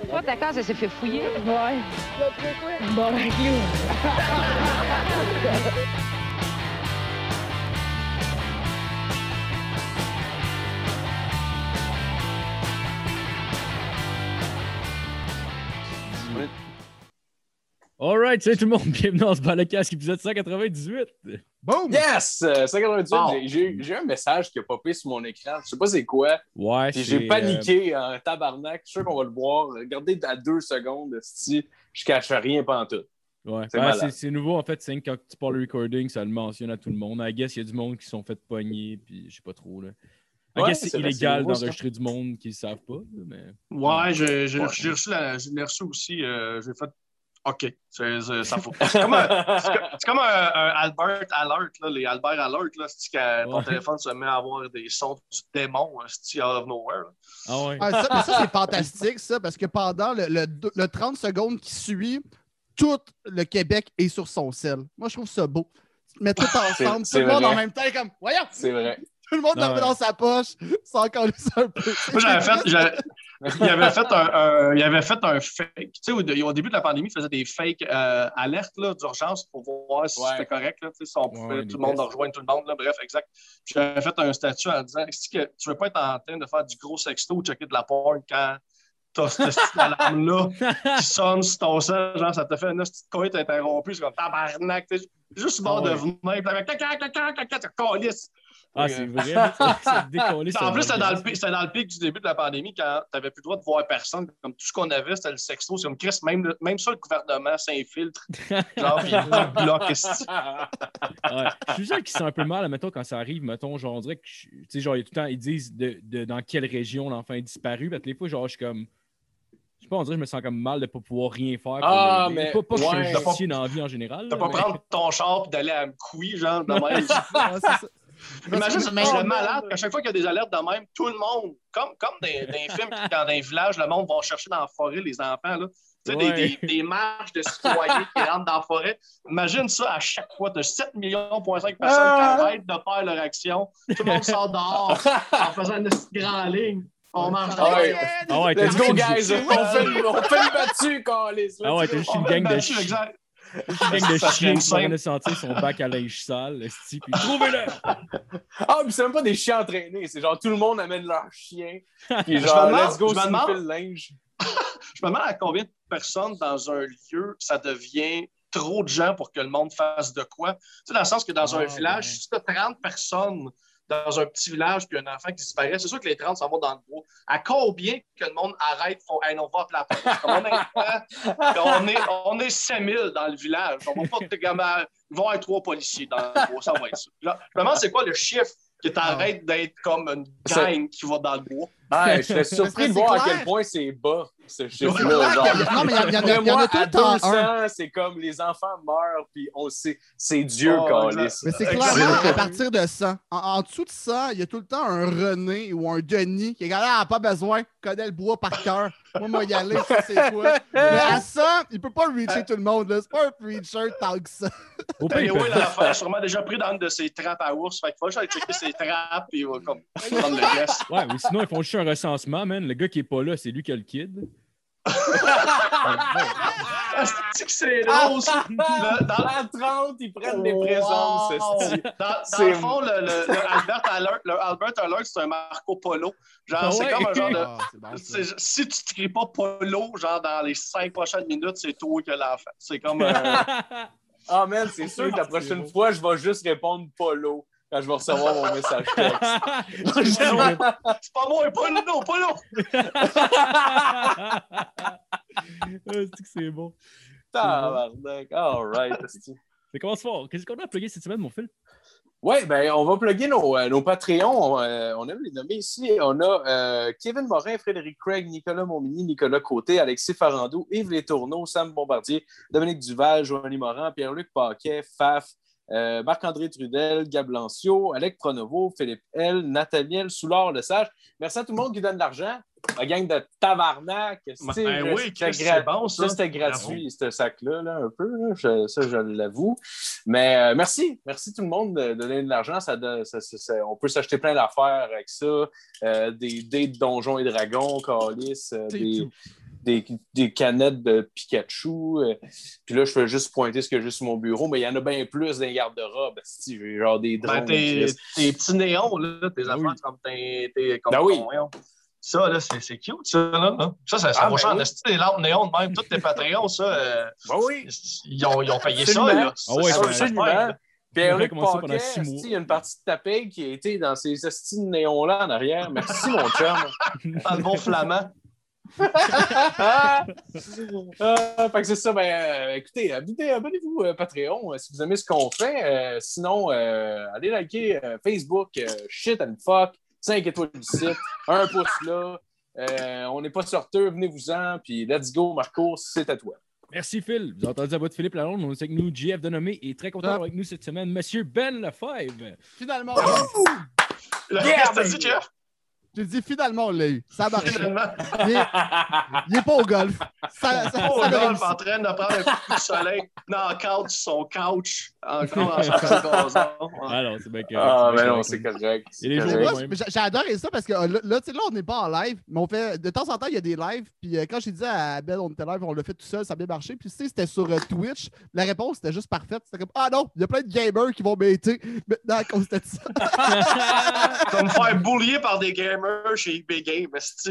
Toi, ta case, elle s'est fait fouiller. Ouais. Bon, ben, Alright, salut tout le monde, bienvenue dans ce Balocast, épisode 198. Boom! Yes! 198, Oh. j'ai eu un message qui a popé sur mon écran. Je sais pas c'est quoi. Ouais, Puis j'ai paniqué en tabarnak. Je suis sûr qu'on va le voir. Regardez à 2 secondes, si je cache rien pantoute. Ouais, C'est malade. c'est nouveau en fait, c'est quand tu parles le recording, ça le mentionne à tout le monde. I guess il y a du monde qui se sont fait pogner, puis je sais pas trop. Là. I Ouais, guess c'est c'est vrai, illégal c'est nouveau, d'enregistrer du monde qui ne savent pas. Mais... Ouais, j'ai reçu aussi. J'ai fait OK, ça faut. C'est comme un Albert Alert, là, les Albert Alert, là, c'est que ton téléphone se met à avoir des sons du démon, c'est out of nowhere. Là. Ah ouais. Ah, ça, mais ça, c'est fantastique, ça, parce que pendant le 30 secondes qui suit, tout le Québec est sur son sel. Moi, je trouve ça beau. Mais tout ensemble, tout le monde vrai. en même temps, comme, voyons! C'est vrai. Tout le monde Ah le met ouais. dans sa poche, sans encore un peu. Moi, il avait fait un fake. Tu sais, au début de la pandémie, il faisait des fake alertes là, d'urgence pour voir si c'était correct. Là, si on pouvait tout le monde rejoindre tout le monde. Là, bref, exact. Puis j'avais fait un statut en disant si que tu veux pas être en train de faire du gros sexto ou checker de la porn quand t'as cette petite alarme-là qui sonne sur ton sel, genre ça te fait une petite coïte interrompue, c'est comme tabarnak. Juste bord de venir, puis caca, calisse. Ah, c'est vrai, c'est décollé. En plus, c'était dans le pic du début de la pandémie quand tu n'avais plus le droit de voir personne. Comme tout ce qu'on avait, c'était le sexto. C'est comme Chris, même ça, le gouvernement s'infiltre. Genre, puis il bloque. Ouais. Je suis sûr qu'ils sont un peu mal, mettons, quand ça arrive, mettons, genre, on dirait que, tu sais, genre, il y a tout le temps, ils disent dans quelle région l'enfant est disparu. Parce que les fois, genre, je suis comme. Je sais pas, on dirait que je me sens comme mal de ne pas pouvoir rien faire. Ah, mais mais. Pas que je suis un ouais. justicier dans la vie en général. De là, pas mais- prendre ton char et d'aller à Mkoui, genre, de même. Ouais, c'est ça. Imagine, Mais- c'est malade. À chaque fois qu'il y a des alertes de même, tout le monde, comme dans les films, dans les villages, le monde va chercher dans la forêt les enfants. Là. Tu sais, Ouais. des marches de citoyens qui rentrent dans la forêt. Imagine ça à chaque fois. Tu as 7,5 millions de personnes qui arrêtent de faire leur action. Tout le monde sort dehors en faisant une grande ligne. On marche Ah ouais. dans Ah ouais, t'as Let's juste go, une- guys! On fait le battu, Calis! Ah ouais, t'as juste une gang de chiens. exact. Une gang de Ça chiens qui serait sont en train de sentir son bac à linge sale, esti, puis trouvez-le! Ah, puis c'est même pas des chiens entraînés. C'est genre tout le monde amène leur chien. Puis Je genre, me demande- let's go, je me sniffer demande- le linge. Je me demande à combien de personnes dans un lieu ça devient trop de gens pour que le monde fasse de quoi. Tu sais, dans le sens que dans un village, si tu as 30 personnes dans un petit village puis un enfant qui disparaît, c'est sûr que les 30 s'en vont dans le bois. À combien que le monde arrête, font hey, on va appeler la police. Comme on est 5000 dans le village. On va pas il va y avoir 3 policiers dans le bois. Ça va être ça. Là, je me demande c'est quoi le chiffre qui t'arrête d'être comme une gang qui va dans le bois. Ouais, je serais surpris de voir à clair. quel point c'est bas, ce C'est chiffre-là. clair Genre. qu'il y a- Non, mais il y en a Moi, tout à le temps un. 200, c'est comme les enfants meurent, puis on sait, c'est Dieu, Oh, Calis. Mais c'est Exact. clairement à partir de 100. En dessous de 100, il y a tout le temps un René ou un Denis qui est gars, ah, pas besoin, connaît le bois par cœur. Moi, y aller, ça, c'est quoi. Mais à 100, il peut pas reacher tout le monde. Là. C'est pas un preacher tant que ça. Au pire, Ben ils oui, peuvent- l'enfant est sûrement déjà pris dans une de ses trappes à ours. Fait qu'il faut juste aller checker ses trappes et il va comme prendre le guess. Ouais, ou sinon, ils font juste un recensement, man. Le gars qui est pas là, c'est lui qui a le kid. C'est que c'est drôle, ça. À 30, ils prennent des présences, esti. Dans le fond, le Albert Alert, c'est un Marco Polo. Genre, Ah c'est ouais. comme un genre de. Ah, c'est bon, ça. Si tu ne cries pas Polo, genre dans les 5 prochaines minutes, c'est toi qui as l'enfant. C'est comme. Ah, man, c'est sûr que la prochaine fois, je vais juste répondre Polo quand je vais recevoir mon message texte. C'est pas moi, Polo! C'est que c'est bon. Tabarnak. All right, esti. Ça commence fort. Qu'est-ce qu'on a plugué cette semaine, mon fil? Oui, ben, on va plugger nos Patreons. On aime les nommer ici. On a Kevin Morin, Frédéric Craig, Nicolas Montmini, Nicolas Côté, Alexis Farando, Yves Létourneau, Sam Bombardier, Dominique Duval, Joanie Morin, Pierre-Luc Paquet, Faf, Marc-André Trudel, Gab Lancio, Alec Pronovo, Philippe L, Nathaniel Soulard-Lesage. Merci à tout le monde qui donne de l'argent. La gang de tabarnak. Oui, c'est bon, ça. Ça, c'était gratuit, ce sac-là, là, un peu. Là. Ça, je l'avoue. Mais merci. Merci tout le monde de donner de l'argent. On peut s'acheter plein d'affaires avec ça. Des dés de Donjons et Dragons, Calice, des canettes de Pikachu. Puis là, je fais juste pointer ce que j'ai sur mon bureau, mais il y en a bien plus dans les garde-robes. J'ai genre des drones. Tes petits néons, là, tes affaires comme oui. Ça, là, c'est cute, ça. Là. Ça vaut cher. Les lampes néons de même, tous tes Patreons, ça. Oui. Ils ont payé absolument. Ça. Là. Absolument. Pierre-Luc Paquet, il y a une partie de ta paye qui a été dans ces estis de néons-là en arrière. Merci, mon chum. Dans le bon flamand. Fait que c'est ça. Écoutez, abonnez-vous Patreon si vous aimez ce qu'on fait. Sinon, allez liker Facebook, Shit and Fuck, 5 étoiles du site, 1 pouce là. On n'est pas sorteux, venez-vous-en, puis let's go, Marco, c'est à toi. Merci, Phil. Vous avez entendu la voix de Philippe Lalonde. On est avec nous, JF Denomé, et très content avec nous cette semaine, Monsieur Ben Lefebvre. Finalement. Qu'est-ce que t'as dit, Jeff? J'ai dit finalement, on l'a eu. Ça marche. Il est pas au golf. Ça au golf, en train de prendre un coup de soleil. Knock-out sur son couch. Encore en sortant de gazon. Alors, c'est bien correct. Ah, mais non, c'est correct. J'ai adoré ça parce que là, on n'est pas en live, mais on fait de temps en temps, il y a des lives. Puis quand j'ai dit à Ben, on était live, on l'a fait tout seul, ça a bien marché. Puis c'était sur Twitch. La réponse était juste parfaite. C'était comme ah non, il y a plein de gamers qui vont m'aider maintenant à cause de ça. Tu vas me faire boulier par des gamers chez eBay Games.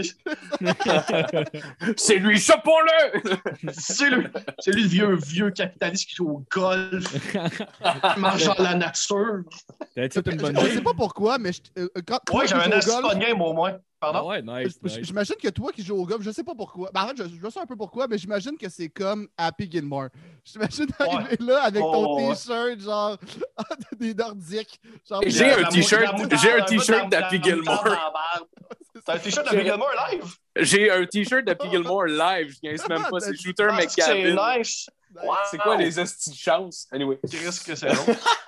C'est lui, chopons-le! C'est lui le vieux capitaliste qui joue au golf, qui marche dans la nature. T'as dit une bonne je sais pas pourquoi, mais ouais, j'avais un assez bonne game au moins. Pardon? Ah ouais, nice. J'imagine que toi qui joues au golf, je sais pas pourquoi. En fait, je sais un peu pourquoi, mais j'imagine que c'est comme Happy Gilmore. J'imagine arriver là avec ton t-shirt, genre des Nordiques. J'ai un t-shirt d'Happy Gilmore. T'as un t-shirt d'Happy Gilmore live? J'ai un t-shirt d'Happy Gilmore live. Je gagne même pas. C'est Shooter McGavin. C'est nice. C'est quoi les hosties de chance? Anyway. Qu'est-ce que c'est long?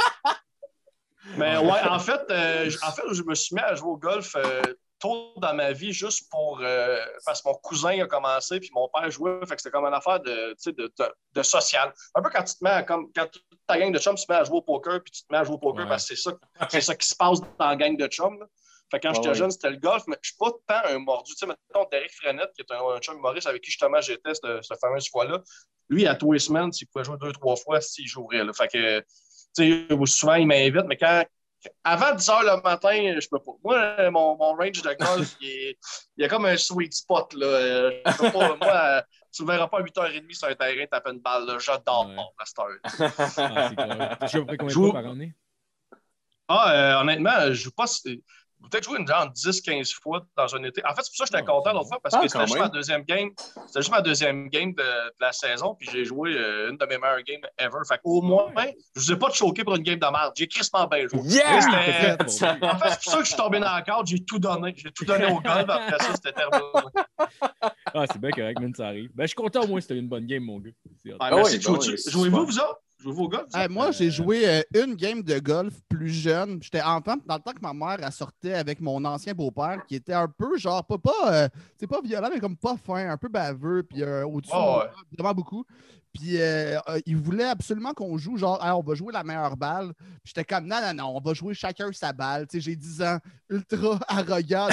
Mais ouais, en fait, je me suis mis à jouer au golf tôt dans ma vie juste pour parce que mon cousin a commencé puis mon père jouait, fait que c'était comme une affaire de social. Un peu quand tu te mets comme quand toute ta gang de chums se met à jouer au poker puis tu te mets à jouer au poker parce que c'est ça qui se passe dans la gang de chums. Là. Fait que quand j'étais jeune, c'était le golf, mais je suis pas tant un mordu. Tu sais, mettons, Derek Frenette, qui est un chum humoriste avec qui justement j'étais cette fameuse fois-là, lui, à tous les semaines, s'il pouvait jouer 2-3 fois, s'il jouerait. Là. Fait que, tu sais, souvent, il m'invite, mais avant 10 h le matin, je peux pas. Moi, mon range de golf, il y a comme un sweet spot. Là. Je peux pas, moi, tu ne verras pas à 8h30 sur un terrain taper une balle. Là. J'adore à cette heure. C'est clair. Tu joues à peu près combien de fois par année? Honnêtement, je joue pas. Peut-être jouer une genre 10-15 fois dans un été. En fait, c'est pour ça que j'étais content l'autre fois parce que c'était juste ma deuxième game. C'était juste ma deuxième game de la saison, puis j'ai joué une de mes meilleures games ever. Fait qu'au moins, je ne vous ai pas choqué pour une game de merde. J'ai crissement bien joué. Yeah! En fait, c'est pour ça que je suis tombé dans la carte. J'ai tout donné. J'ai tout donné au golf. Après ça, c'était terminé. Ah, c'est bien correct, man, ça arrive. Ben, je suis content au moins si t'as eu une bonne game, mon gars. Merci. Jouez-vous, vous autres? Jouez-vous au golf? Moi, j'ai joué une game de golf plus jeune. J'étais enfant, dans le temps que ma mère elle sortait avec mon ancien beau-père, qui était un peu genre, c'est pas violent, mais comme pas fin, un peu baveux, puis au-dessus, vraiment beaucoup. Puis il voulait absolument qu'on joue, genre, on va jouer la meilleure balle. Puis j'étais comme, non, on va jouer chacun sa balle. Tu sais, j'ai 10 ans, ultra arrogant.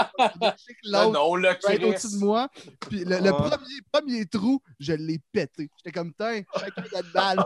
Non, le va être au-dessus de moi. Puis le premier trou, je l'ai pété. J'étais comme, tiens, chacun notre balle.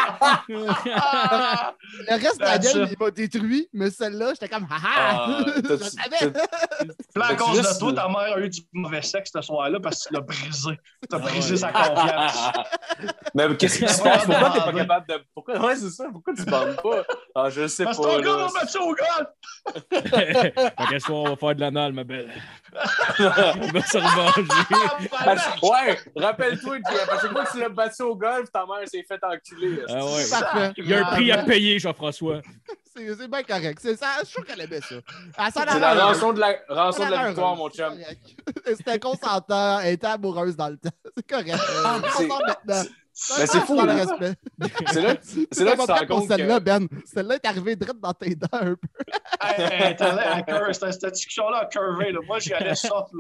Le reste de la game, il m'a détruit, mais celle-là, j'étais comme, je savais. Puis à cause de toi, ta mère a eu du mauvais sexe ce soir-là parce que tu l'as brisé. Tu as brisé sa confiance. Mais qu'est-ce qui se passe? Pourquoi t'es pas capable de. Ouais, c'est ça. Pourquoi tu bandes pas? Ah, je sais pas. Parce que ton gars m'a battu au golf! Fait qu'à ce soir, on va faire de l'anal, ma belle. Il va se revenger. Ouais, rappelle-toi, à chaque fois que tu l'as battu au golf, ta mère s'est fait enculer. Ah ouais. Parfait. Il y a un prix à payer, Jean-François. C'est bien correct. Je suis sûr qu'elle aimait ça. C'est la rançon de la victoire, mon chum. C'était consentant. Elle était amoureuse dans le temps. C'est correct. Maintenant. Mais c'est fou, là. C'est là que tu te rends compte celle-là, Ben. Celle-là est arrivée direct dans tes dents un peu. Cette discussion-là a curvé. Moi, j'y allais soft.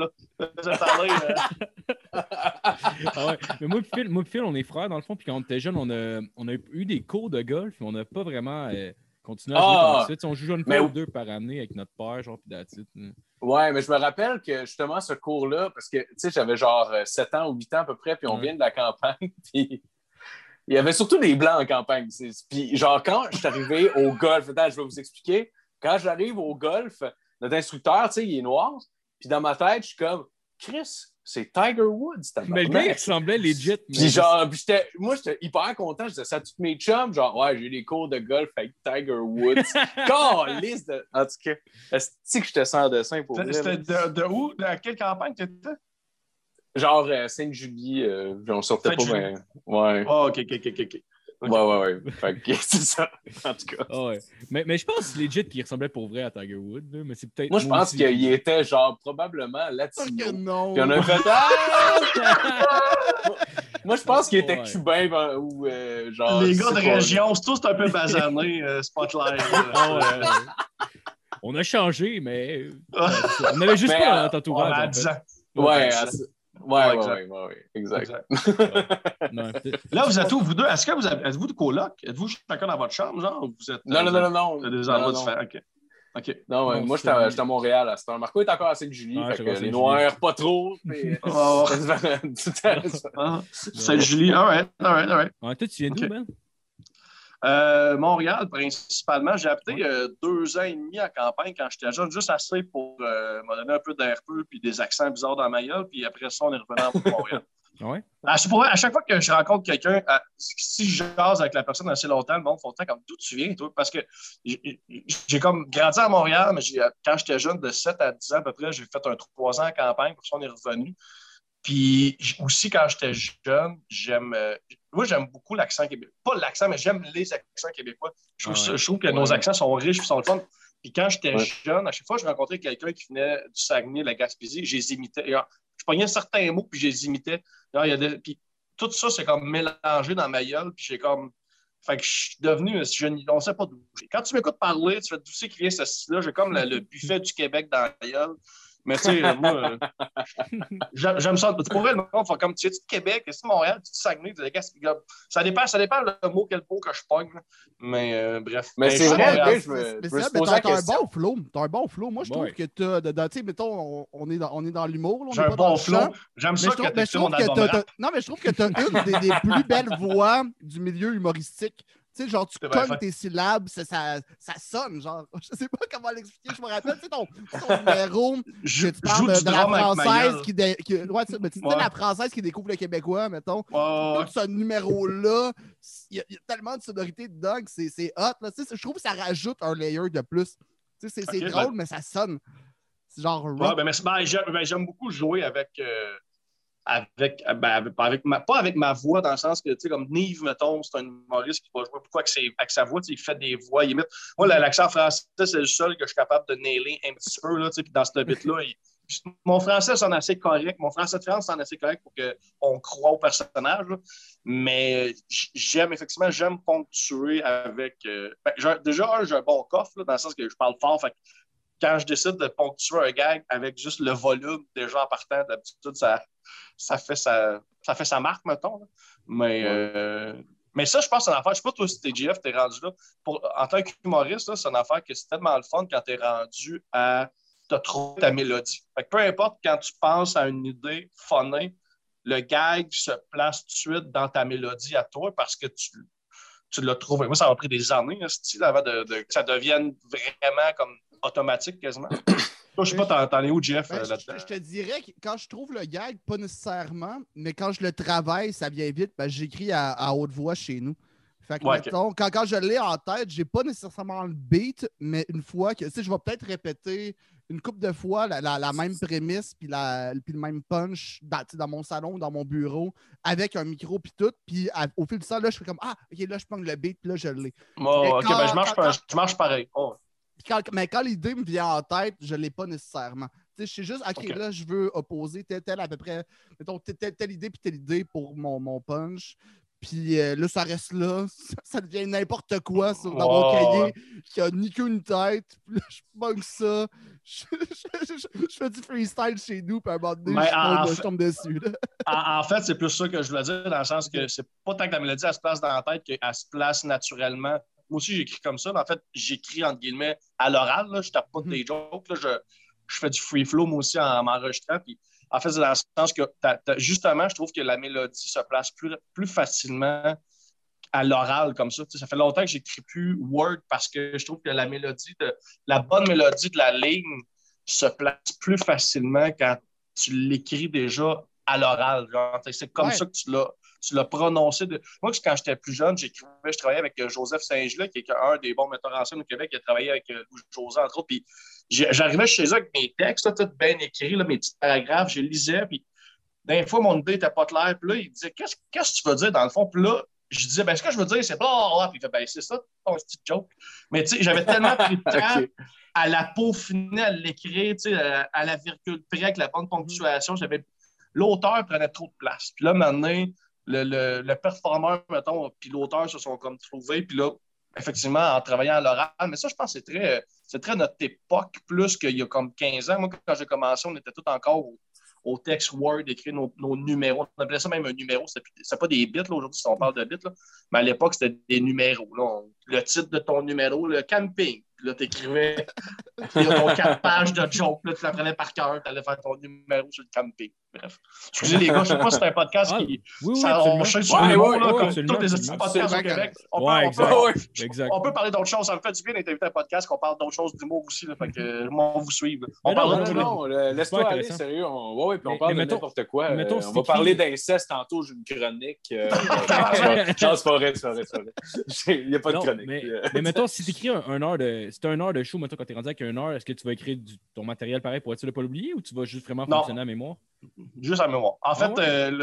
Ah ouais. Mais moi et Phil, on est frères, dans le fond. Puis quand on était jeunes, on a eu des cours de golf. Mais on n'a pas vraiment continué à jouer comme ça. On joue une fois ou deux par année avec notre père, genre, puis that's it. Ouais, mais je me rappelle que justement, ce cours-là, parce que, tu sais, j'avais genre 7 ans ou 8 ans à peu près, puis on vient de la campagne, puis il y avait surtout des Blancs en campagne. Puis genre, quand je suis arrivé au golf, attends, je vais vous expliquer. Quand j'arrive au golf, notre instructeur, tu sais, il est noir, puis dans ma tête, je suis comme, Chris, c'est Tiger Woods. Mais le gars, il ressemblait legit. Puis genre, moi, j'étais hyper content. Je disais ça à tous mes chums. Genre, ouais, j'ai eu des cours de golf avec Tiger Woods. Calisse de... En tout cas, est-ce que je te sens en dessin pour vrai? C'était de où? À quelle campagne tu étais? Genre Sainte-Julie. On sortait pas, mais... Ouais. Oh, OK. Ouais. Fait que c'est ça, en tout cas. Oh, ouais. Mais je pense legit qu'il ressemblait pour vrai à Tiger Woods. Là. Mais c'est peut-être Moi, je pense aussi. qu'il était genre probablement latino. Que non. Puis on a fait Moi, je pense qu'il était cubain ou genre. Les gars de région, c'est tous un peu basanés, Spotlight. On a changé, mais on avait juste pas notre entourage. Ouais, exact. Non, là, vous êtes où, vous deux? Est-ce que êtes-vous de coloc? Êtes-vous chacun dans votre chambre, genre? Ou vous êtes, non. Des endroits différents, OK. Non, ouais, moi, j'étais à Montréal à cette heure. Marco est encore à Sainte-Julie, fait que les Noirs, pas trop. Sainte-Julie, all right. Toi, tu viens d'où, Ben? Montréal, principalement. J'ai habité 2 ans et demi en campagne quand j'étais jeune, juste assez pour me donner un peu d'air peu puis des accents bizarres dans ma gueule. Puis après ça, on est revenu à Montréal. Ouais. À chaque fois que je rencontre quelqu'un, si je jase avec la personne assez longtemps, le monde font comme d'où tu viens, toi? Parce que j'ai comme grandi à Montréal, mais quand j'étais jeune, de 7 à 10 ans à peu près, j'ai fait un 3 ans en campagne, pour ça on est revenu. Puis aussi, quand j'étais jeune, j'aime beaucoup l'accent québécois. Pas l'accent, mais j'aime les accents québécois. Je trouve que nos accents sont riches et sont le fun. Puis quand j'étais jeune, à chaque fois que je rencontrais quelqu'un qui venait du Saguenay, de la Gaspésie, je les imitais. Je pognais certains mots, puis je les imitais. Puis tout ça, c'est comme mélangé dans ma gueule. Puis j'ai comme... Fait que je suis devenu... on ne sait pas d'où. Quand tu m'écoutes parler, tu fais d'où c'est qui vient ce style-là. J'ai comme le buffet du Québec dans la gueule. Mais tu sais, moi, j'aime ça. Pour vrai, le monde fait comme tu es de Québec, tu es de Montréal, tu es de Saguenay, tu es de Gaspésie. Ça dépend le mot, quel mot que je pogne. Mais bref. Mais c'est vrai, t'as un bon flow. Moi, je trouve que tu sais, mettons, on est dans l'humour. J'ai un bon flow. J'aime ça que tu mon album rap. Non, mais je trouve que tu as une des plus belles voix du milieu humoristique. Tu sais, genre, tu cognes tes syllabes, ça sonne, genre, je sais pas comment l'expliquer, je me rappelle, tu sais, ton numéro, tu parles de la française qui tu sais, la française qui découvre le québécois, mettons. Tout ce numéro-là, il y a tellement de sonorité dedans que c'est hot, là. Tu sais, je trouve que ça rajoute un layer de plus. Tu sais, c'est drôle, mais ça sonne. C'est genre rock. J'aime beaucoup jouer pas avec ma voix, dans le sens que, tu sais, comme Nive, mettons, c'est un humoriste qui va jouer beaucoup avec sa voix, il fait des voix, il imite. Moi, l'accent français, c'est le seul que je suis capable de nailer un petit peu, là, tu sais, puis dans ce bit-là, mon français sonne assez correct, mon français de France sonne assez correct pour qu'on croit au personnage, là. Mais j'aime ponctuer avec... déjà, j'ai un bon coffre, là, dans le sens que je parle fort, fait que quand je décide de ponctuer un gag avec juste le volume, déjà en partant, d'habitude, ça fait sa marque, mettons. Là. Mais ça, je pense que c'est une affaire. Je sais pas, toi, si t'es GF, t'es rendu là. En tant qu'humoriste, c'est une affaire que c'est tellement le fun quand t'es rendu à te trouver ta mélodie. Fait que peu importe, quand tu penses à une idée phonée, le gag se place tout de suite dans ta mélodie à toi parce que tu l'as trouvé. Moi, ça m'a pris des années, avant que ça devienne vraiment comme automatique quasiment. Toi, je sais pas, t'en es où, Jeff, là-dedans? Je te dirais que quand je trouve le gag, pas nécessairement, mais quand je le travaille, ça vient vite, j'écris à haute voix chez nous. Fait que, mettons, quand je l'ai en tête, j'ai pas nécessairement le beat, mais une fois que, tu sais, je vais peut-être répéter une couple de fois la même prémisse puis le même punch dans mon salon, dans mon bureau, avec un micro puis tout, puis au fil du temps, là, je fais comme, OK, là, je prends le beat, puis là, je l'ai. Je marche pareil. Oh. Mais quand l'idée me vient en tête, je ne l'ai pas nécessairement. Je sais juste, OK, là, je veux opposer telle à peu près, mettons, telle idée puis telle idée pour mon punch. Puis là, ça reste là. Ça devient n'importe quoi dans mon cahier qui a ni queue ni tête. Puis là, je bug ça. Je fais du freestyle chez nous, puis à un moment donné, je tombe dessus. En fait, c'est plus ça que je voulais dire, dans le sens que c'est pas tant que la mélodie, elle se place dans la tête qu'elle se place naturellement. Moi aussi, j'écris comme ça. Mais en fait, j'écris, entre guillemets, à l'oral. Là. Je tape pas des jokes. Là. je fais du free flow, moi aussi, en m'enregistrant. Puis, en fait, c'est dans le sens que, justement, je trouve que la mélodie se place plus facilement à l'oral comme ça. Tu sais, ça fait longtemps que j'écris plus Word parce que je trouve que la bonne mélodie de la ligne se place plus facilement quand tu l'écris déjà à l'oral. C'est comme ça que tu l'as prononcé. Moi, quand j'étais plus jeune, je travaillais avec Joseph Saint-Gelais, qui est un des bons metteurs en scène au Québec, qui a travaillé avec Louis-José, entre autres. Puis j'arrivais chez eux avec mes textes, là, tout bien écrits, là, mes petits paragraphes, je lisais, puis des fois, mon idée n'était pas claire. Puis là, il disait, qu'est-ce que tu veux dire dans le fond? Puis là, je disais, ben, ce que je veux dire, c'est pas. Puis il fait, ben, c'est ça, ton petit joke. Mais tu sais, j'avais tellement pris de temps à la peaufiner, à l'écrire, tu sais, à la virgule près, avec la bonne ponctuation. L'auteur prenait trop de place. Puis là, maintenant, le performeur, mettons, puis l'auteur se sont comme trouvés. Puis là, effectivement, en travaillant à l'oral. Mais ça, je pense que c'est très notre époque, plus qu'il y a comme 15 ans. Moi, quand j'ai commencé, on était tous encore au texte Word, écrire nos numéros. On appelait ça même un numéro. C'était pas des bits, là, aujourd'hui, si on parle de bits. Là. Mais à l'époque, c'était des numéros. Là. Le titre de ton numéro, le camping. Puis là, tu écrivais ton 4 pages de joke. Là, tu l'apprenais par cœur. Tu allais faire ton numéro sur le camping. Bref. Excusez les gars, je sais pas si c'est un podcast qui. On cherche sur les mots, comme tous les podcasts au Québec. On peut parler d'autres choses. Ça me fait du bien d'être invité à un podcast qu'on parle d'autres choses d'humour aussi. Là, fait que on vous suivre. On parle de non, laisse-toi aller, sérieux. Puis on parle de n'importe quoi. On va parler d'inceste tantôt, j'ai une chronique. Non, c'est pas vrai. Il n'y a pas de chronique. Mais mettons, si tu écris un heure de show, mettons, quand tu es rendu avec une heure, est-ce que tu vas écrire ton matériel pareil pour être sûr de ne pas l'oublier ou tu vas juste vraiment fonctionner à mémoire? Juste à mémoire. En fait,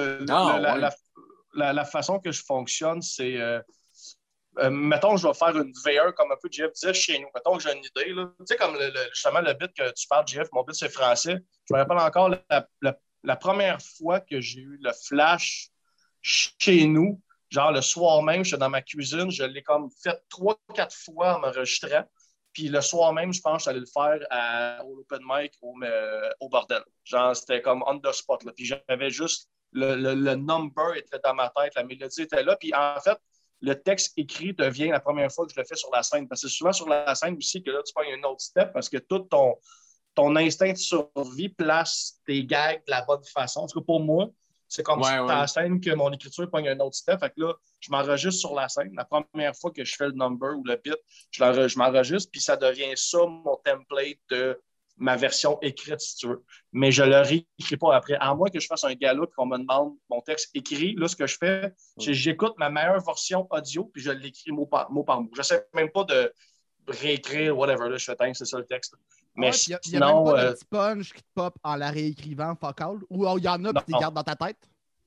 la façon que je fonctionne, c'est mettons, je vais faire une VR comme un peu Jeff disait chez nous. Mettons que j'ai une idée. Là. Tu sais, comme justement le bit que tu parles, Jeff, mon bit c'est français. Je me rappelle encore la première fois que j'ai eu le flash chez nous, genre le soir même, j'étais dans ma cuisine, je l'ai comme fait 3-4 fois en m'enregistrant. Puis le soir même, je pense que j'allais le faire au open mic au bordel. Genre, c'était comme on the spot. Là. Puis j'avais juste le number était dans ma tête, la mélodie était là. Puis en fait, le texte écrit devient la première fois que je le fais sur la scène. Parce que c'est souvent sur la scène aussi que là, tu prends un autre step parce que tout ton instinct de survie place tes gags de la bonne façon. En tout cas, pour moi, c'est comme sur la scène que mon écriture prend un autre step. Fait que là, je m'enregistre sur la scène. La première fois que je fais le number ou le bit, je m'enregistre, puis ça devient ça, mon template de ma version écrite, si tu veux. Mais je ne le réécris pas après. À moins que je fasse un gala et qu'on me demande mon texte écrit, là, ce que je fais, c'est que j'écoute ma meilleure version audio, puis je l'écris mot par mot. Je n'essaie même pas de réécrire, whatever, là, je fais, c'est ça le texte. Mais il n'y a même pas de petit punch qui te pop en la réécrivant focal, ou il y en a qui tu les gardes dans ta tête?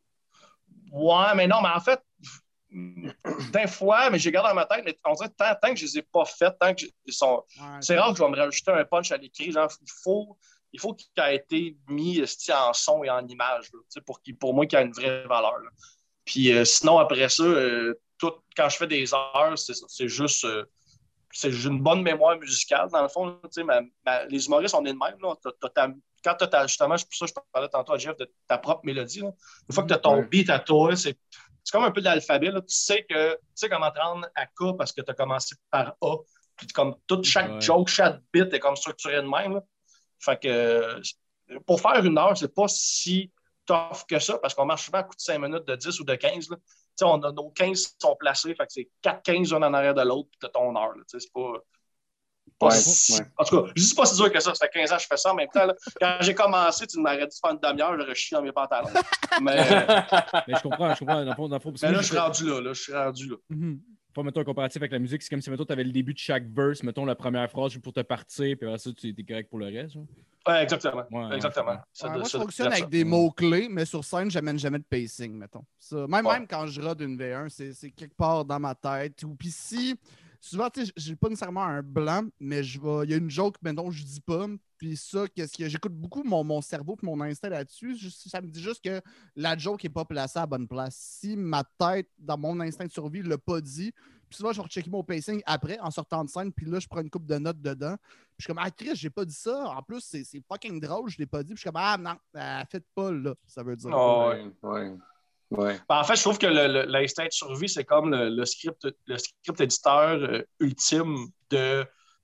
Ouais, mais non, mais en fait, des fois, mais je les garde dans ma tête, mais on dirait tant que je ne les ai pas faites, tant que ils sont. C'est rare que je vais me rajouter un punch à l'écrit. Genre, il faut qu'il ait été mis en son et en image, là, pour moi, qu'il y ait une vraie valeur. Là. Puis sinon, après ça, quand je fais des heures, c'est juste. C'est une bonne mémoire musicale, dans le fond. Les humoristes, on est de même. Là. Quand tu as justement, c'est pour ça que je parlais tantôt à Jeff de ta propre mélodie. Là. Une fois que tu as ton beat à toi, c'est comme un peu de l'alphabet. Là. Tu sais comment te rendre à K parce que tu as commencé par A. Puis comme chaque joke, chaque beat est comme structuré de même. Là. Fait que pour faire une heure, c'est pas si tough que ça parce qu'on marche souvent à coup de 5 minutes, de 10 ou de 15. Là. On a nos 15 sont placés, fait que c'est 4-15 un en arrière de l'autre, puis tu as ton heure. Là, c'est pas si... En tout cas, je dis pas si dur que ça. Ça fait 15 ans que je fais ça en même temps. Là. Quand j'ai commencé, tu m'aurais dit faire une demi-heure, j'aurais chié dans mes pantalons. Mais je comprends. Dans le fond, mais là, je suis rendu là. Pas, mettons, un comparatif avec la musique, c'est comme si, mettons, tu avais le début de chaque verse, mettons, la première phrase pour te partir, puis après ça, tu es correct pour le reste. Oui, exactement. Exactement. Moi, je fonctionne avec des mots-clés, mais sur scène, j'amène jamais de pacing, mettons. Ça, même quand je rode une V1, c'est quelque part dans ma tête. Puis si, souvent, tu sais, j'ai pas nécessairement un blanc, mais il y a une joke, mettons, je dis pas. Puis ça, j'écoute beaucoup mon cerveau et mon instinct là-dessus. Ça me dit juste que la joke n'est pas placée à la bonne place. Si ma tête, dans mon instinct de survie, ne l'a pas dit, puis souvent, je vais rechecker mon pacing après, en sortant de scène, puis là, je prends une couple de notes dedans. Puis je suis comme, Chris, j'ai pas dit ça. En plus, c'est fucking drôle, je l'ai pas dit. Puis je suis comme, non, faites pas là, ça veut dire. Ouais. En fait, je trouve que l'instinct de survie, c'est comme le script éditeur ultime de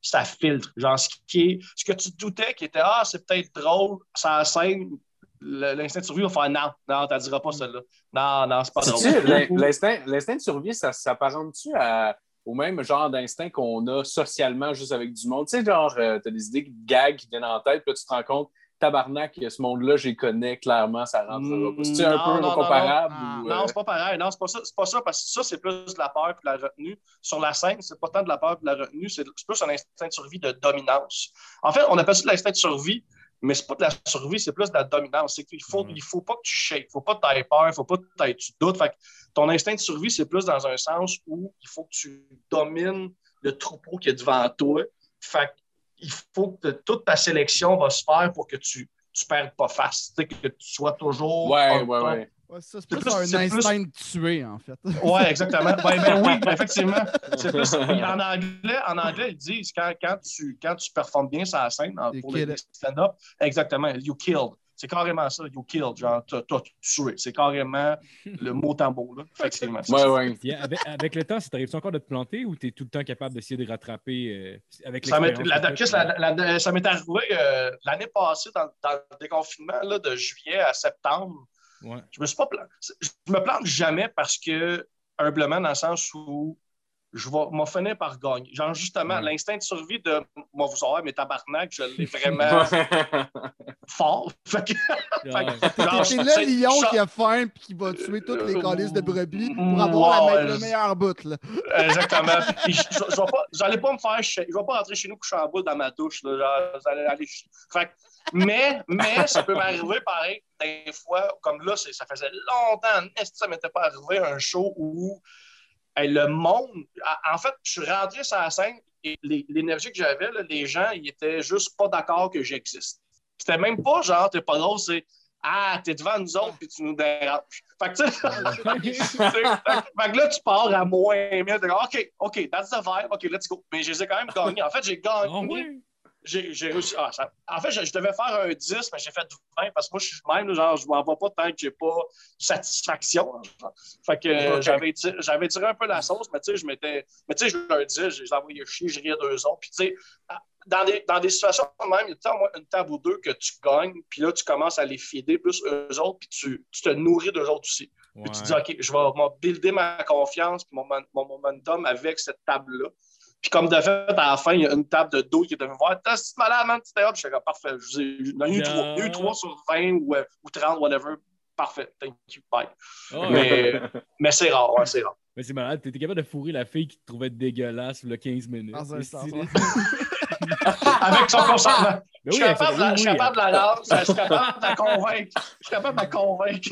ça filtre. Genre, ce que tu te doutais qui était, c'est peut-être drôle, ça scène, l'instinct de survie va faire non, t'en diras pas celle-là. Non, c'est pas drôle. L'instinct de survie, ça s'apparente-tu au même genre d'instinct qu'on a socialement juste avec du monde? Tu sais, genre, t'as des idées de gags qui viennent en tête, puis là, tu te rends compte, tabarnak, ce monde-là, je les connais clairement, ça rentrera pas. C'est un peu comparable? Non, c'est pas pareil. Non, c'est pas ça, parce que ça, c'est plus de la peur et de la retenue. Sur la scène, c'est pas tant de la peur et de la retenue, c'est plus un instinct de survie de dominance. En fait, on appelle ça de l'instinct de survie, mais c'est pas de la survie, c'est plus de la dominance. C'est qu'il faut pas que tu shakes, il faut pas que tu aies peur, il faut pas que tu doutes. Fait que ton instinct de survie, c'est plus dans un sens où il faut que tu domines le troupeau qui est devant toi. Fait il faut que toute ta sélection va se faire pour que tu ne perdes pas face, que tu sois toujours... Ouais. Ça, c'est plus un instinct de tuer, en fait. Oui, exactement. Oui, effectivement. C'est plus... En anglais, ils disent quand tu performes bien sur la scène pour les stand-up, exactement, you killed. C'est carrément ça, you killed. Genre, t'as tué. C'est carrément le mot en mot, là. Effectivement. Ouais. Avec le temps, ça t'arrive-tu encore de te planter ou t'es tout le temps capable d'essayer de rattraper avec l'expérience? Ça m'est arrivé l'année passée, dans le déconfinement là, de juillet à septembre. Ouais. Je me plante jamais parce que, humblement, dans le sens où je vais m'en finir par gagner. Genre, justement, l'instinct de survie de moi, vous aurez mes tabarnak, je l'ai vraiment fort. Fait que, c'est le lion qui a faim et qui va tuer toutes les calices de brebis pour avoir le meilleur bout. Là. Exactement. Je n'allais pas me faire chier. Je ne vais pas rentrer chez nous coucher en boule dans ma douche. Là, genre, j'allais aller chier. Fait que, mais ça peut m'arriver pareil des fois, comme là, ça faisait longtemps, ça ne m'était pas arrivé un show où le monde, en fait, je suis rentré sur la scène et l'énergie que j'avais, là, les gens, ils étaient juste pas d'accord que j'existe. C'était même pas genre, t'es pas drôle, c'est t'es devant nous autres puis tu nous déranges. Fait que, fait que là, tu pars à moins 1000, OK, that's the vibe, OK, let's go. Mais je les ai quand même gagnés. En fait, j'ai gagné. J'ai réussi. En fait, je devais faire un 10, mais j'ai fait 20 parce que moi, je suis même, genre, je m'en vais pas tant que j'ai pas satisfaction. Genre. Fait que j'avais tiré un peu la sauce, mais tu sais, je leur disais, je les envoyais chier, je riais d'eux autres. Puis tu sais, dans des situations même, il y a au moins une table ou deux que tu gagnes, puis là, tu commences à les feeder plus eux autres, puis tu te nourris d'eux autres aussi. Puis tu dis, OK, je vais builder ma confiance puis mon momentum avec cette table-là. Puis comme de fait, à la fin, il y a une table de dos qui est devenue voir. T'es malade, man, c'était hop. Je suis comme parfait. Il y en a eu 3 sur 20 ou 30, whatever. Parfait. Thank you. Bye. Mais c'est rare, c'est rare. Mais c'est malade. T'étais capable de fourrer la fille qui te trouvait dégueulasse le 15 minutes. Avec son consentement. Je suis capable de la rendre. Je suis capable de la convaincre.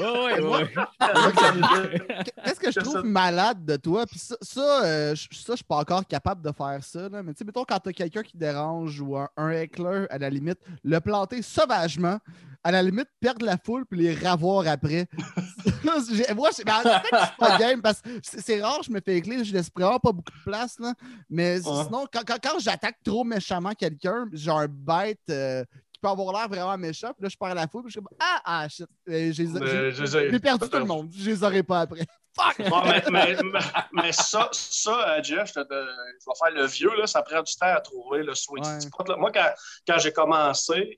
Qu'est-ce que je trouve malade de toi? Puis ça, je suis pas encore capable de faire ça. Là. Mais tu sais, mettons, quand t'as quelqu'un qui dérange ou un heckler, à la limite, le planter sauvagement, à la limite, perdre la foule puis les ravoir après. Moi, c'est pas game parce que c'est rare, je me fais écler, je laisse vraiment pas beaucoup de place. Là. Mais sinon, quand j'attaque trop méchamment quelqu'un, genre un bête qui peut avoir l'air vraiment méchant, puis là, je perds la foule, puis je suis comme shit. J'ai perdu tout le monde. Je les aurai pas après. Fuck! mais ça Jeff, je vais faire le vieux, là, ça prend du temps à trouver le sweet spot. Là. Moi, quand j'ai commencé,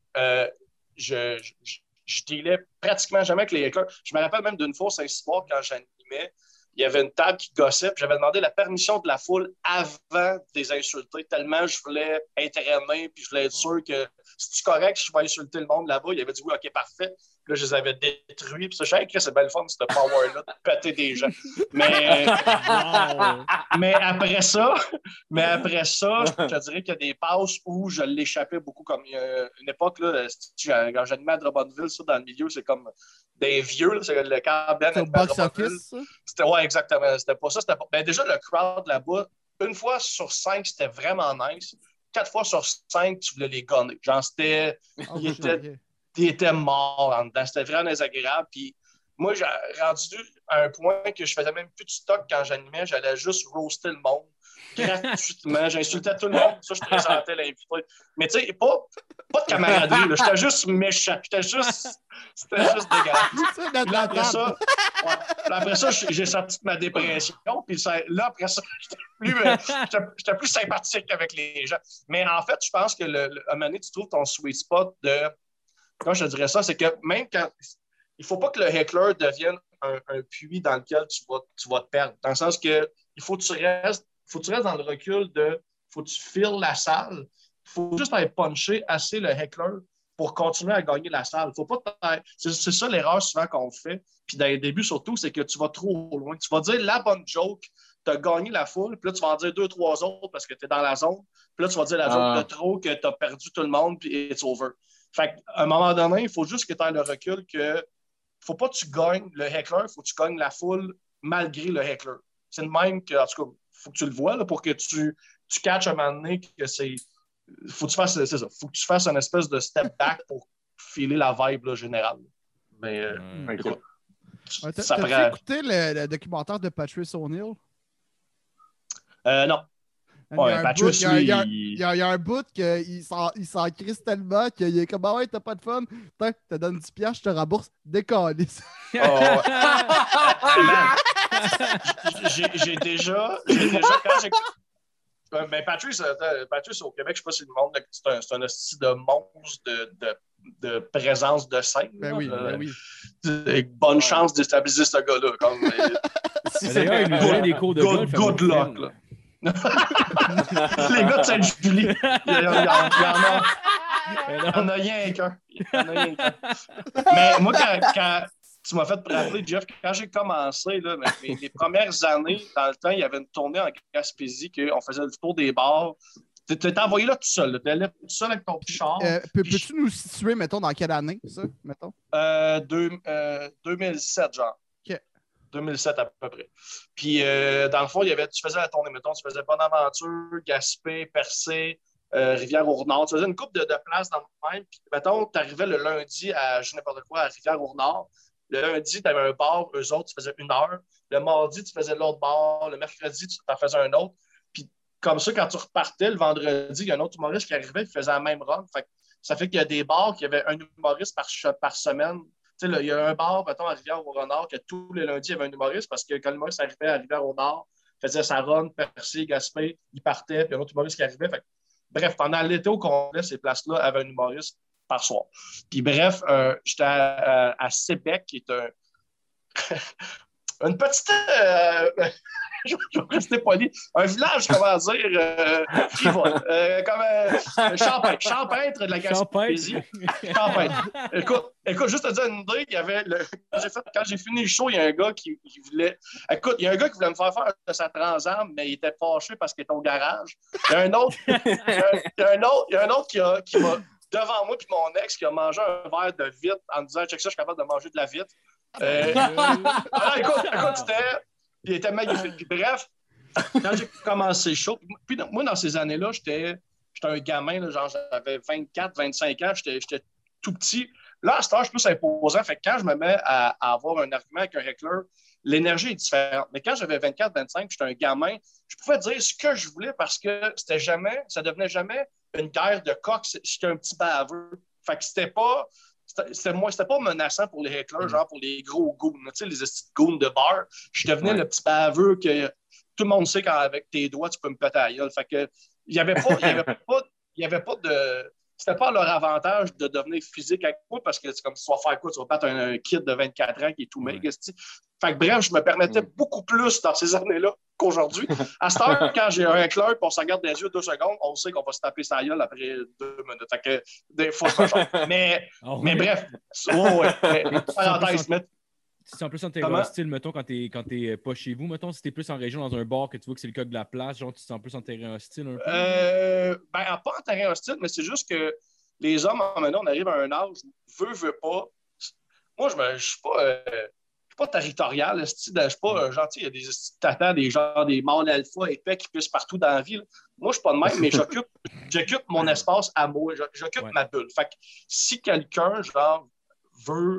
je dealais pratiquement jamais avec les éclairs. Je me rappelle même d'une fois, Saint-Cyboire, quand j'animais, il y avait une table qui gossait, puis j'avais demandé la permission de la foule avant de les insulter, tellement je voulais être aimé, puis je voulais être sûr que c'est-tu correct si je vais insulter le monde là-bas? Il avait dit oui, OK, parfait. Puis là, je les avais détruits. Puis ça, je savais que c'est belle fun, cette power-là, de péter des gens. Mais après ça, je te dirais qu'il y a des passes où je l'échappais beaucoup, comme une époque, là, quand j'animais à Drummondville, ça, dans le milieu, c'est comme des vieux, là, c'est le camp Ben. C'est au box-office, ça? Ouais, exactement. C'était pas ça. Ben, déjà, le crowd là-bas, une fois sur 5, c'était vraiment nice. 4 fois sur 5, tu voulais les gonner. Genre, il était mort en dedans. C'était vraiment désagréable. Puis moi, j'ai rendu à un point que je faisais même plus de stock quand j'animais. J'allais juste roaster le monde gratuitement. J'insultais tout le monde. Ça, je présentais l'invité. Mais tu sais, pas de camaraderie. J'étais juste méchant. C'était juste dégueulasse. Là, après ça, j'ai sorti de ma dépression. Puis là, après ça, j'étais plus sympathique avec les gens. Mais en fait, je pense que à un moment donné, tu trouves ton sweet spot de... Quand je te dirais ça, c'est que même quand... Il ne faut pas que le heckler devienne un puits dans lequel tu vas te perdre. Dans le sens que il faut que tu restes dans le recul de... Il faut que tu files la salle. Il faut juste aller puncher assez le heckler pour continuer à gagner la salle. Faut pas c'est ça l'erreur souvent qu'on fait. Puis dans les débuts surtout, c'est que tu vas trop loin. Tu vas dire la bonne joke, tu as gagné la foule, puis là, tu vas en dire 2-3 autres parce que tu es dans la zone. Puis là, tu vas dire la joke de trop, que tu as perdu tout le monde, puis it's over. Fait qu'à un moment donné, il faut juste que tu aies le recul que faut pas que tu gagnes le heckler, il faut que tu gagnes la foule malgré le heckler. C'est le même que, en tout cas, il faut que tu le vois là, pour que tu catches à un moment donné que c'est. Faut que tu fasses, c'est ça. Faut que tu fasses une espèce de step back pour filer la vibe là, générale. Mais écoute, t'as écouté le documentaire de Patrice O'Neill? Non. Ouais, Patrice, il y a un bout qu'il s'en crisse tellement qu'il est comme ah ouais, t'as pas de fun. Putain, te donne 10$, je te rembourse. Décalisse. J'ai déjà quand j'ai. Ben Patrice, au Québec, je sais pas si le monde, c'est un style de monstre de présence de scène. Ben oui, ben oui. Bonne chance de déstabiliser ce gars-là. D'ailleurs, il nous donnait des cours de golf. Good luck, là. Les gars de Sainte-Julie, il y en a rien qu'un. Mais moi, quand tu m'as fait te rappeler, Jeff, quand j'ai commencé, là, mes premières années, dans le temps, il y avait une tournée en Gaspésie qu'on faisait le tour des bars. Tu étais envoyé là tout seul. Tu allais tout seul avec ton petit char. Peux-tu nous situer, mettons, dans quelle année, ça, mettons? 2007, genre. 2007 à peu près. Puis, dans le fond, tu faisais la tournée, mettons, tu faisais Bonaventure, Gaspé, Percé, Rivière-au-Nord. Tu faisais une couple de places dans le même. Puis, mettons, tu arrivais le lundi à, je sais n'importe quoi, à Rivière-au-Nord. Le lundi, tu avais un bar, eux autres, tu faisais 1 heure. Le mardi, tu faisais l'autre bar. Le mercredi, tu en faisais un autre. Puis, comme ça, quand tu repartais le vendredi, il y a un autre humoriste qui arrivait qui faisait la même run. Ça fait qu'il y a des bars qui avaient un humoriste par semaine. Tu sais, il y a un bar, mettons, à Rivière-au-Nord, que tous les lundis, il y avait un humoriste parce que quand l'humoriste arrivait à Rivière-au-Nord, faisait sa run, Percé, Gaspé, il partait, puis un autre humoriste qui arrivait. Bref, pendant l'été au complet, ces places-là avaient un humoriste par soir. Puis bref, j'étais à Sébec, qui est une petite... je vais rester poli. Un village, comment dire, frivole. Comme champêtre de la Gaspésie. Champêtre. Écoute, juste te dire une idée, il y avait quand j'ai fini le show, il y a un gars qui voulait... Écoute, il y a un gars qui voulait me faire de sa Transam, mais il était fâché parce qu'il était au garage. Il y a un autre, qui m'a... Devant moi, puis mon ex qui a mangé un verre de vitre en me disant check ça, je suis capable de manger de la vitre. Écoute, il était magnifique. Puis bref, quand j'ai commencé le show, puis moi, dans ces années-là, j'étais un gamin, là, genre j'avais 24, 25 ans, j'étais tout petit. Là, à cette heure, je suis plus imposant. Fait que quand je me mets à avoir un argument avec un heckler, l'énergie est différente. Mais quand j'avais 24, 25, j'étais un gamin, je pouvais dire ce que je voulais parce que ça devenait jamais une guerre de coq. J'étais un petit baveux. Fait que c'était pas menaçant pour les hecklers, genre pour les gros goons, tu sais, les goons de bar. Je devenais le petit baveux que tout le monde sait qu'avec tes doigts, tu peux me péter à la gueule. Fait que il y avait pas de... C'était pas à leur avantage de devenir physique avec moi parce que c'est comme si tu vas faire quoi? Tu vas battre un kid de 24 ans qui est tout maigre. Fait que bref, je me permettais beaucoup plus dans ces années-là qu'aujourd'hui. À cette heure, quand j'ai un éclair et on se regarde dans les yeux 2 secondes, on sait qu'on va se taper sa gueule après 2 minutes. Fait que des fois, je me change. Mais bref, parenthèse, c'est en plus en terrain hostile, mettons, quand t'es pas chez vous, mettons, si t'es plus en région, dans un bar, que tu vois que c'est le cas de la place, genre, tu te sens plus en terrain hostile un peu? Pas en terrain hostile, mais c'est juste que les hommes, maintenant, on arrive à un âge où veut pas. Moi, je suis pas territorial, je suis pas gentil, il y a des tatas, des mâles alpha épais qui pissent partout dans la ville. Moi, je suis pas de même, mais j'occupe mon espace à moi, j'occupe ma bulle. Fait que si quelqu'un, genre, veut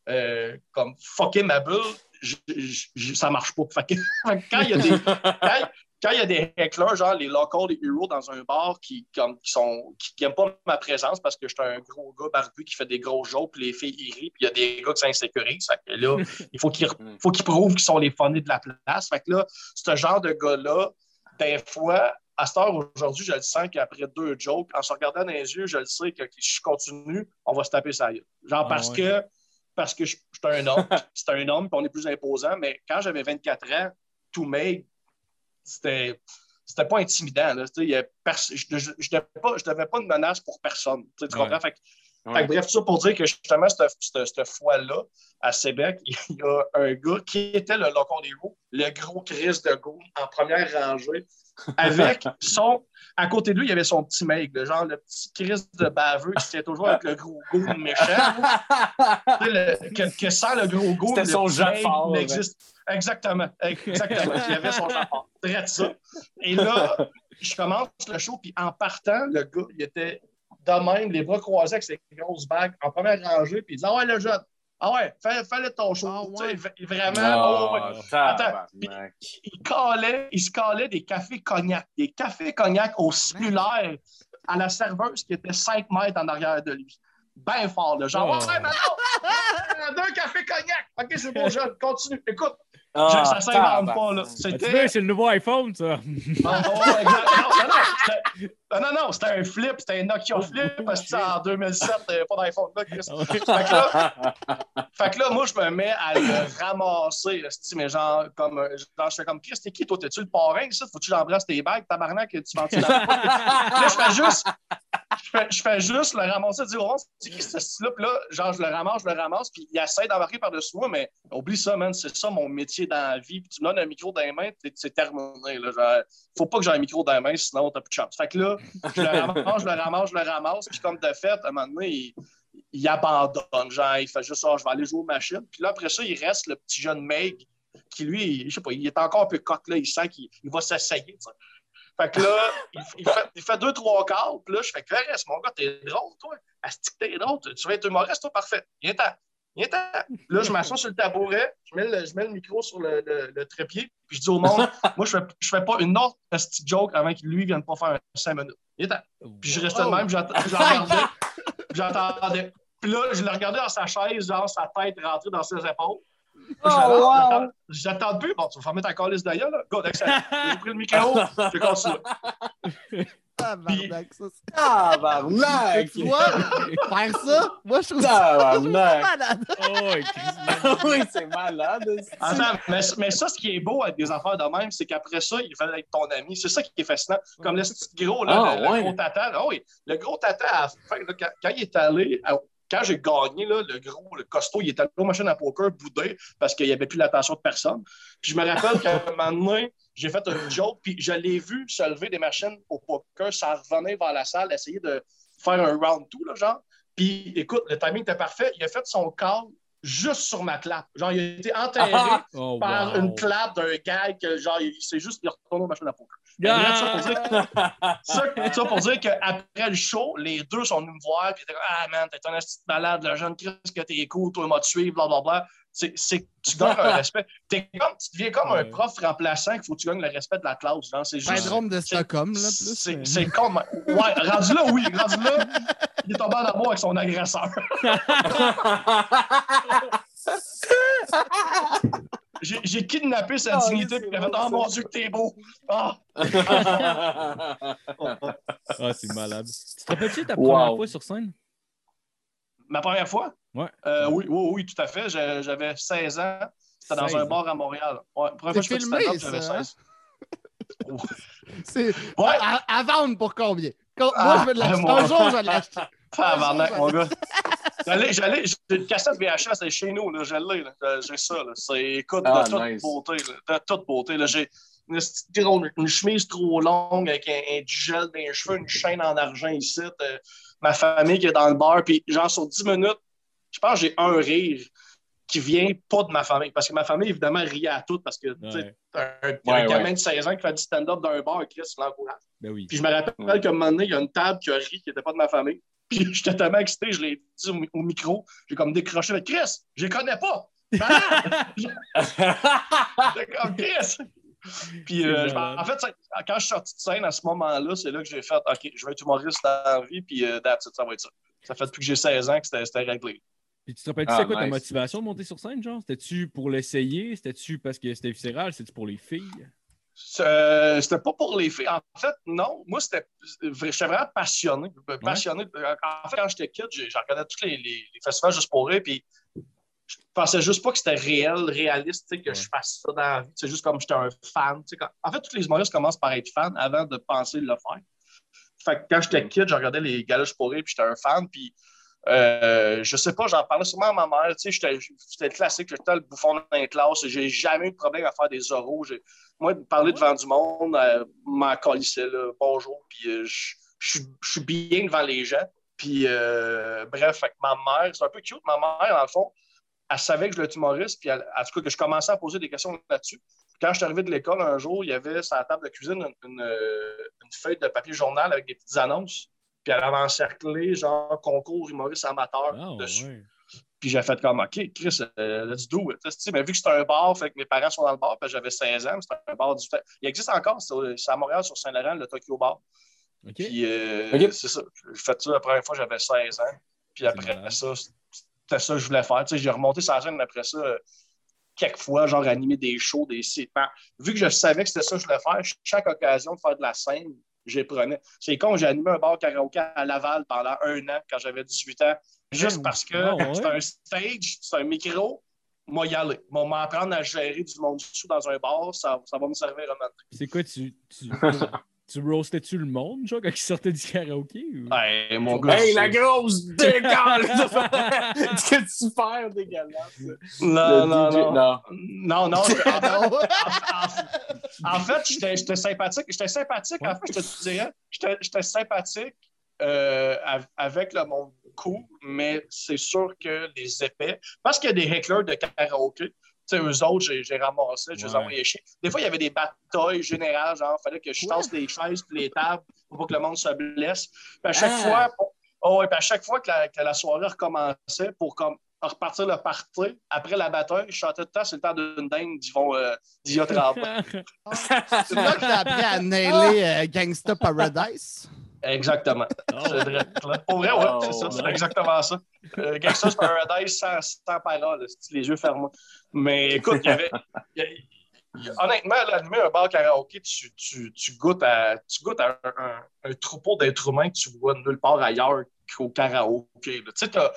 comme fucker ma bulle, ça marche pas. Fait que quand il y a des. Quand il y a des hecklers, genre les local heroes dans un bar qui n'aiment pas ma présence parce que je suis un gros gars barbu qui fait des gros jokes, puis les filles y rient, puis il y a des gars qui s'insécurisent. Fait que là, il faut qu'ils prouvent qu'ils sont les funnés de la place. Fait que là, ce genre de gars-là, des fois, à cette heure aujourd'hui, je le sens qu'après 2 jokes, en se regardant dans les yeux, je le sais que si je continue, on va se taper ça. Genre parce que je suis un homme, c'est un homme, puis on est plus imposant, mais quand j'avais 24 ans, tout mec, c'était pas intimidant. Là. Je ne devais pas de menace pour personne. Tu comprends? Fait que, bref, tout ça pour dire que justement, cette fois-là, à Sébec, il y a un gars qui était le local hero, le gros Chris de Gaulle en première rangée, avec son. À côté de lui, il y avait son petit mec, genre le petit Chris de baveux qui était toujours avec le gros Gaulle méchant. Que sans le gros Gaulle, c'était son Jafar n'existe. Exactement. Il avait son Jafar. Très ça. Et là, je commence le show, puis en partant, le gars, il était de même, les bras croisés avec ses grosses bagues en première rangée, puis il dit ah ouais, le jeune. Ah ouais, fais-le ton show. Vraiment. Attends. Il se calait des cafés cognac. Des cafés cognac au cellulaire à la serveuse qui était 5 mètres en arrière de lui. Ben fort, là. Genre, ouais, maintenant, 2 cafés cognac. OK, c'est bon, jeune. Continue. Écoute. Ça ne s'invente pas, là. C'est le nouveau iPhone, ça. Non, c'était un flip, c'était un Nokia flip, parce que en 2007, il n'y avait pas d'iPhone là, Chris. Fait que là, moi, je me mets à le ramasser, mais genre, je fais comme, Chris, t'es qui, toi? T'es-tu le parrain, ça? Faut-tu que j'embrasse tes bagues, tabarnak, que tu vends-tu la porte? Là, je fais juste le ramasser, dire, oh, c'est qui ce style-là? Puis là, genre, je le ramasse, puis il essaie d'embarquer par-dessus moi, mais oublie ça, man, c'est ça mon métier dans la vie. Puis tu me donnes un micro dans les mains, c'est terminé, là. Genre, faut pas que j'ai un micro dans les mains, sinon t'as plus de chance. Fait que là, je le ramasse, puis comme de fait, à un moment donné, il abandonne. Genre, il fait juste ça, je vais aller jouer aux machines. Puis là, après ça, il reste le petit jeune Meg qui, lui, je sais pas, il est encore un peu coq, là, il sent qu'il va s'essayer, t'sais. Fait que là, il fait 2-3 quarts, puis là, je fais que reste, mon gars, t'es drôle, toi. Asti que t'es drôle, tu vas être humoriste, toi, parfait. Viens-t'en. Là, je m'assois sur le tabouret, je mets le micro sur le trépied, puis je dis au monde, moi, je fais pas une autre petite joke avant qu'il lui vienne pas faire 5 minutes. Viens-t'en. Puis je restais de même, je le regardais, puis j'entendais. Puis là, je le regardais dans sa chaise, genre sa tête rentrée dans ses épaules. J'attends plus. Bon, tu vas fermer ta calice d'ailleurs, là. Go, excellent. J'ai pris le micro, je continue. Tabarnak, ça. Tabarnak! Tu vois, faire ça, moi, je trouve ça malade. Oui, c'est malade. Attends, mais ça, ce qui est beau avec des affaires de même, c'est qu'après ça, il fallait être ton ami. C'est ça qui est fascinant. Comme le petit gros, là, le gros tata. Ah oui, le gros tata, quand il est allé... Quand j'ai gagné, là, le costaud, il était allé aux machines à poker boudé parce qu'il n'y avait plus l'attention de personne. Puis je me rappelle qu'à un moment donné, j'ai fait un joke, puis je l'ai vu se lever des machines au poker, ça revenait vers la salle, essayer de faire un round 2, là, genre. Puis écoute, le timing était parfait. Il a fait son call juste sur ma clap. Genre, il a été enterré par une clap d'un gars que, genre, il s'est juste retourné aux machines à poker. Ça pour dire qu'après le show, les deux sont venus me voir et ils étaient comme ah man, t'es un petit malade, le jeune Chris, que t'es cool, toi, m'a tué, blablabla. Tu gagnes un respect. Tu deviens comme un prof remplaçant qu'il faut que tu gagnes le respect de la classe. Genre, c'est juste. Syndrome de Stockholm, là, plus. C'est con. Ouais, rendu là, oui. Rendu là, il est tombé en amour avec son agresseur. J'ai kidnappé sa dignité et il a fait oh mon Dieu, que t'es beau! C'est malade. Tu te rappelles-tu ta première fois sur scène? Ma première fois? Ouais. Oui, tout à fait. J'avais 16 ans. C'était dans un bar à Montréal. Ouais, première fois que je fais stand-up, j'avais 16. C'est à vendre pour combien? Moi, je veux de l'acheter. Un jour, je vais l'acheter. Mon gars. J'ai une cassette VHS, c'est chez nous, là, j'ai ça. Là. Écoute, de toute beauté. Là. J'ai une chemise trop longue avec du gel dans les cheveux, une chaîne en argent ici. Ma famille qui est dans le bar, puis genre sur 10 minutes, je pense que j'ai un rire qui vient pas de ma famille. Parce que ma famille, évidemment, riait à tout parce que un gamin de 16 ans qui fait du stand-up dans un bar, Chris, l'encourage. Ben oui. Puis je me rappelle qu'à un moment donné, il y a une table qui a ri qui n'était pas de ma famille. Puis j'étais tellement excité, je l'ai dit au micro. J'ai comme décroché avec Chris, je les connais pas. Malade! J'étais comme Chris. Puis en fait, quand je suis sorti de scène à ce moment-là, c'est là que j'ai fait OK, je vais être humoriste dans la vie, puis ça va être ça. Ça fait depuis que j'ai 16 ans que c'était réglé. Puis tu te rappelles, c'est quoi ta motivation de monter sur scène, genre? C'était-tu pour l'essayer? C'était-tu parce que c'était viscéral? C'était-tu pour les filles? C'était pas pour les filles. En fait, non. Moi, j'étais vraiment passionné. Passionné. En fait, quand j'étais kid, j'ai regardé tous les festivals juste pour rire, puis je pensais juste pas que c'était réaliste, que je fasse ça dans la vie. C'est juste comme j'étais un fan. En fait, tous les humoristes commencent par être fans avant de penser le faire. Fait que quand j'étais kid, je regardais les galas juste pour rire, puis j'étais un fan, puis je sais pas, j'en parlais souvent à ma mère. C'était le classique, j'étais le bouffon dans la classe. J'ai jamais eu de problème à faire des oraux. Moi, parler devant du monde, m'en colissait, bonjour, puis je suis bien devant les gens. Puis, bref, fait que ma mère, c'est un peu cute, ma mère, dans le fond, elle savait que je voulais être humoriste, puis en tout cas, que je commençais à poser des questions là-dessus. Puis quand je suis arrivé de l'école, un jour, il y avait sur la table de cuisine une feuille de papier journal avec des petites annonces. Puis elle avait encerclé, genre, concours humoriste amateur dessus. Ouais. Puis j'ai fait comme, OK, Chris, let's do it. Mais vu que c'était un bar, fait que mes parents sont dans le bar, puis j'avais 16 ans, c'était un bar du fait. Il existe encore, c'est à Montréal, sur Saint-Laurent, le Tokyo Bar. Okay. Puis c'est ça. J'ai fait ça la première fois, j'avais 16 ans. Puis après ça, c'était ça que je voulais faire. J'ai remonté sur la scène après ça, quelques fois, genre animer des shows, des séquences. Vu que je savais que c'était ça que je voulais faire, chaque occasion de faire de la scène, j'y prenais. C'est con, j'ai animé un bar karaoké à Laval pendant 1 an quand j'avais 18 ans, juste parce que c'est un stage, c'est un micro, moi y aller. Moi m'apprendre à gérer du monde sous dans un bar, ça va me servir à maintenant. C'est quoi, tu roastais-tu le monde, genre, quand ils sortaient du karaoké? Ou... Hey, mon gars. Hey, la grosse dégueulasse! Que tu fais dégueulasse? Non. En fait, j'étais sympathique. En fait, je te dirais, j'étais sympathique avec le monde cool, mais c'est sûr que les épais, parce qu'il y a des hecklers de karaoké, tu sais, eux autres, j'ai ramassé, je les envoyais chier. Des fois, il y avait des batailles générales, genre, il fallait que je tasse les chaises et les tables pour pas que le monde se blesse. Puis à chaque fois que la soirée recommençait pour repartir le party, après la bataille, je chantais tout le temps, c'est le temps d'une dingue d'Ia Tremblay. C'est là que j'ai appris à nailer Gangsta Paradise. Exactement. Pour vrai, c'est ça. C'est exactement ça. Gangsta's Paradise sans parole, les yeux fermés. Mais écoute, honnêtement, animer un bar karaoké, tu goûtes à un troupeau d'êtres humains que tu vois nulle part ailleurs qu'au karaoké. Tu sais, t'as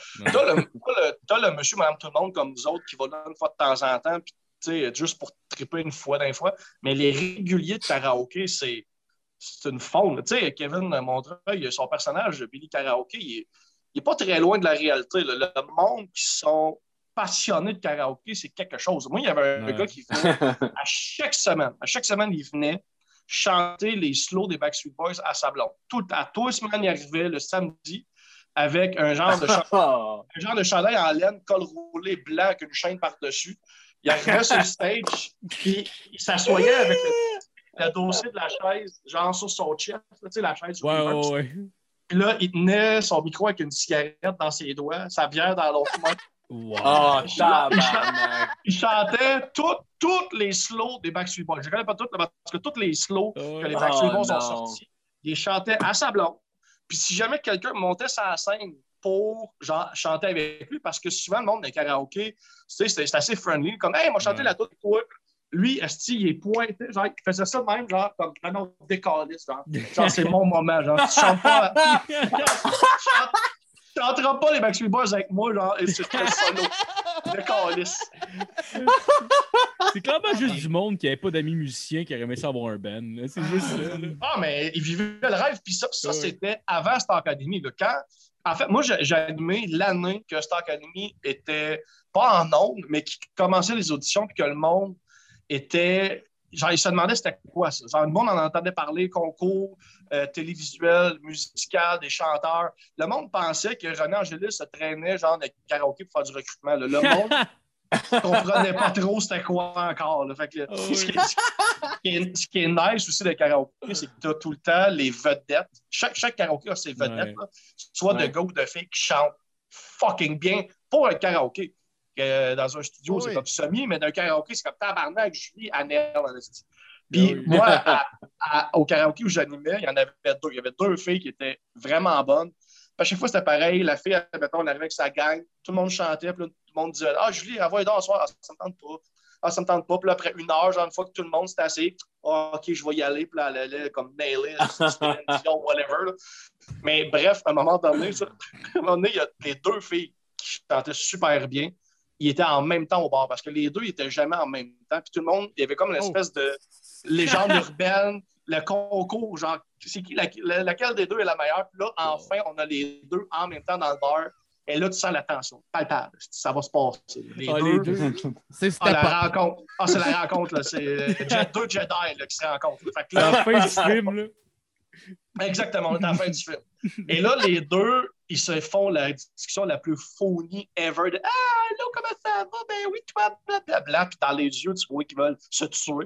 le monsieur, madame, tout le monde comme nous autres qui va là une fois de temps en temps, puis juste pour triper une fois d'un fois. Mais les réguliers de karaoké, c'est une faune. Tu sais, Kevin Montreuil, son personnage, Billy Karaoké, il n'est pas très loin de la réalité. Le monde qui sont passionnés de karaoké, c'est quelque chose. Moi, il y avait un gars qui venait à chaque semaine, il venait chanter les slows des Backstreet Boys à sa blonde. À tous les semaines, il arrivait le samedi avec un genre de chandail en laine, col roulé blanc avec une chaîne par-dessus. Il arrivait sur le stage, puis il s'assoyait avec le dossier de la chaise, genre sur son chest, tu sais, la chaise sur le Puis là, il tenait son micro avec une cigarette dans ses doigts, sa bière dans l'autre main. Wow. Il chantait toutes les slows des Backstreet Boys. Je ne connais pas toutes, parce que toutes les slows que les Backstreet Boys ont sortis, il chantait à sa blonde. Puis si jamais quelqu'un montait sur la scène pour genre, chanter avec lui, parce que souvent, le monde des karaokés, c'est assez friendly, comme « Hey, moi, chanter la toute toi. » Lui, esti, il est pointé, genre, il faisait ça même, genre, comme un autre décaliste, genre, c'est mon moment, genre, tu chantes pas, tu chanteras pas les Backstreet Boys avec moi, genre, et c'est très solo, décaliste. C'est clairement juste du monde qui n'avait pas d'amis musiciens qui aurait aimé ça avoir un band, là. C'est juste ça, là. Ah, mais il vivait le rêve, puis ça c'était avant Star Academy, là, en fait, moi, j'ai animé l'année que Star Academy était, pas en ondes, mais qui commençait les auditions, puis que le monde était... Genre, ils se demandaient c'était quoi ça. Genre, le monde en entendait parler, concours, télévisuel, musical, des chanteurs. Le monde pensait que René Angélil se traînait genre de karaoké pour faire du recrutement. Là. Le monde Je comprenais pas trop c'était quoi encore. Là. Fait que, ce qui est nice aussi de karaoké, c'est que tu as tout le temps les vedettes. Chaque karaoké a ses vedettes, là, soit de gars ou de filles qui chantent fucking bien pour un karaoké. Dans un studio, c'est comme semi, mais d'un karaoké, c'est comme tabarnak, Julie, Annelle. Puis moi, au karaoké où j'animais, il y en avait deux. Il y avait deux filles qui étaient vraiment bonnes. Puis à chaque fois, c'était pareil. La fille, mettons, on arrivait avec sa gang, tout le monde chantait, puis là, tout le monde disait « Ah, Julie, envoie donc ce soir. » « Ah, ça me tente pas. » « Ah, ça me tente pas. » Puis là, après une heure, genre, une fois que tout le monde s'était assis, « Ah, OK, je vais y aller. » Puis là, elle allait comme nailer, whatever. Là. Mais bref, à un moment donné, il y a les deux filles qui chantaient super bien. Ils étaient en même temps au bar parce que les deux, ils étaient jamais en même temps. Puis tout le monde, il y avait comme une espèce de légende urbaine, le concours, genre, c'est qui, laquelle des deux est la meilleure? Puis là, enfin, on a les deux en même temps dans le bar. Et là, tu sens la tension. Palpable. Ça va se passer. Les deux. C'est la rencontre. C'est la rencontre. Là. C'est deux Jedi là, qui se rencontrent. Fait que là, la fin du film, là. Exactement, on est à la fin du film. Et là, les deux, ils se font la discussion la plus phony ever de « Ah, là, comment ça va? Ben oui, toi, blablabla. » Puis dans les yeux, tu vois qu'ils veulent se tuer.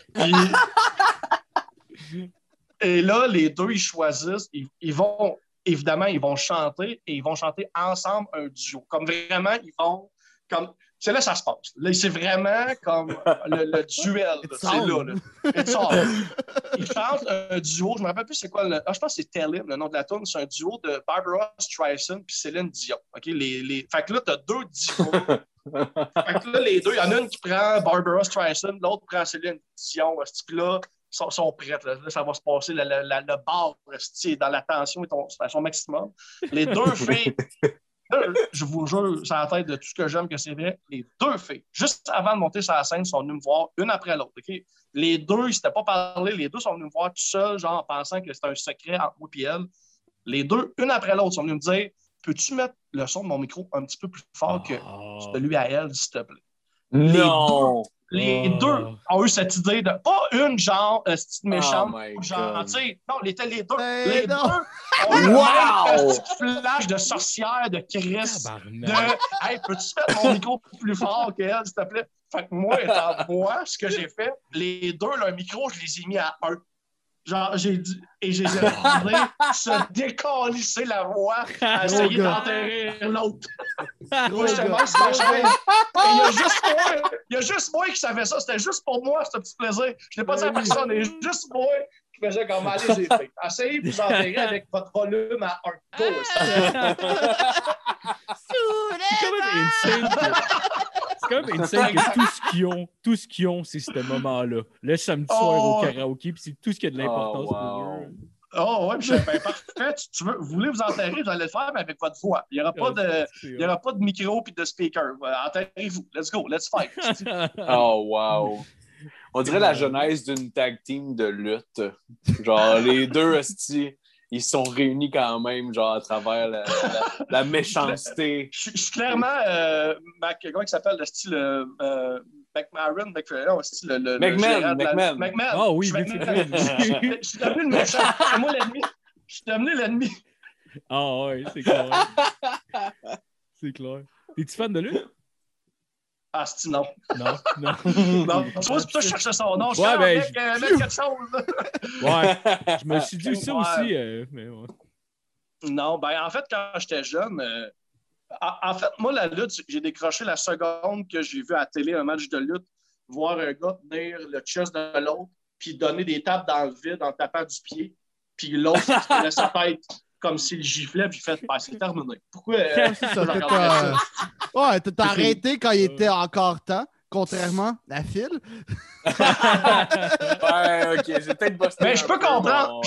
Et là, les deux, ils choisissent, ils vont, évidemment, ils vont chanter et ils vont chanter ensemble un duo. Comme vraiment, ils vont, comme, c'est là que ça se passe. Là, c'est vraiment comme le duel. C'est là. It's all. Ils chantent un duo, je ne me rappelle plus c'est quoi. Je pense que c'est Tell Him, le nom de la tune. C'est un duo de Barbara Streisand puis Céline Dion. Okay? Fait que là, tu as deux duos. Fait que là, les deux, il y en a une qui prend Barbara Streisand, l'autre prend Céline Dion. Puis là, sont prêtes. Là, ça va se passer. Le bar dans la tension est à son maximum. Les deux filles. Je vous jure, c'est la tête de tout ce que j'aime que c'est vrai. Les deux filles, juste avant de monter sur la scène, sont venues me voir une après l'autre. Okay? Les deux, ils ne s'étaient pas parlé. Les deux sont venus me voir tout seuls, genre en pensant que c'était un secret entre moi et elle. Les deux, une après l'autre, sont venus me dire « Peux-tu mettre le son de mon micro un petit peu plus fort que celui à elle, s'il te plaît? » Non! Les deux ont eu cette idée de pas une genre méchante, genre, tu sais, non, les deux. Les deux ont eu un flash de sorcière, de Chris, de hey, peux-tu mettre mon micro plus fort qu'elle, s'il te plaît? Fait que moi, étant moi, ce que j'ai fait, les deux, leur micro, je les ai mis à 1. Genre, j'ai dit, et j'ai regardé se décalisser la voix à essayer d'enterrer l'autre. Moi, j'étais mal sur la chaise. Et il y a juste moi qui savais ça. C'était juste pour moi, ce petit plaisir. Je n'ai pas dit à personne. Il y a juste moi qui faisait comme aller, les filles. Essayez de vous enterrer avec votre volume à 1. C'est quand même insane que tout ce qu'ils ont, c'est ce moment-là. Le samedi soir au karaoké, puis c'est tout ce qui a de l'importance pour eux. Oh, ouais, ben, parfait. Vous voulez vous enterrer, vous allez le faire, mais avec votre voix. Il n'y aura pas de micro et de speaker. Enterrez-vous. Let's go, let's fight. Oh, wow. On dirait la genèse d'une tag team de lutte. Genre, les deux hosties. Ils se sont réunis quand même, genre, à travers la méchanceté. Je suis clairement, comment il s'appelle, le style McMahon, McMahon. Ah oui, je suis devenu le méchant. C'est moi l'ennemi. Je suis devenu l'ennemi. Ah oui, c'est clair. C'est clair. Es-tu fan de lui? Ah, c'est non. Non. Non, c'est pour ça que je cherchais son nom. Je mec, quelque chose. Ouais, je me suis dit ça aussi. Mais ouais. Non, ben en fait, quand j'étais jeune, en fait, moi, la lutte, j'ai décroché la seconde que j'ai vu à la télé un match de lutte, voir un gars tenir le chest de l'autre, puis donner des tapes dans le vide en tapant du pied, puis l'autre, il se tenait sa tête comme s'il giflait, puis fait « c'est terminé. » Pourquoi ça? Ouais, t'as arrêté quand il était encore temps, contrairement à Phil. Ouais, OK, j'ai peut-être bossé. Mais je peux comprendre.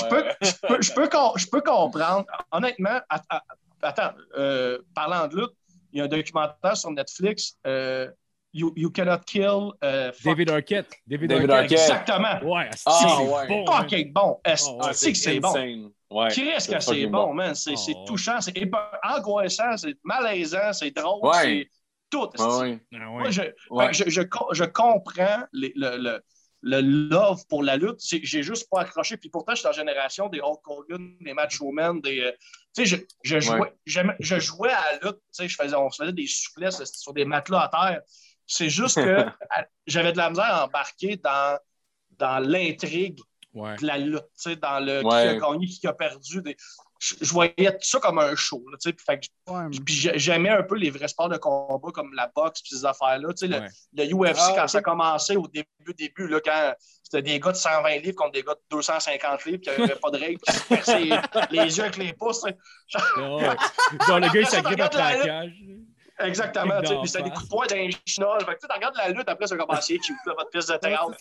Je peux comprendre. Honnêtement, attends, parlant de lutte, il y a un documentaire sur Netflix, You Cannot Kill... David Arquette. David Arquette. Exactement. Ouais, c'est fucking bon. C'est que c'est bon. Ouais, Qu'est-ce que c'est bon, man? C'est touchant, c'est angoissant, c'est malaisant, c'est drôle, c'est tout. Moi, je comprends le love pour la lutte. J'ai juste pas accroché. Puis pourtant, je suis dans la génération des Hulk Hogan, des Macho Men, des... Tu sais, je jouais à la lutte. Tu sais, on se faisait des souplesses sur des matelas à terre. C'est juste que j'avais de la misère à embarquer dans l'intrigue de la lutte, dans le qui a gagné, qui a perdu. Je voyais tout ça comme un show. Là, puis j'aimais un peu les vrais sports de combat comme la boxe et ces affaires-là. Le UFC, quand ça a commencé au début, là, quand c'était des gars de 120 livres contre des gars de 250 livres, puis il n'y avait pas de règles, puis ils se perçaient les yeux avec les pouces. Genre, le gars, il s'agrippe après la cage. Exactement. Puis c'était des coups de poing dans les chinois. Fait que tu regardes la lutte, après, c'est comme c'est cute, votre pièce de théâtre.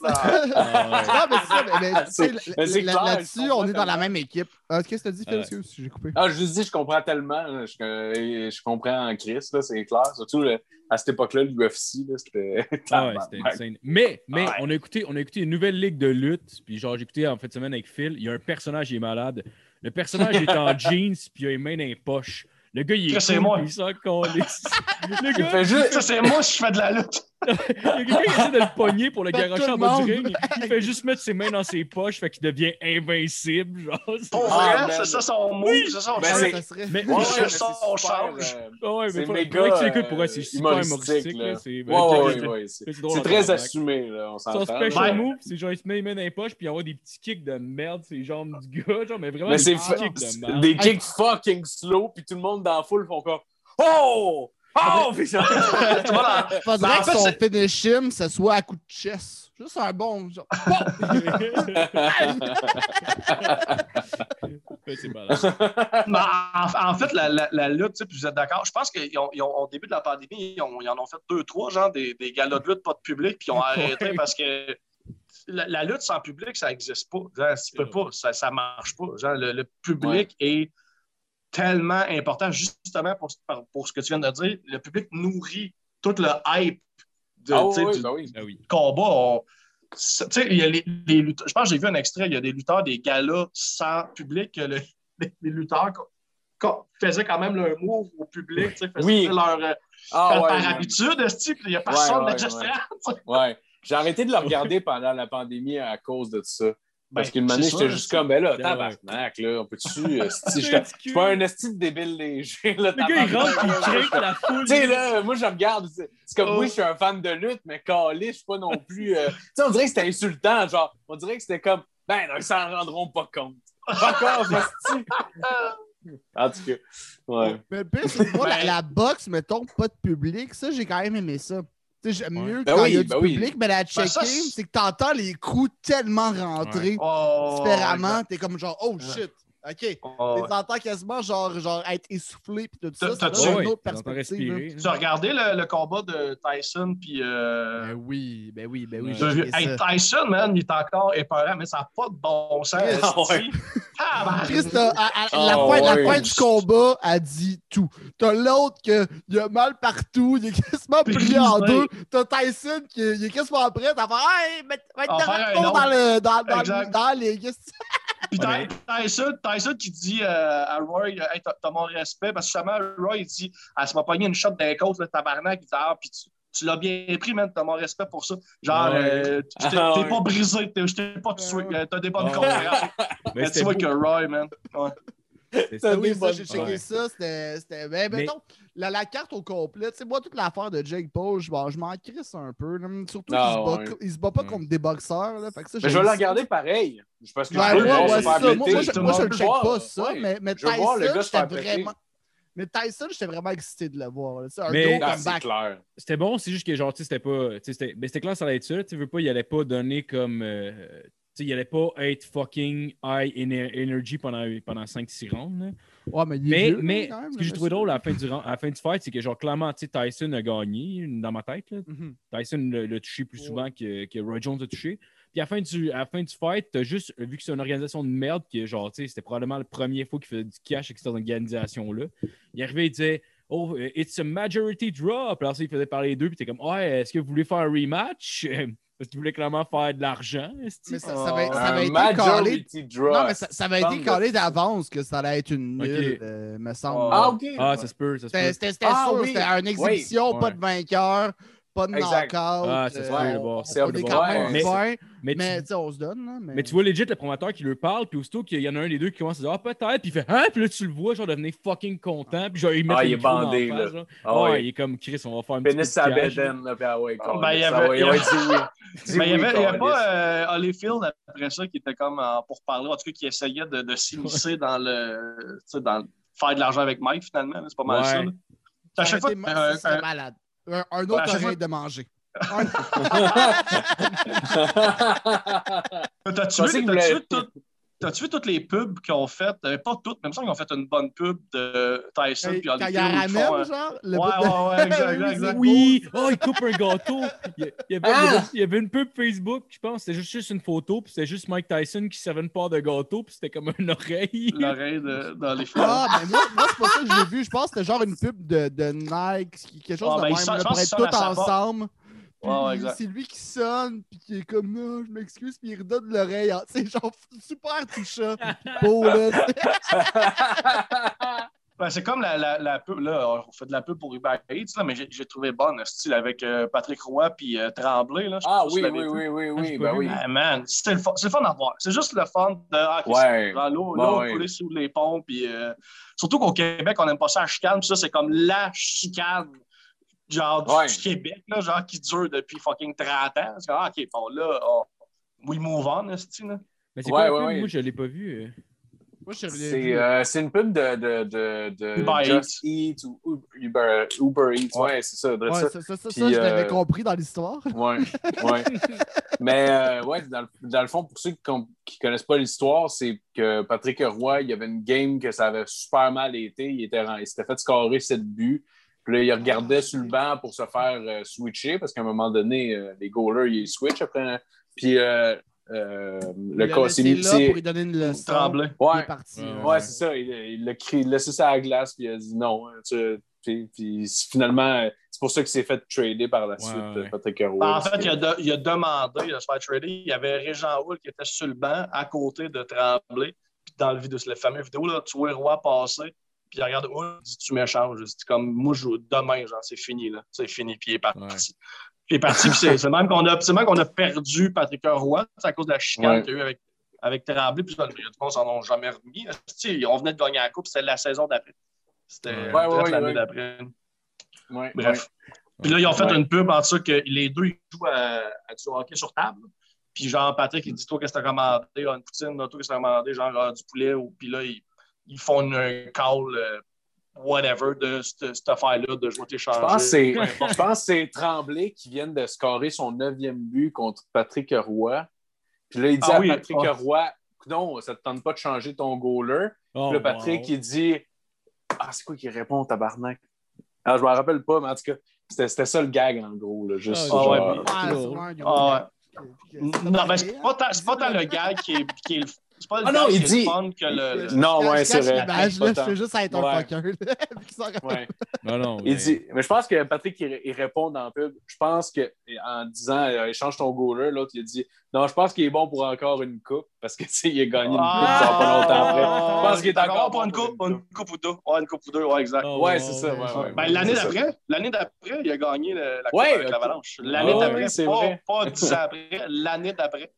Là-dessus, on est dans la même équipe. Qu'est-ce que tu as dit, Phil? Excuse, j'ai coupé. Je vous dis, je comprends tellement. Je comprends en Chris, là, c'est clair. Surtout à cette époque-là, l'UFC, c'était insane. Mais on a écouté une nouvelle ligue de lutte. Puis genre, j'ai écouté en fin de semaine avec Phil. Il y a un personnage qui est malade. Le personnage est en jeans, puis il a les mains dans les poches. Le gars, il est c'est moi. Il s'en calisse. Le gars, fait juste... Ça, c'est moi si je fais de la lutte. Il y a quelqu'un qui essaie de le pogner pour le garocher en bas du ring. Il fait juste mettre ses mains dans ses poches, fait qu'il devient invincible. Genre, c'est ça son move, c'est ça son change. Mais c'est son change. C'est méga. Tu l'écoutes pour elle, c'est super humoristique. C'est très assumé, là. On s'entend. Son special move, c'est genre, il se met les mains dans les poches, puis il envoie des petits kicks de merde, c'est les jambes du gars, genre, mais vraiment des petits kicks de merde. Des kicks fucking slow, puis tout le monde dans la foule font comme oh! Oh! Faudrait que son finish him, ça soit à coup de chest. Juste un bon genre. C'est malade. En fait, la lutte, puis vous êtes d'accord, je pense qu'au début de la pandémie, ils en ont fait 2-3, genre des galas de lutte, pas de public, puis ils ont arrêté parce que la lutte sans public, ça n'existe pas. Genre, tu peux pas, ça marche pas. Genre, le public est tellement important, justement pour ce que tu viens de dire. Le public nourrit tout le hype du combat. Il y a les lutteurs. Je pense que j'ai vu un extrait, il y a des lutteurs des galas sans public, les lutteurs faisaient quand même leur move au public, faisaient par habitude, il n'y a personne de gestion. J'ai arrêté de le regarder pendant la pandémie à cause de ça. Parce qu'une année, j'étais juste comme, tabarnak, là, on peut-tu... Je suis pas un esti de débile léger, là, le gars, il rentre, il craque la foule. Tu sais, là, moi, je regarde, c'est comme, oui, je suis un fan de lutte, mais calé, je suis pas non plus... Tu sais, on dirait que c'était insultant, genre, on dirait que c'était comme, ils s'en rendront pas compte. Encore, esti. En tout cas, Mais le pire, c'est que moi, la boxe, mettons, pas de public, ça, j'ai quand même aimé ça. J'aime mieux quand il y a du public, mais la check-in, c'est que t'entends les coups tellement rentrer différemment. T'es comme genre, oh shit, OK. T'entends quasiment genre être essoufflé puis tout ça. Ça donne une autre perspective. Tu as regardé le combat de Tyson puis... Ben oui. Tyson, man, il est encore épeurant, mais ça n'a pas de bon sens. Chris, la fin du combat a dit tout. T'as l'autre qui a mal partout, il est quasiment plié en deux. T'as Tyson qui est quasiment prêt à faire « Hey, va être dans les... » Puis Tyson qui dit à Roy, hey, t'as mon respect, parce que justement, Roy, il dit, elle m'a pogné une shot d'un côte, le tabarnak, il dit, puis tu l'as bien pris, man, t'as mon respect pour ça. Genre, t'es pas brisé, je t'ai pas tué, t'as des bonnes conférences. Mais tu vois que Roy, man. J'ai checké ça, c'était... Ben, mettons, la carte au complet, tu sais, moi, toute l'affaire de Jake Paul, je m'en crisse un peu. Là. Surtout qu'il se bat pas contre des boxeurs. Là, fait que ça, mais je vais le regarder pareil. Parce que moi, je le check pas ça, mais Tyson, j'étais vraiment... Mais Tyson, j'étais vraiment excité de le voir. C'est un gros comeback. Clair. C'était bon, c'est juste que genre, tu sais, c'était pas... Mais c'était clair, ça allait être ça. Tu veux pas, il allait pas donner comme... il allait pas être fucking high energy pendant 5-6 rounds. Là. Ouais, mais ce que j'ai trouvé drôle à la fin du fight, c'est que genre clairement, Tyson a gagné dans ma tête. Là. Tyson l'a touché plus souvent que Roy Jones a touché. Puis à la fin du fight, t'as juste vu que c'est une organisation de merde qui genre, c'était probablement la première fois qu'il faisait du cash avec cette organisation-là. Il arrivait, il disait « Oh, it's a majority draw ». Puis alors ça, il faisait parler d'eux, puis t'es comme « Ouais, est-ce que vous voulez faire un rematch ?» Parce qu'il voulait clairement faire de l'argent. Mais ça avait été collé. Non, mais ça avait été collé d'avance que ça allait être une nulle, me semble. OK. Ah, ça se peut. C'était sûr. C'était une exhibition, pas de vainqueur. pas de Exact. knockout. Ah, ça se peut, là, bon. C'est on est quand même mais- fin, Mais mais tu sais, on se donne. Là, Mais tu vois legit le promoteur qui lui parle, puis aussitôt qu'il y en a un des deux qui commence à dire « Ah, peut-être », puis il fait « Hein? » Puis là, tu le vois, genre, devenir fucking content, puis genre, il met Ah, le il est micro dans bandé, la face, là. genre. Ah, Ouais, ouais. il est comme « Chris, on va faire un petit peu Pénis de sa cash. » bédaine, là, puis ah ouais, Ben, il y câlisse, avait- ah ouais, il y avait- ouais, dis oui. Dis Mais il y oui, avait câlisse. pas Holyfield après ça qui était comme pour parler, en tout cas qui essayait de s'immiscer dans le. Tu sais, faire de l'argent avec Mike finalement. Là, c'est pas mal Ouais. ça. Là. À chaque fois. Ça serait malade. Un autre à chaque oreille fois- de manger. T'as-tu pensais vu, qu'il voulait- t'as-tu vu toutes les pubs qu'ils ont faites? Pas toutes, même ça, ils ont fait une bonne pub de Tyson puis Quand il Holyfield. y a ramène, genre, le bout de- Ouais, exact, Oui, exact. Oui! Oh, il coupe un gâteau! Il y avait une pub Facebook, je pense, c'était juste une photo, puis c'était juste Mike Tyson qui servait une part de gâteau, puis c'était comme une oreille. L'oreille d'Holyfield. Ah, mais moi c'est pas ça que j'ai vu. Je pense que c'était genre une pub de Nike, quelque chose Ah, de ben, même, il sonne- là, je pour pense être qu'il tous sonne à sa porte. ensemble. Puis Ouais, exact. c'est lui qui sonne, puis qui est comme non, je m'excuse, puis il redonne l'oreille. C'est genre super touchant. Beau, là. Ben, c'est comme la pub, là, on fait de la pub pour Uber Eats, là, mais j'ai trouvé bonne, style avec Patrick Roy puis Tremblay. Là, je sais Ah pas si oui, vous l'avez oui, vu. oui, oui, j'ai oui, pas ben vu. oui. Ah, man, c'est le fun à voir. C'est juste le fun de Ouais. l'eau Ouais. couler sous les ponts. Puis, surtout qu'au Québec, on n'aime pas ça la chicane. Puis ça, c'est comme la chicane genre du Québec, là, genre qui dure depuis fucking 30 ans. C'est comme, OK, bon, là, we move on, esti, là. Mais c'est quoi la Ouais, pub? ouais. Moi, je l'ai pas vu. Moi, je suis C'est une pub de Uber Just Eat ou Uber Eats. Ouais, c'est ça. Ouais, ça. ça, Puis, je l'avais compris dans l'histoire. Ouais, ouais. Mais ouais, dans le fond, pour ceux qui connaissent pas l'histoire, c'est que Patrick Roy, il y avait une game que ça avait super mal été. Il s'était fait scorer 7 buts. Puis là, il regardait sur le banc pour se faire switcher parce qu'à un moment donné, les goalers, ils switchent après. Puis le cas, c'est là pour lui donner une leçon. Tremblay. Il Ouais, est parti. ouais, c'est ça. Il l'a laissé ça à la glace, puis il a dit non. Puis finalement, c'est pour ça qu'il s'est fait trader par la suite, Patrick Roy. En fait, il a demandé de se faire trader. Il y avait Régent Houle qui était sur le banc à côté de Tremblay. Puis dans le fameux vidéo, là, tu vois le Roy passer. Puis il regarde Houle, il dit tu m'échanges. C'est comme moi, je joue demain, genre, c'est fini. Là. C'est fini, puis il est parti. Ouais. Il est parti, puis c'est même qu'on a perdu Patrick Roy. C'est à cause de la chicane qu'il y a eu avec Tremblay. Puis il y a du monde qui s'en ont jamais remis. On venait de gagner la coupe, c'était la saison d'après. C'était l'année d'après. Ouais, Bref. Puis là, ils ont fait une pub en dessous que les deux ils jouent à du hockey sur table. Puis genre, Patrick, il dit toi, qu'est-ce que t'as commandé? Une poutine, toi, qu'est-ce que t'as commandé? Genre du poulet. Puis là, ils font un call, whatever, de cette affaire-là, de jouer t'échanger. Je pense que c'est Tremblay qui vient de scorer son 9e but contre Patrick Roy. Puis là, il dit à Patrick Roy, non, ça te tente pas de changer ton goaler. Puis là, Patrick, il dit, c'est quoi qu'il répond, tabarnak? Alors, je me rappelle pas, mais en tout cas, c'était ça le gag, en gros. Là, juste, non, mais c'est pas tant le gag qui est le c'est pas le gag qui est le fun que le... Non, ouais, c'est vrai. Je fais juste être un fucker. Non, il dit... Mais je pense que Patrick, il répond dans le pub. Je pense qu'en disant échange ton goaler, l'autre, il a dit non, je pense qu'il est bon pour encore une coupe parce que il a gagné une coupe pas longtemps après. Je pense qu'il est encore pour une coupe ou deux. Ouais, une coupe ou deux, ouais, exact. Ouais, c'est ça. Ouais. Ben, l'année d'après, il a gagné la coupe avec l'Avalanche. L'année d'après, c'est vrai. Pas 10 ans après, l'année d'après.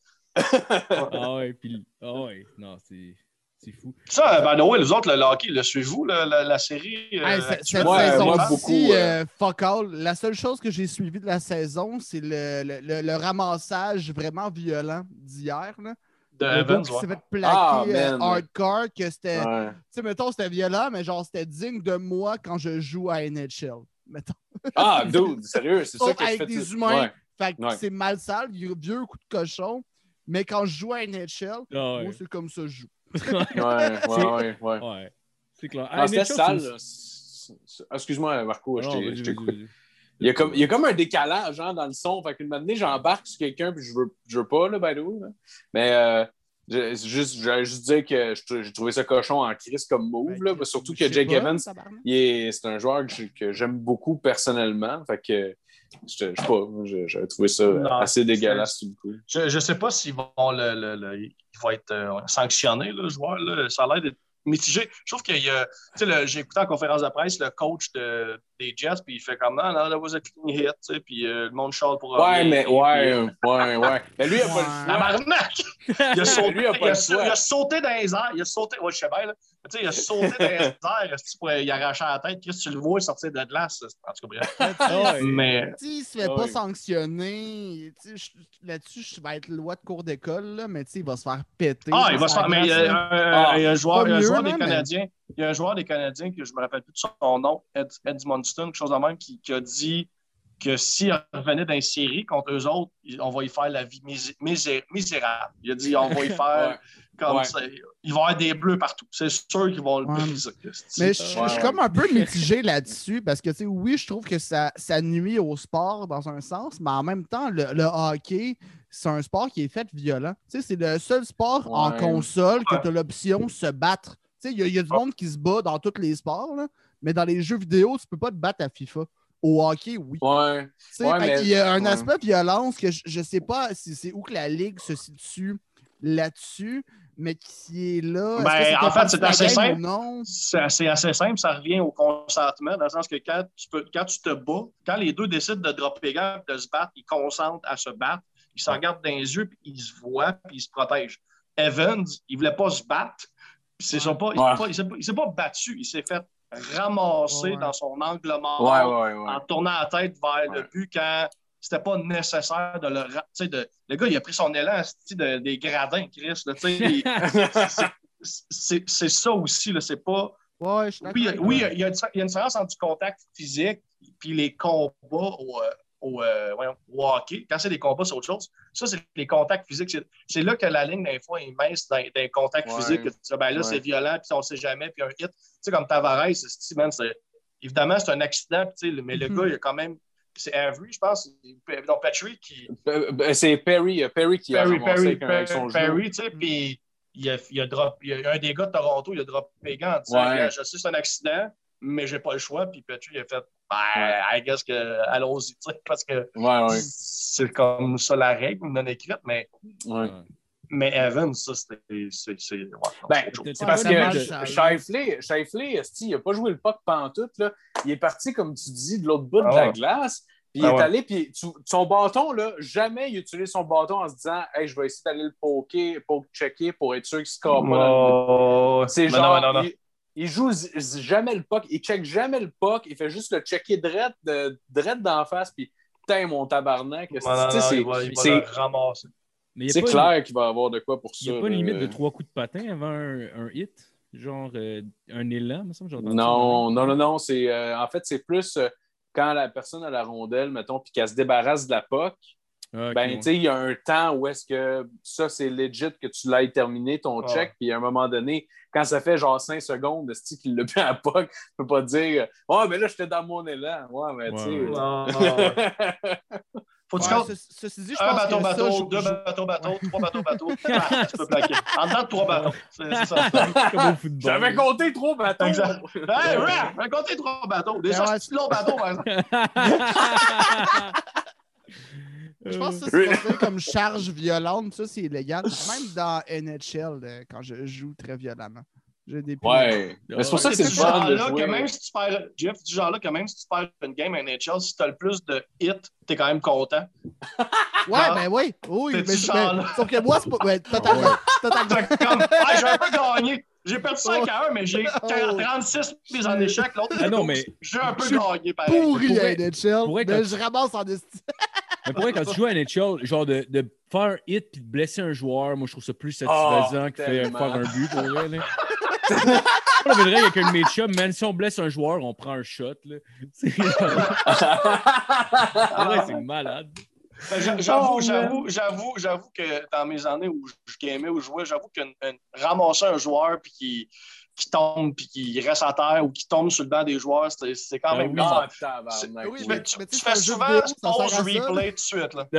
Non, c'est fou. Ça, ben ouais, les autres, le hockey, le suivez-vous, la série? Cette saison-ci, fuck all. La seule chose que j'ai suivie de la saison, c'est le ramassage vraiment violent d'hier. De Evans, qui s'est fait plaquer hardcore, que c'était... Tu sais, mettons, c'était violent, mais genre, c'était digne de moi quand je joue à NHL, mettons. Dude, sérieux, c'est ça que je fais. Avec des humains, fait que c'est mal sale, vieux coup de cochon. Mais quand je joue à NHL, moi, c'est comme ça que je joue. Ouais. C'est clair. C'était sale. Excuse-moi, Marco, je t'ai coupé. Il y a comme un décalage dans le son. Fait qu'une matinée, j'embarque sur quelqu'un puis je veux pas, là, by the way. Là. Mais j'allais juste dire que j'ai trouvé ça cochon en crise comme move. Là, surtout que Jake Evans, c'est un joueur que j'aime beaucoup personnellement. Fait que je sais pas, j'avais trouvé ça assez dégueulasse du coup. Je sais pas s'il va être sanctionné, le joueur. Là. Ça a l'air d'être mitigé. Je trouve qu'il y a. Tu sais, j'ai écouté en conférence de presse le coach des Jets, puis il fait comme non, that was a clean hit, tu sais, puis le monde chale pour Ouais, rien, mais puis, ouais. Mais lui, il n'a pas le choix. Tabarnak! Il a sauté, Lui, il a pas le choix. il a sauté dans les airs. Il a sauté. Ouais, je sais bien, là. Tu sais, il a sauté dans les airs. Pour y arracher la tête. Chris, tu le vois sortir de la glace. En tout cas, bref. Mais. S'il se fait pas sanctionner, là-dessus, je vais être loi de cours d'école, là, mais il va se faire péter. Ah, il va se faire. Mais il y a un joueur des Canadiens. Il y a un joueur des Canadiens que je me rappelle plus de son nom, Edmundston, quelque chose de même, qui a dit que s'il revenait dans une série contre eux autres, on va y faire la vie misérable. Il a dit on va y faire comme ça. Il va y avoir des bleus partout. C'est sûr qu'ils vont le briser. Mais je suis comme un peu mitigé là-dessus parce que oui, je trouve que ça nuit au sport dans un sens, mais en même temps, le hockey, c'est un sport qui est fait violent. C'est le seul sport en console que tu as l'option de se battre. Il y a du monde qui se bat dans tous les sports, là, mais dans les jeux vidéo, tu peux pas te battre à FIFA. Au hockey, oui. Il y a un aspect violence que je ne sais pas si c'est où que la Ligue se situe là-dessus, mais qui est là. En fait, c'est assez simple. C'est assez simple. Ça revient au consentement, dans le sens que quand tu te bats, quand les deux décident de dropper les gants et de se battre, ils consentent à se battre. Ils se regardent dans les yeux, puis ils se voient, puis ils se protègent. Evans, il ne voulait pas se battre. Il ne s'est pas battu. Il s'est fait ramasser dans son angle mort en tournant la tête vers le but quand c'était pas nécessaire de le... Le gars, il a pris son élan des gradins, Chris. C'est ça aussi. Là, c'est pas... il y a une différence entre du contact physique et les combats au hockey. Quand c'est des combats, c'est autre chose. Ça, c'est les contacts physiques. C'est là que la ligne, des fois, est mince dans les contacts physiques. Que tu dis, là, c'est violent, puis on ne sait jamais, puis un hit. Tu sais, comme Tavares, évidemment, c'est un accident, mais le gars, il a quand même. C'est Avery, je pense. Non, Petrie qui. C'est Perry qui a ramassé avec son jeu. Perry, tu sais, puis il y a un des gars de Toronto, il a droppé les gants en disant je sais, c'est un accident, mais j'ai pas le choix. Puis Petrie, il a fait I guess que allons-y, parce que c'est comme ça la règle non écrite, mais. Mais Evan, ça, c'est parce que Scheifele, il n'a pas joué le puck pantoute. Là. Il est parti, comme tu dis, de l'autre bout de la glace. Puis il est allé, puis son bâton, là, jamais il utilise son bâton en se disant hey, je vais essayer d'aller le poke-checker pour être sûr qu'il ne score pas. C'est genre, non. Il joue jamais le puck, il check jamais le puck, il fait juste le checker direct d'en face, puis putain, mon tabarnak. Il va le ramasser. C'est clair qu'il va y avoir de quoi pour ça. Il n'y a pas une limite de 3 coups de patin avant un hit? Genre un élan, me semble? Non. En fait, c'est plus quand la personne a la rondelle, mettons, puis qu'elle se débarrasse de la puck. Il y a un temps où est-ce que ça, c'est legit que tu l'aies terminé, ton check, puis à un moment donné, quand ça fait genre 5 secondes de style qu'il l'a plus à la puck, tu peux pas dire « Ouais, mais là, j'étais dans mon élan. » Ouais, mais tu sais... Ceci dit, je un pense bateau, deux bateaux, 3 bateaux. Tu peux plaquer. En dedans de 3 bateaux. C'est ça. J'avais compté 3 bateaux. Exact. J'avais compté 3 bateaux. Déjà, c'est long bateau, par exemple. Je pense que ça, c'est considéré comme charge violente. Ça, c'est illégal. Même dans NHL, quand je joue très violemment. J'ai des mais c'est pour ça que c'est le fun de jouer. Jeff, du genre-là que même si tu perds une game NHL, si tu as le plus de hits, tu es quand même content. Oui. Sauf que moi, c'est pas... totalement. J'ai un peu gagné. J'ai perdu 5-1, mais j'ai 36 mises en échec. L'autre, j'ai un peu gagné. Pourri à NHL, mais je ramasse en estime. Mais pour vrai, quand tu joues à NHL, genre de faire un hit et de blesser un joueur, moi, je trouve ça plus satisfaisant que faire un but pour vrai. On avait une règle avec un de mes chums, man, si on blesse un joueur, on prend un shot. Là. C'est malade. J'avoue que dans mes années où je gamais ou jouais, j'avoue que ramasser un joueur puis qui tombe puis qui reste à terre ou qui tombe sur le banc des joueurs, c'est quand même bizarre. Tu fais souvent pause replay tout de suite. Là.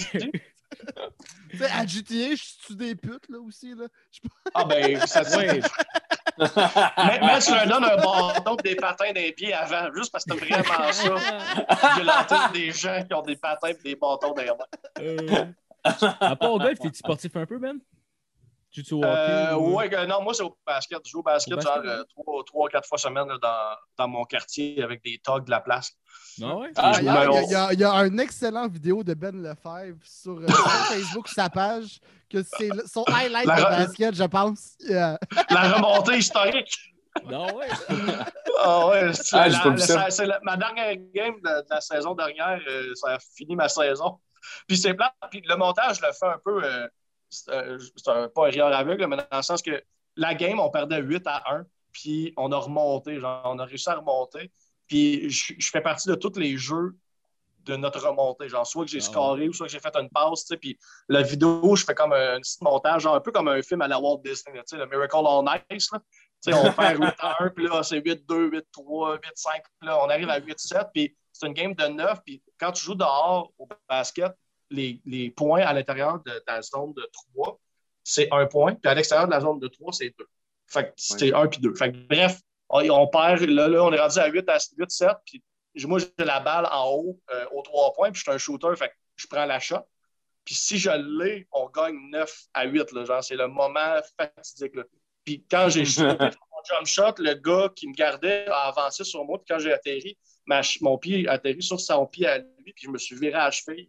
Tu sais, à GTA, je tue des putes, là, aussi, là. Ça se fait. Mais tu leur donnes un bâton et des patins dans les pieds avant, juste parce que c'est vraiment ça. J'ai l'entendu des gens qui ont des patins et des bâtons derrière. À part golf, t'es-tu sportif un peu, Ben? Tu au hockey? Ouais, non, moi, c'est au basket. Je joue au basket, basket, genre 3-4 fois semaine là, dans mon quartier avec des thugs de la place. Non, ouais. D'ailleurs, il y a une excellente vidéo de Ben Lefebvre sur Facebook, sa page, que c'est son highlight de basket, je pense. Yeah. La remontée historique. Non, ouais. Ah ouais, j'ai ma dernière game de la saison dernière, ça a fini ma saison. Puis c'est plat. Puis le montage, je le fais un peu. Pas un rire aveugle, mais dans le sens que la game, on perdait 8-1, puis on a remonté, genre, on a réussi à remonter. Puis je fais partie de tous les jeux de notre remontée. Genre, soit que j'ai scoré ou soit que j'ai fait une passe, tu sais. Puis la vidéo, je fais comme un petit montage, genre un peu comme un film à la Walt Disney, tu sais, le Miracle on Ice, là. Tu sais, on perd 8-1, puis là, c'est 8-2, 8-3, 8-5, puis là, on arrive à 8-7, puis c'est une game de 9, puis quand tu joues dehors au basket, les points à l'intérieur de ta zone de 3, c'est 1 point, puis à l'extérieur de la zone de 3, c'est 2. Fait que c'est 1 puis 2. Fait que bref, on perd, là, on est rendu à 8-7, puis moi, j'ai la balle en haut aux 3 points, puis je suis un shooter, fait que je prends la shot. Puis si je l'ai, on gagne 9-8, là, genre, c'est le moment fatidique, là. Puis quand j'ai shooté mon jump shot, le gars qui me gardait a avancé sur moi, puis quand j'ai atterri, mon pied a atterri sur son pied à lui, puis je me suis viré à la cheville.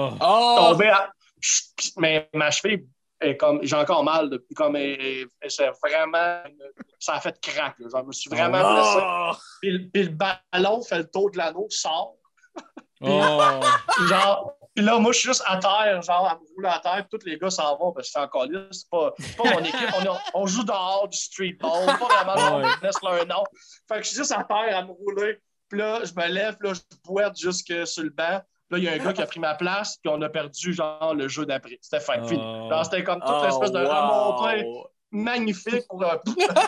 Mais ma cheville est comme. J'ai encore mal depuis. C'est vraiment. Ça a fait crack. Là. Genre, je me suis vraiment blessé. Puis le ballon fait le tour de l'anneau, sort. Puis là, moi, je suis juste à terre, genre, à me rouler à terre, puis tous les gars s'en vont, parce que c'est encore là. C'est pas mon équipe. On joue dehors du street ball. Pas vraiment, on laisse leur nom. Fait que je suis juste à terre à me rouler. Puis là, je me lève, là, je boite jusque sur le banc. Là, il y a un gars qui a pris ma place, puis on a perdu, genre, le jeu d'après. C'était fin, fini. Genre, c'était comme toute l'espèce de remontée magnifique pour un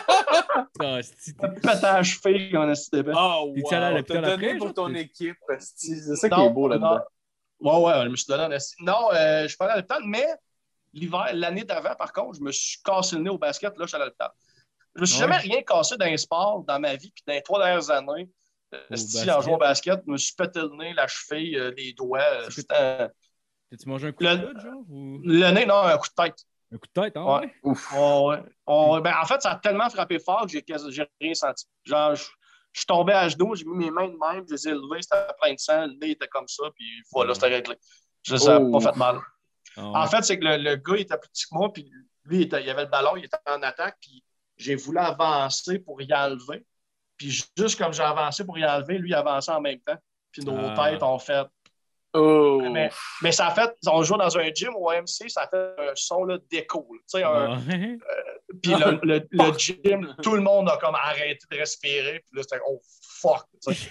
pétage fille qu'on a cité bien. T'es-tu allé à l'hôpital après? Pour ton équipe, c'est ça qui est beau là-dedans. Ouais, je me suis donné un esti. Non, je suis pas allé à l'hôpital, mais l'année d'avant, par contre, je me suis cassé le nez au basket, là, je suis allé à l'hôpital. Je me suis jamais rien cassé dans les sports dans ma vie, puis dans les 3 dernières années. En jouant au basket, je me suis pété le nez, la cheville, les doigts. T'as-tu mangé un coup de coude, genre? Ou... Le nez, non, un coup de tête. Un coup de tête, hein? Ouais. Ouf. Ben, en fait, ça a tellement frappé fort que j'ai rien senti. Genre, je suis tombé à genoux, j'ai mis mes mains de même, je les ai élevées, c'était plein de sang, le nez était comme ça, puis voilà, c'était réglé. Ça n'a pas fait mal. En fait, c'est que le gars, il était plus petit que moi, puis lui, il avait le ballon, il était en attaque, puis j'ai voulu avancer pour y enlever. Puis juste comme j'ai avancé pour y enlever, lui, il avançait en même temps. Puis nos têtes ont fait. Mais ça a fait. On joue dans un gym au AMC, ça a fait un son d'écho. Puis le gym, tout le monde a comme arrêté de respirer. Puis là, c'était oh fuck.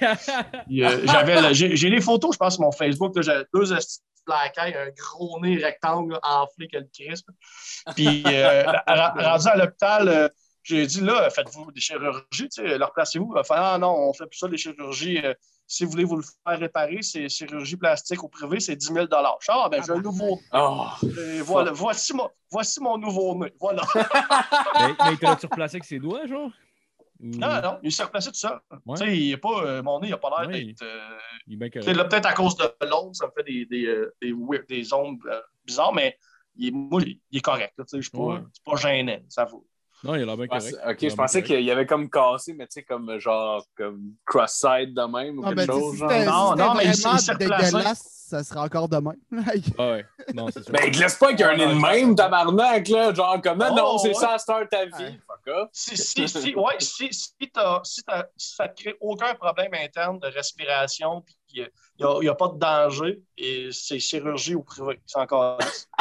J'ai les photos, je pense, sur mon Facebook. Là, j'avais 2 black eye, un gros nez rectangle enflé que le crisp. Puis rendu à l'hôpital. J'ai dit, là, faites-vous des chirurgies, leur placez-vous. Non, on ne fait plus ça, les chirurgies. Si vous voulez vous le faire réparer, c'est chirurgie plastique au privé, c'est 10 000 ben, j'ai un nouveau. Voilà, voici mon nouveau nez. Voilà. Mais t'as-tu replacé avec ses doigts, genre? Non, il s'est replacé tout ça. Ouais. Il est pas, mon nez, il n'a pas l'air d'être. Il est bien correct. Là, peut-être à cause de l'ombre, ça me fait des ombres bizarres, mais moi, il est correct. C'est pas gênant, ça vaut. Non, il a l'air bien correct. Ok, je pensais qu'il y avait comme cassé, mais tu sais, comme genre comme cross-side de même ou quelque chose. Non, mais il s'est dégueulasse, ça serait encore de même. Ouais, non, c'est sûr. Ben, il te laisse pas avec un nez de même, tabarnak, là. Genre, comme non, c'est ça, start ta vie. Fuck off. Si ça ne crée aucun problème interne de respiration, puis il n'y a pas de danger, et c'est chirurgie au privé. C'est encore.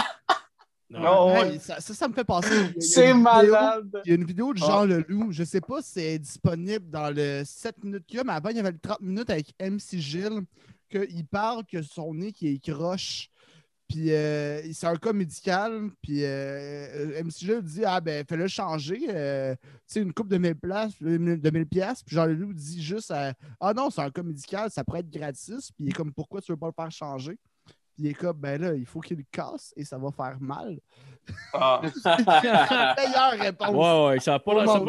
Ça me fait penser. C'est malade. Il y a une vidéo de Jean Leloup. Je ne sais pas si c'est disponible dans le 7 minutes qu'il y a, mais avant, il y avait le 30 minutes avec MC Gilles, qu'il parle que son nez qui est croche. Puis c'est un cas médical. Puis MC Gilles dit fais-le changer. Une coupe de 1000 piastres. Puis Jean Leloup dit juste non, c'est un cas médical, ça pourrait être gratis. Puis il est comme pourquoi tu veux pas le faire changer? Il est comme, là, il faut qu'il le casse et ça va faire mal. Meilleure réponse. Ouais, ça n'a pas l'air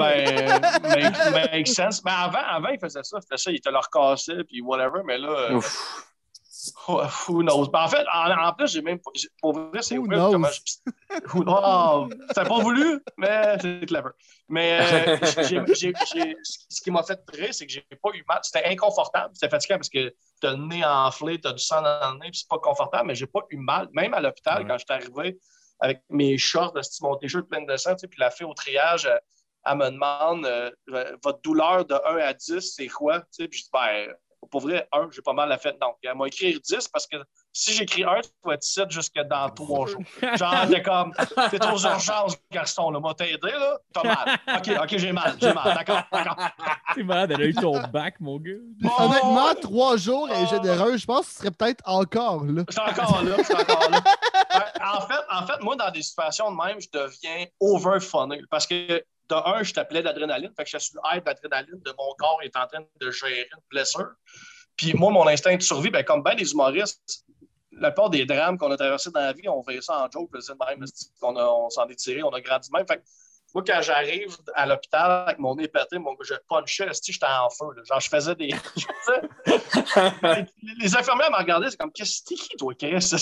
make sense. Mais avant, il faisait ça. Il te le recassait, puis whatever. Mais là, Who knows? Ben, en fait, en plus, j'ai même pas. Pour vrai, c'est Who weird knows? comment Oh, c'est pas voulu, mais c'est clever. Mais ce qui m'a fait rire, c'est que j'ai pas eu mal. C'était inconfortable, c'était fatigant parce que t'as le nez enflé, t'as du sang dans le nez, puis c'est pas confortable, mais j'ai pas eu mal. Même à l'hôpital, quand j'étais arrivé avec mes shorts, mon t-shirt plein de sang, puis la fille au triage, elle me demande votre douleur de 1 à 10, c'est quoi? Puis je dis, ben, pour vrai, 1, j'ai pas mal la fête. Donc, elle m'a écrit 10 parce que si j'écris 1, tu vas être 7 jusque dans 3 jours. Genre, t'es comme, t'es aux urgences, Gaston, là, m'a t'aider, là, t'as mal. OK, j'ai mal, d'accord. T'es malade, elle a eu ton bac, mon gars. Puis, honnêtement, 3 jours et généreux, je pense que ce serait peut-être encore là. Je suis encore là. En fait, moi, dans des situations de même, je deviens over-funny parce que de un, je t'appelais d'adrénaline, fait que je suis sur le hype d'adrénaline de mon corps est en train de gérer une blessure. Puis moi, mon instinct de survie, ben, comme bien des humoristes, la plupart des drames qu'on a traversés dans la vie, on fait ça en joke, c'est même, on s'en est tiré, on a grandi de même. Fait que moi, quand j'arrive à l'hôpital avec mon nez pété, je punchais, j'étais en feu. Là. Genre, je faisais des. Les infirmières me regardaient, c'est comme, qu'est-ce que c'est qui, toi, Chris?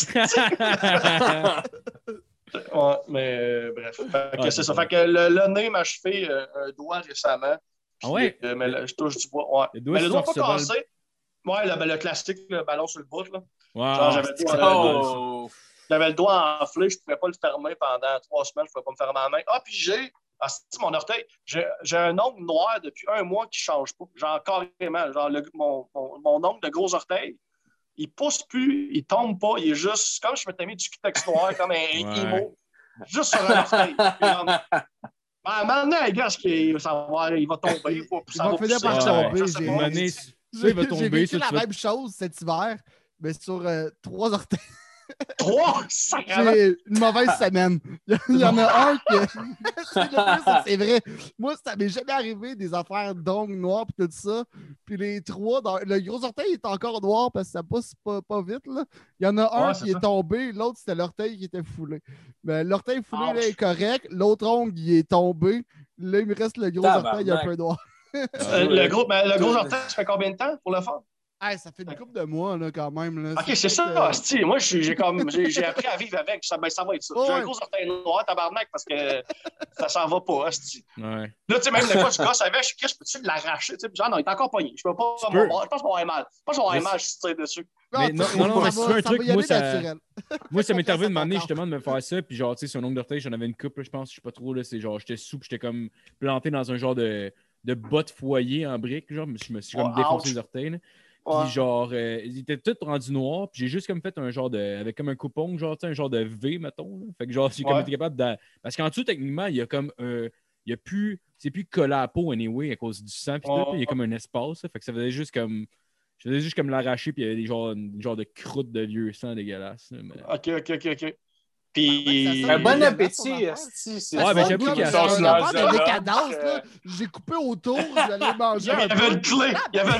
Ouais, mais bref. C'est ça. Fait que le nez m'a achevé un doigt récemment. Puis, mais je touche du bois. Ouais. Mais le doigt pas cassé. Ouais, le classique, le ballon sur le bout. Là. Wow. Genre, j'avais le doigt enflé, je ne pouvais pas le fermer pendant 3 semaines, je ne pouvais pas me fermer la main. Ah, puis mon orteil, j'ai un ongle noir depuis 1 mois qui ne change pas. Genre, carrément. Genre, mon ongle de gros orteil. Il pousse plus, il tombe pas, il est juste comme je m'étais mis du cutex noir, comme un emo, juste sur un orteil. Maintenant, les gars, il va tomber. Il va finir par tomber. Il va tomber. J'ai vécu la même chose cet hiver, mais sur 3 orteils. 3? J'ai une mauvaise semaine. Il y en a un que. C'est vrai. Moi, ça m'est jamais arrivé des affaires d'ongles noirs et tout ça. Puis les 3, le gros orteil est encore noir parce que ça pousse pas vite. Là. Il y en a un qui est tombé, l'autre, c'était l'orteil qui était foulé. Mais l'orteil foulé là, est correct. L'autre ongle, il est tombé. Là, il me reste le gros orteil un peu noir. Le gros orteil, ça fait combien de temps pour le faire? Hey, ça fait une couple de mois là, quand même. Là. OK, c'est ça. Moi, j'ai appris à vivre avec. Ça va être ça. J'ai un gros orteil noir, tabarnak, parce que ça s'en va pas. Asti. Ouais. Là, tu sais, même des fois, je gosse avec, je peux-tu l'arracher? Genre, non, il est encore pogné. Je peux pas. Je pense qu'on va avoir mal. Je pense qu'on va avoir mal si tu tires dessus. Mais non, mais c'est un truc, moi, ça m'est arrivé de m'amener justement de me faire ça. Puis, genre, tu sais, sur un ongle d'orteil, j'en avais une coupe, je pense, je sais pas trop. Là, c'est genre, j'étais sous, j'étais comme planté dans un genre de botte foyer en brique. Genre, je me suis comme défoncé les orteils. Là. Puis genre, il était tout rendu noir. Puis j'ai juste comme fait un genre avec comme un coupon, genre, un genre de V, mettons. Là. Fait que genre, j'ai comme été capable de. Parce qu'en dessous, techniquement, il y a comme il y a plus. C'est plus collé à la peau anyway à cause du sang. Puis tout. Il y a comme un espace. Là. Fait que ça faisait juste comme. Je faisais juste comme l'arracher. Puis il y avait une genre de croûte de lieu sang dégueulasse. Là, mais... OK. Puis. Bon appétit, Esti. Ouais, mais j'avoue qu'il y a de décadence, là. J'ai coupé autour, j'allais manger. Il y avait une clé. Il y avait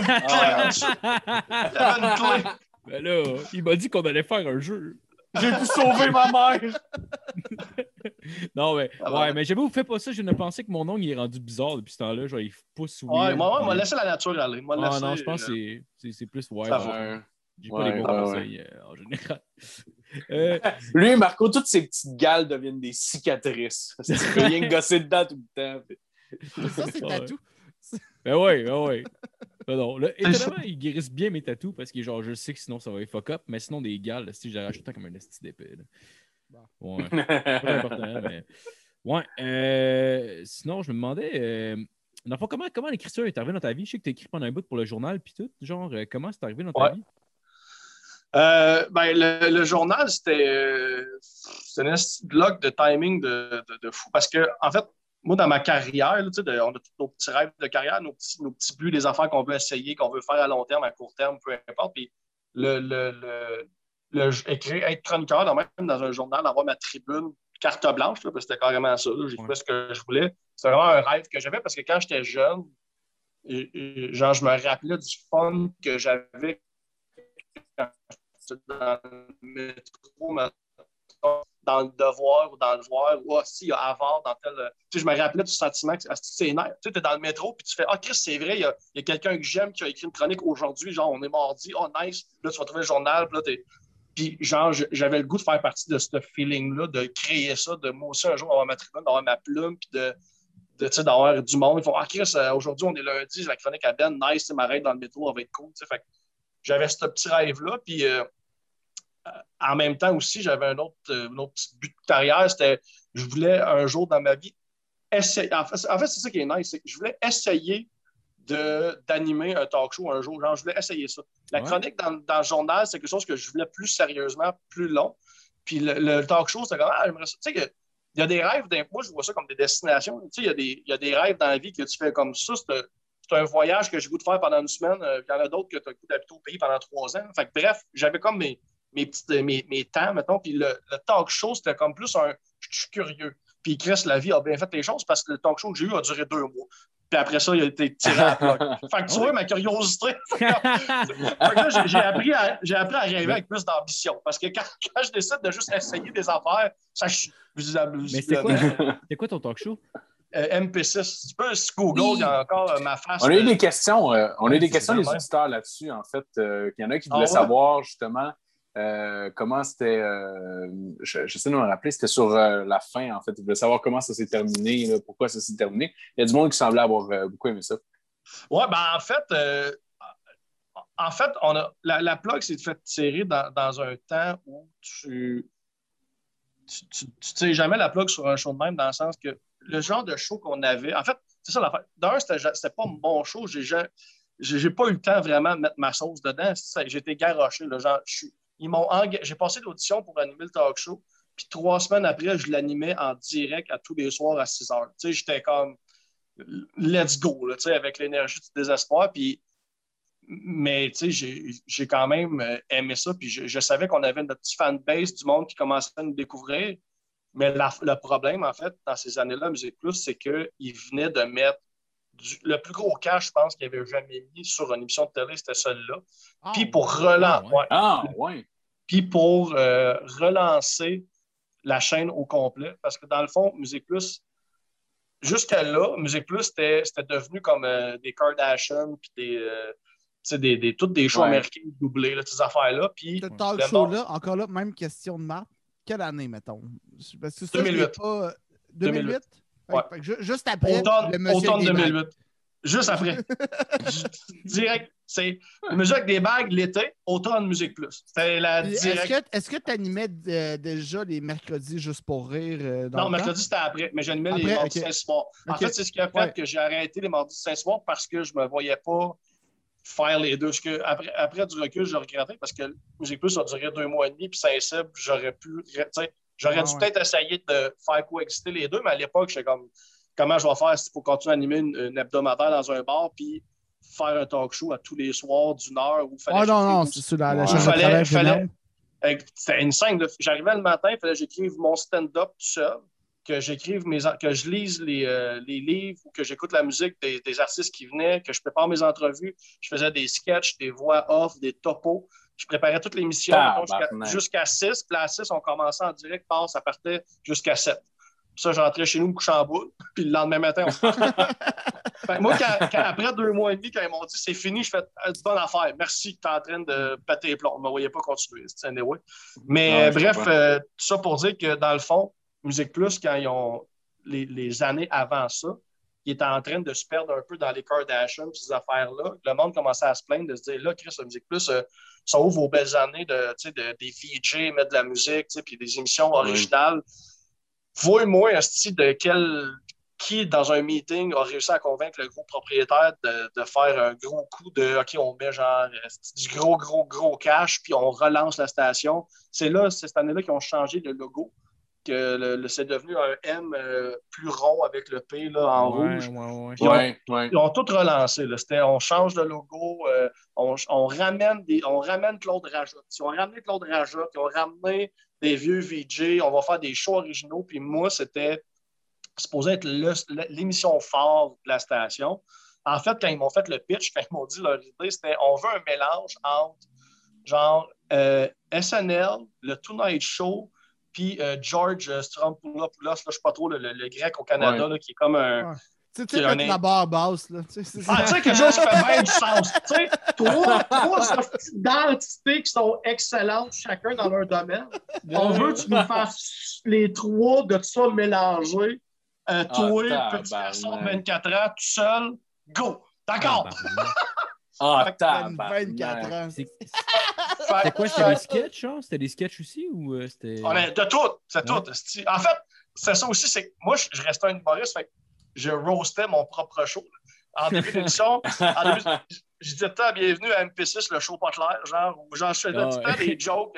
une clé. Ben là, il m'a dit qu'on allait faire un jeu. J'ai pu sauver ma mère. Non, mais mais j'avoue, vous faites pas ça. Je ne pensais que mon ongle il est rendu bizarre depuis ce temps-là. Genre, il pousse weird. Ouais, moi, on m'a laissé la nature aller. Non, je pense que c'est plus wild. J'ai pas les bons conseils en général. Lui, Marco, toutes ses petites gales deviennent des cicatrices. Tu peux rien gosser dedans tout le temps. Ça, c'est tatou. Ben ouais. Non, là, étonnamment, ils guérissent bien mes tatous parce que genre, je sais que sinon ça va les fuck up, mais sinon des gales, si j'arrache tout le temps comme un esti d'épée. Ouais. Pas important, mais. Ouais. Sinon, je me demandais. Dans le fond, comment l'écriture est arrivée dans ta vie? Je sais que tu as écrit pendant un bout pour le journal puis tout. Genre, comment c'est arrivé dans ta vie? Le journal, c'était un blog de timing de fou. Parce que, en fait, moi, dans ma carrière, là, on a tous nos petits rêves de carrière, nos petits buts, les affaires qu'on veut essayer, qu'on veut faire à long terme, à court terme, peu importe. Puis être chroniqueur, même dans un journal, avoir ma tribune carte blanche, là, parce que c'était carrément ça. J'ai fait ce que je voulais. C'était vraiment un rêve que j'avais parce que quand j'étais jeune, genre, je me rappelais du fun que j'avais dans le métro, dans le devoir ou dans le voir, ou si, il y a avare dans tel. Tu sais, je me rappelais du sentiment que c'est énerve. Tu sais, t'es dans le métro, puis tu fais Chris, c'est vrai, il y a quelqu'un que j'aime qui a écrit une chronique aujourd'hui, genre, on est mardi, nice. Là, tu vas trouver le journal, puis là, Puis, genre, j'avais le goût de faire partie de ce feeling-là, de créer ça, de moi aussi un jour avoir ma tribune, d'avoir ma plume, puis d'avoir du monde. Ils font Chris, aujourd'hui, on est lundi, j'ai la chronique à Ben, nice, m'arrête dans le métro, on va être cool. Fait que j'avais ce petit rêve-là, puis. En même temps aussi, j'avais un autre petit but de carrière, c'était je voulais un jour dans ma vie essayer. En fait c'est ça qui est nice, c'est que je voulais essayer d'animer un talk show un jour. Genre, je voulais essayer ça. La chronique dans le journal, c'est quelque chose que je voulais plus sérieusement, plus long. Puis le talk show, c'était comme j'aimerais ça. Tu sais, il y a des rêves, moi, je vois ça comme des destinations. Tu sais, il y a des rêves dans la vie que tu fais comme ça. C'est un voyage que j'ai goût de faire pendant une semaine. Il y en a d'autres que tu as le goût d'habiter au pays pendant 3 ans. Fait que, bref, j'avais comme mes temps, mettons. Puis le talk show, c'était comme plus je suis curieux. Puis Chris, la vie a bien fait les choses parce que le talk show que j'ai eu a duré 2 mois. Puis après ça, il a été tiré à la plaque. Fait que tu vois, ma curiosité. Fait que là, j'ai appris à rêver avec plus d'ambition. Parce que quand je décide de juste essayer des affaires, ça chie. Mais c'est quoi ton talk show? MP6. Tu peux Google, il y a encore ma face. On a eu des questions, des auditeurs là-dessus, en fait. Il y en a qui voulaient savoir justement comment c'était. J'essaie de me rappeler, c'était sur la fin, en fait. Ils voulaient savoir comment ça s'est terminé, là, pourquoi ça s'est terminé. Il y a du monde qui semblait avoir beaucoup aimé ça. Oui, ben en fait, la plug s'est fait tirer dans un temps où tu sais jamais la plug sur un show de même, dans le sens que le genre de show qu'on avait, en fait, c'est ça l'affaire. D'un, c'était pas mon show. J'ai pas eu le temps vraiment de mettre ma sauce dedans. J'ai été garoché. Là, genre, j'ai passé l'audition pour animer le talk show, puis 3 semaines après, je l'animais en direct à tous les soirs à 6 heures. Tu sais, j'étais comme let's go, là, tu sais, avec l'énergie du désespoir. Mais tu sais, j'ai quand même aimé ça. Puis je savais qu'on avait notre petit fanbase du monde qui commençait à nous découvrir. Mais le problème, en fait, dans ces années-là, Musique Plus, c'est qu'ils venaient de mettre le plus gros cash, je pense, qu'il avait jamais mis sur une émission de télé, c'était celui-là. Puis pour relancer la chaîne au complet, parce que dans le fond, Musique Plus, jusqu'à là, Musique Plus, c'était devenu comme des Kardashians, puis toutes des shows américains doublés, là, ces affaires-là. Puis ce talk show-là, encore là, même question de Marc. Quelle année, mettons? Parce que ça, 2008. 2008? Ouais. Fait que juste après, automne 2008. Juste après. Direct. C'est Musique avec des bagues l'été, automne Musique Plus. C'était la direct. Est-ce que tu animais déjà les mercredis juste pour rire? Non, mercredi, c'était après, mais j'animais les mardis Saint-Soir. En fait, c'est ce qui a fait que j'ai arrêté les mardis Saint-Soir parce que je ne me voyais pas faire les deux. Parce que après du recul, je regrettais parce que Musique Plus a duré 2 mois et demi, puis Saint-Seb, j'aurais dû peut-être essayer de faire coexister les deux, mais à l'époque, j'étais comme comment je vais faire s'il faut continuer à animer une hebdomadaire dans un bar, puis faire un talk show à tous les soirs d'1 heure. Non, c'est sur la chaîne de travail. C'était une scène. J'arrivais le matin, il fallait que j'écrive mon stand-up tout seul, que je lise les livres ou que j'écoute la musique des artistes qui venaient, que je prépare mes entrevues. Je faisais des sketchs, des voix off, des topos. Je préparais toute l'émission jusqu'à 6. Puis à 6, on commençait en direct, ça partait jusqu'à 7. Puis ça, je rentrais chez nous, me couchais en boule. Puis le lendemain matin, on moi, après 2 mois et demi, quand ils m'ont dit c'est fini, je fais bonne affaire. Merci que tu es en train de péter les plombs. On ne me voyait pas continuer. Anyway. Mais bref, tout ça pour dire que dans le fond, Musique Plus, quand ils ont les années avant ça, ils étaient en train de se perdre un peu dans les Kardashians, ces affaires-là. Le monde commençait à se plaindre de se dire là, Chris, la Musique Plus, ça ouvre aux belles années des VJ, mettre de la musique, puis des émissions originales. Vois-moi un style qui, dans un meeting, a réussi à convaincre le gros propriétaire de faire un gros coup de OK, on met genre du gros cash, puis on relance la station. C'est cette année-là qu'ils ont changé le logo. Que c'est devenu un M plus rond avec le P là, en rouge. Ils ont tout relancé. Là. On change de logo, on ramène Claude Rajotte. Ils ont ramené Claude Rajotte, ils ont ramené des vieux VJ, on va faire des shows originaux. Puis moi, c'était supposé être l'émission phare de la station. En fait, quand ils m'ont fait le pitch, quand ils m'ont dit leur idée, c'était on veut un mélange entre genre SNL, le Tonight Show, puis George Strompoulos, là, je ne sais pas trop, le grec au Canada, là, qui est comme un... Ouais. Tu sais, mettre la barre basse, là. Tu sais, quelque chose qui fait bien du sens. Tu sais, trois d'entités qui sont excellentes, chacun dans leur domaine. On veut que tu nous fasses les trois de ça mélanger. Toi, petit garçon de 24 ans, tout seul, go! D'accord! Tabarnak. 24 ans. C'était quoi? C'était des sketchs, hein? C'était des sketchs aussi ou c'était... De tout, c'est tout. En fait, c'est ça aussi, c'est que moi, je restais un humoriste, fait que je roastais mon propre show. En début d'émission, je disais tout bienvenue à MP6, le show pas clair, genre, où je faisais tout le temps des jokes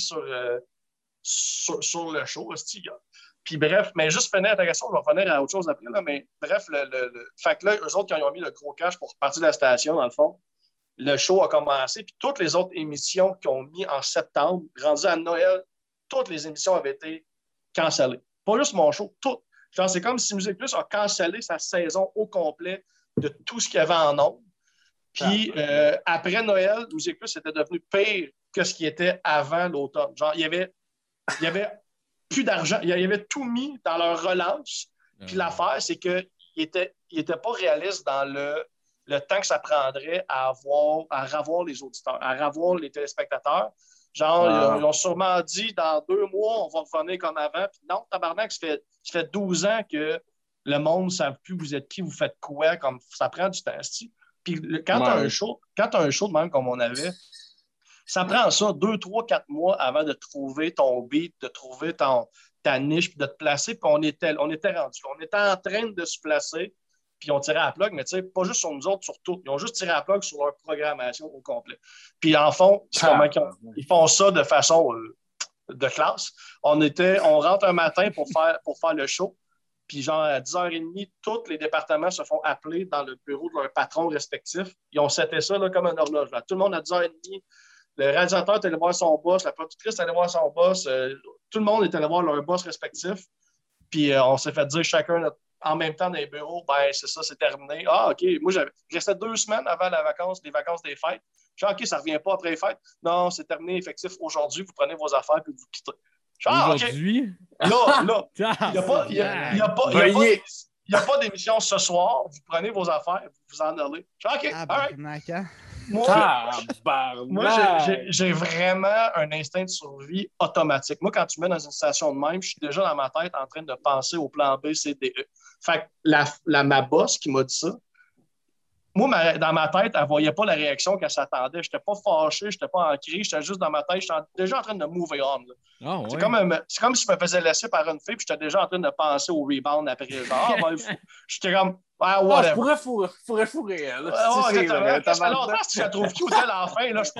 sur le show. Puis bref, mais juste finir la question, je vais revenir à autre chose après, là, mais bref, fait que là, eux autres, quand ils ont mis le gros cash pour partir de la station, dans le fond, le show a commencé, puis toutes les autres émissions qu'ils ont mis en septembre, rendues à Noël, toutes les émissions avaient été cancellées. Pas juste mon show, toutes. Genre, c'est comme si Musique Plus a cancellé sa saison au complet de tout ce qu'il y avait en ondes. Puis après Noël, Musique Plus était devenu pire que ce qui était avant l'automne. Genre, il y avait plus d'argent. Il y avait tout mis dans leur relance. Puis l'affaire, c'est qu'ils n'étaient pas réalistes dans le temps que ça prendrait à ravoir les auditeurs, à ravoir les téléspectateurs. Genre, ils ont sûrement dit, dans 2 mois, on va revenir comme avant. Puis non, tabarnak, ça fait 12 ans que le monde ne savent plus vous êtes qui, vous faites quoi, comme ça prend du temps. Puis quand tu as un show de même comme on avait, ça prend ça 2, 3, 4 mois avant de trouver ton beat, de trouver ta niche, puis de te placer. Puis on était rendu. On était en train de se placer, puis on tirait à la plug, mais tu sais, pas juste sur nous autres, sur tout. Ils ont juste tiré à la plug sur leur programmation au complet. Puis en fond, ils font ça de façon de classe. On rentre un matin pour faire le show, puis genre à 10h30, tous les départements se font appeler dans le bureau de leurs patrons respectifs. Ils ont seté ça là, comme une horloge. Là. Tout le monde à 10h30. Le réalisateur est allé voir son boss, la productrice est allée voir son boss, tout le monde est allé voir leur boss respectif. Puis on s'est fait dire chacun en même temps dans les bureaux, ben c'est ça, c'est terminé. Ah, OK. Moi, il restait 2 semaines avant les vacances des fêtes. Je dis, OK, ça ne revient pas après les fêtes. Non, c'est terminé, effectif aujourd'hui. Vous prenez vos affaires et vous quittez. Aujourd'hui? Là, il n'y a pas d'émission ce soir. Vous prenez vos affaires et vous vous en allez. Je dis, OK, all right. Moi, j'ai vraiment un instinct de survie automatique. Moi, quand tu me mets dans une situation de même, je suis déjà dans ma tête en train de penser au plan B, C, D, E. Fait que ma boss qui m'a dit ça, moi, dans ma tête, elle ne voyait pas la réaction qu'elle s'attendait. Je n'étais pas fâché, je n'étais pas en crise, j'étais juste dans ma tête, j'étais déjà en train de move on. Oh, ouais. C'est comme si je me faisais laisser par une fille, puis j'étais déjà en train de penser au rebound après. Genre, j'étais comme, whatever. Je pourrais fourrer elle. Ça fait longtemps que je la trouve cute, elle, enfin. Là,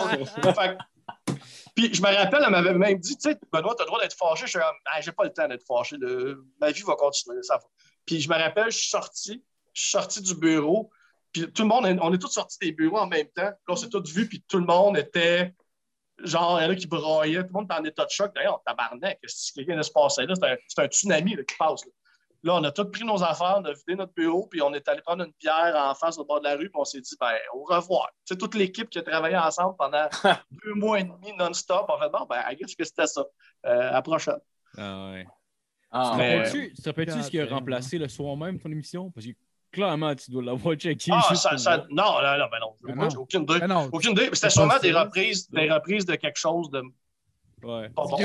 Puis je me rappelle, elle m'avait même dit, tu sais, Benoît, tu as le droit d'être fâché. Je suis comme, j'ai pas le temps d'être fâché. Ma vie va continuer. Ça va. Puis je me rappelle, je suis sorti du bureau. Puis tout le monde, on est tous sortis des bureaux en même temps. Là, on s'est tous vus, puis tout le monde était genre, il y en a qui braillaient. Tout le monde était en état de choc. D'ailleurs, tabarnak, si quelqu'un de se passer là, c'est un tsunami là, qui passe. Là, on a tous pris nos affaires, on a vidé notre bureau, puis on est allé prendre une bière en face au bord de la rue, puis on s'est dit, ben, au revoir. Tu sais, toute l'équipe qui a travaillé ensemble pendant 2 mois et demi non-stop, en fait, bon, ben, I guess que c'était ça. À la prochaine. Ah ouais. Mais... Tu te rappelles-tu ce qui a remplacé le soir même ton émission? Parce que clairement, tu dois l'avoir checké. Non, j'ai aucune idée. Aucune idée. C'était sûrement des reprises de quelque chose de. Ouais.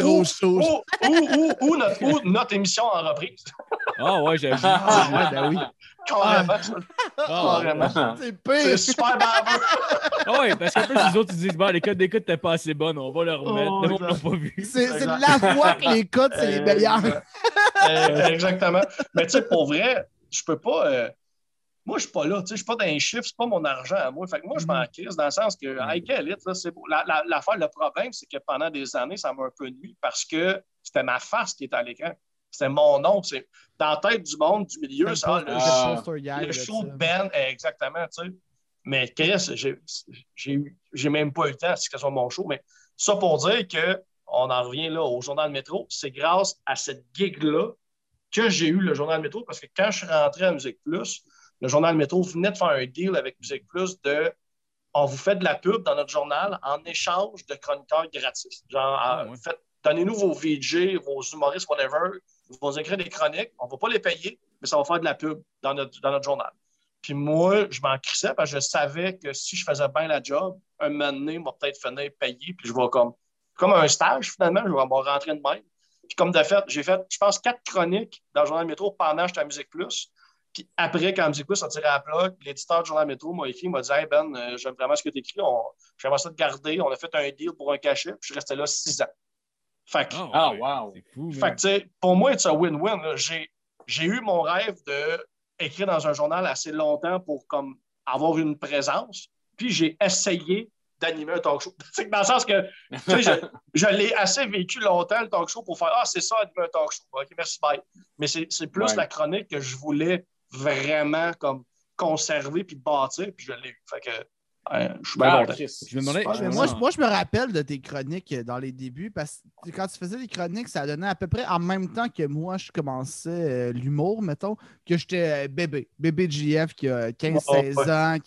Ou notre émission en reprise. Ah ouais, j'avoue. Ben oui. Carrément. C'est pire. C'est super baveux. Ah ouais, parce qu'en plus, les autres, ils disent, les codes d'écoute n'étaient pas assez bonnes, on va le remettre. Le monde l'a pas vu. C'est la fois que les codes, c'est les meilleurs. Exactement. Mais tu sais, pour vrai, je peux pas. Moi, je suis pas là, tu sais, je suis pas dans les chiffres, c'est pas mon argent à moi. Fait que moi, je m'en crise dans le sens que, hey, quelle là, c'est beau. L'affaire, le problème, c'est que pendant des années, ça m'a un peu nuit parce que c'était ma face qui était à l'écran. C'était mon nom. C'est dans la tête du monde, du milieu, ça. Le show de Ben, exactement, tu sais. Mais Chris, j'ai même pas eu le temps, si que ce soit mon show. Mais ça pour dire qu'on en revient là au Journal Métro, c'est grâce à cette gig-là que j'ai eu le Journal Métro parce que quand je suis rentré à Musique Plus, le Journal Métro venait de faire un deal avec Musique Plus on vous fait de la pub dans notre journal en échange de chroniqueurs gratis. Genre, donnez-nous vos VJ, vos humoristes, whatever. Ils vont écrire des chroniques. On ne va pas les payer, mais ça va faire de la pub dans notre journal. Puis moi, je m'en crissais parce que je savais que si je faisais bien la job, un moment donné, m'a peut-être fini payer, puis je vais comme un stage, finalement, je vais me rentrer de même. Puis comme de fait, j'ai fait, je pense, 4 chroniques dans le Journal Métro pendant que j'étais à Musique Plus. Puis après, quand Musique Plus a tiré à la plug, l'éditeur du Journal Métro m'a écrit, il m'a dit « Hey Ben, j'aime vraiment ce que tu écris, j'aimerais ça te garder. » On a fait un deal pour un cachet, puis je restais là 6 ans. Fait que, wow! C'est fou, fait que, tu sais, pour moi, c'est un win-win. Là. J'ai eu mon rêve d'écrire dans un journal assez longtemps pour comme, avoir une présence, puis j'ai essayé d'animer un talk show. Dans le sens que je l'ai assez vécu longtemps, le talk show, pour faire « Ah, c'est ça, animer un talk show. OK, merci, bye. » Mais c'est plus la chronique que je voulais vraiment comme conserver puis bâtir, puis je l'ai eu. Fait que je suis bien content. Je me demandais, Moi, je me rappelle de tes chroniques dans les débuts, parce que quand tu faisais des chroniques, ça donnait à peu près en même temps que moi, je commençais l'humour, mettons, que j'étais bébé. Bébé JF qui a 15-16 ans,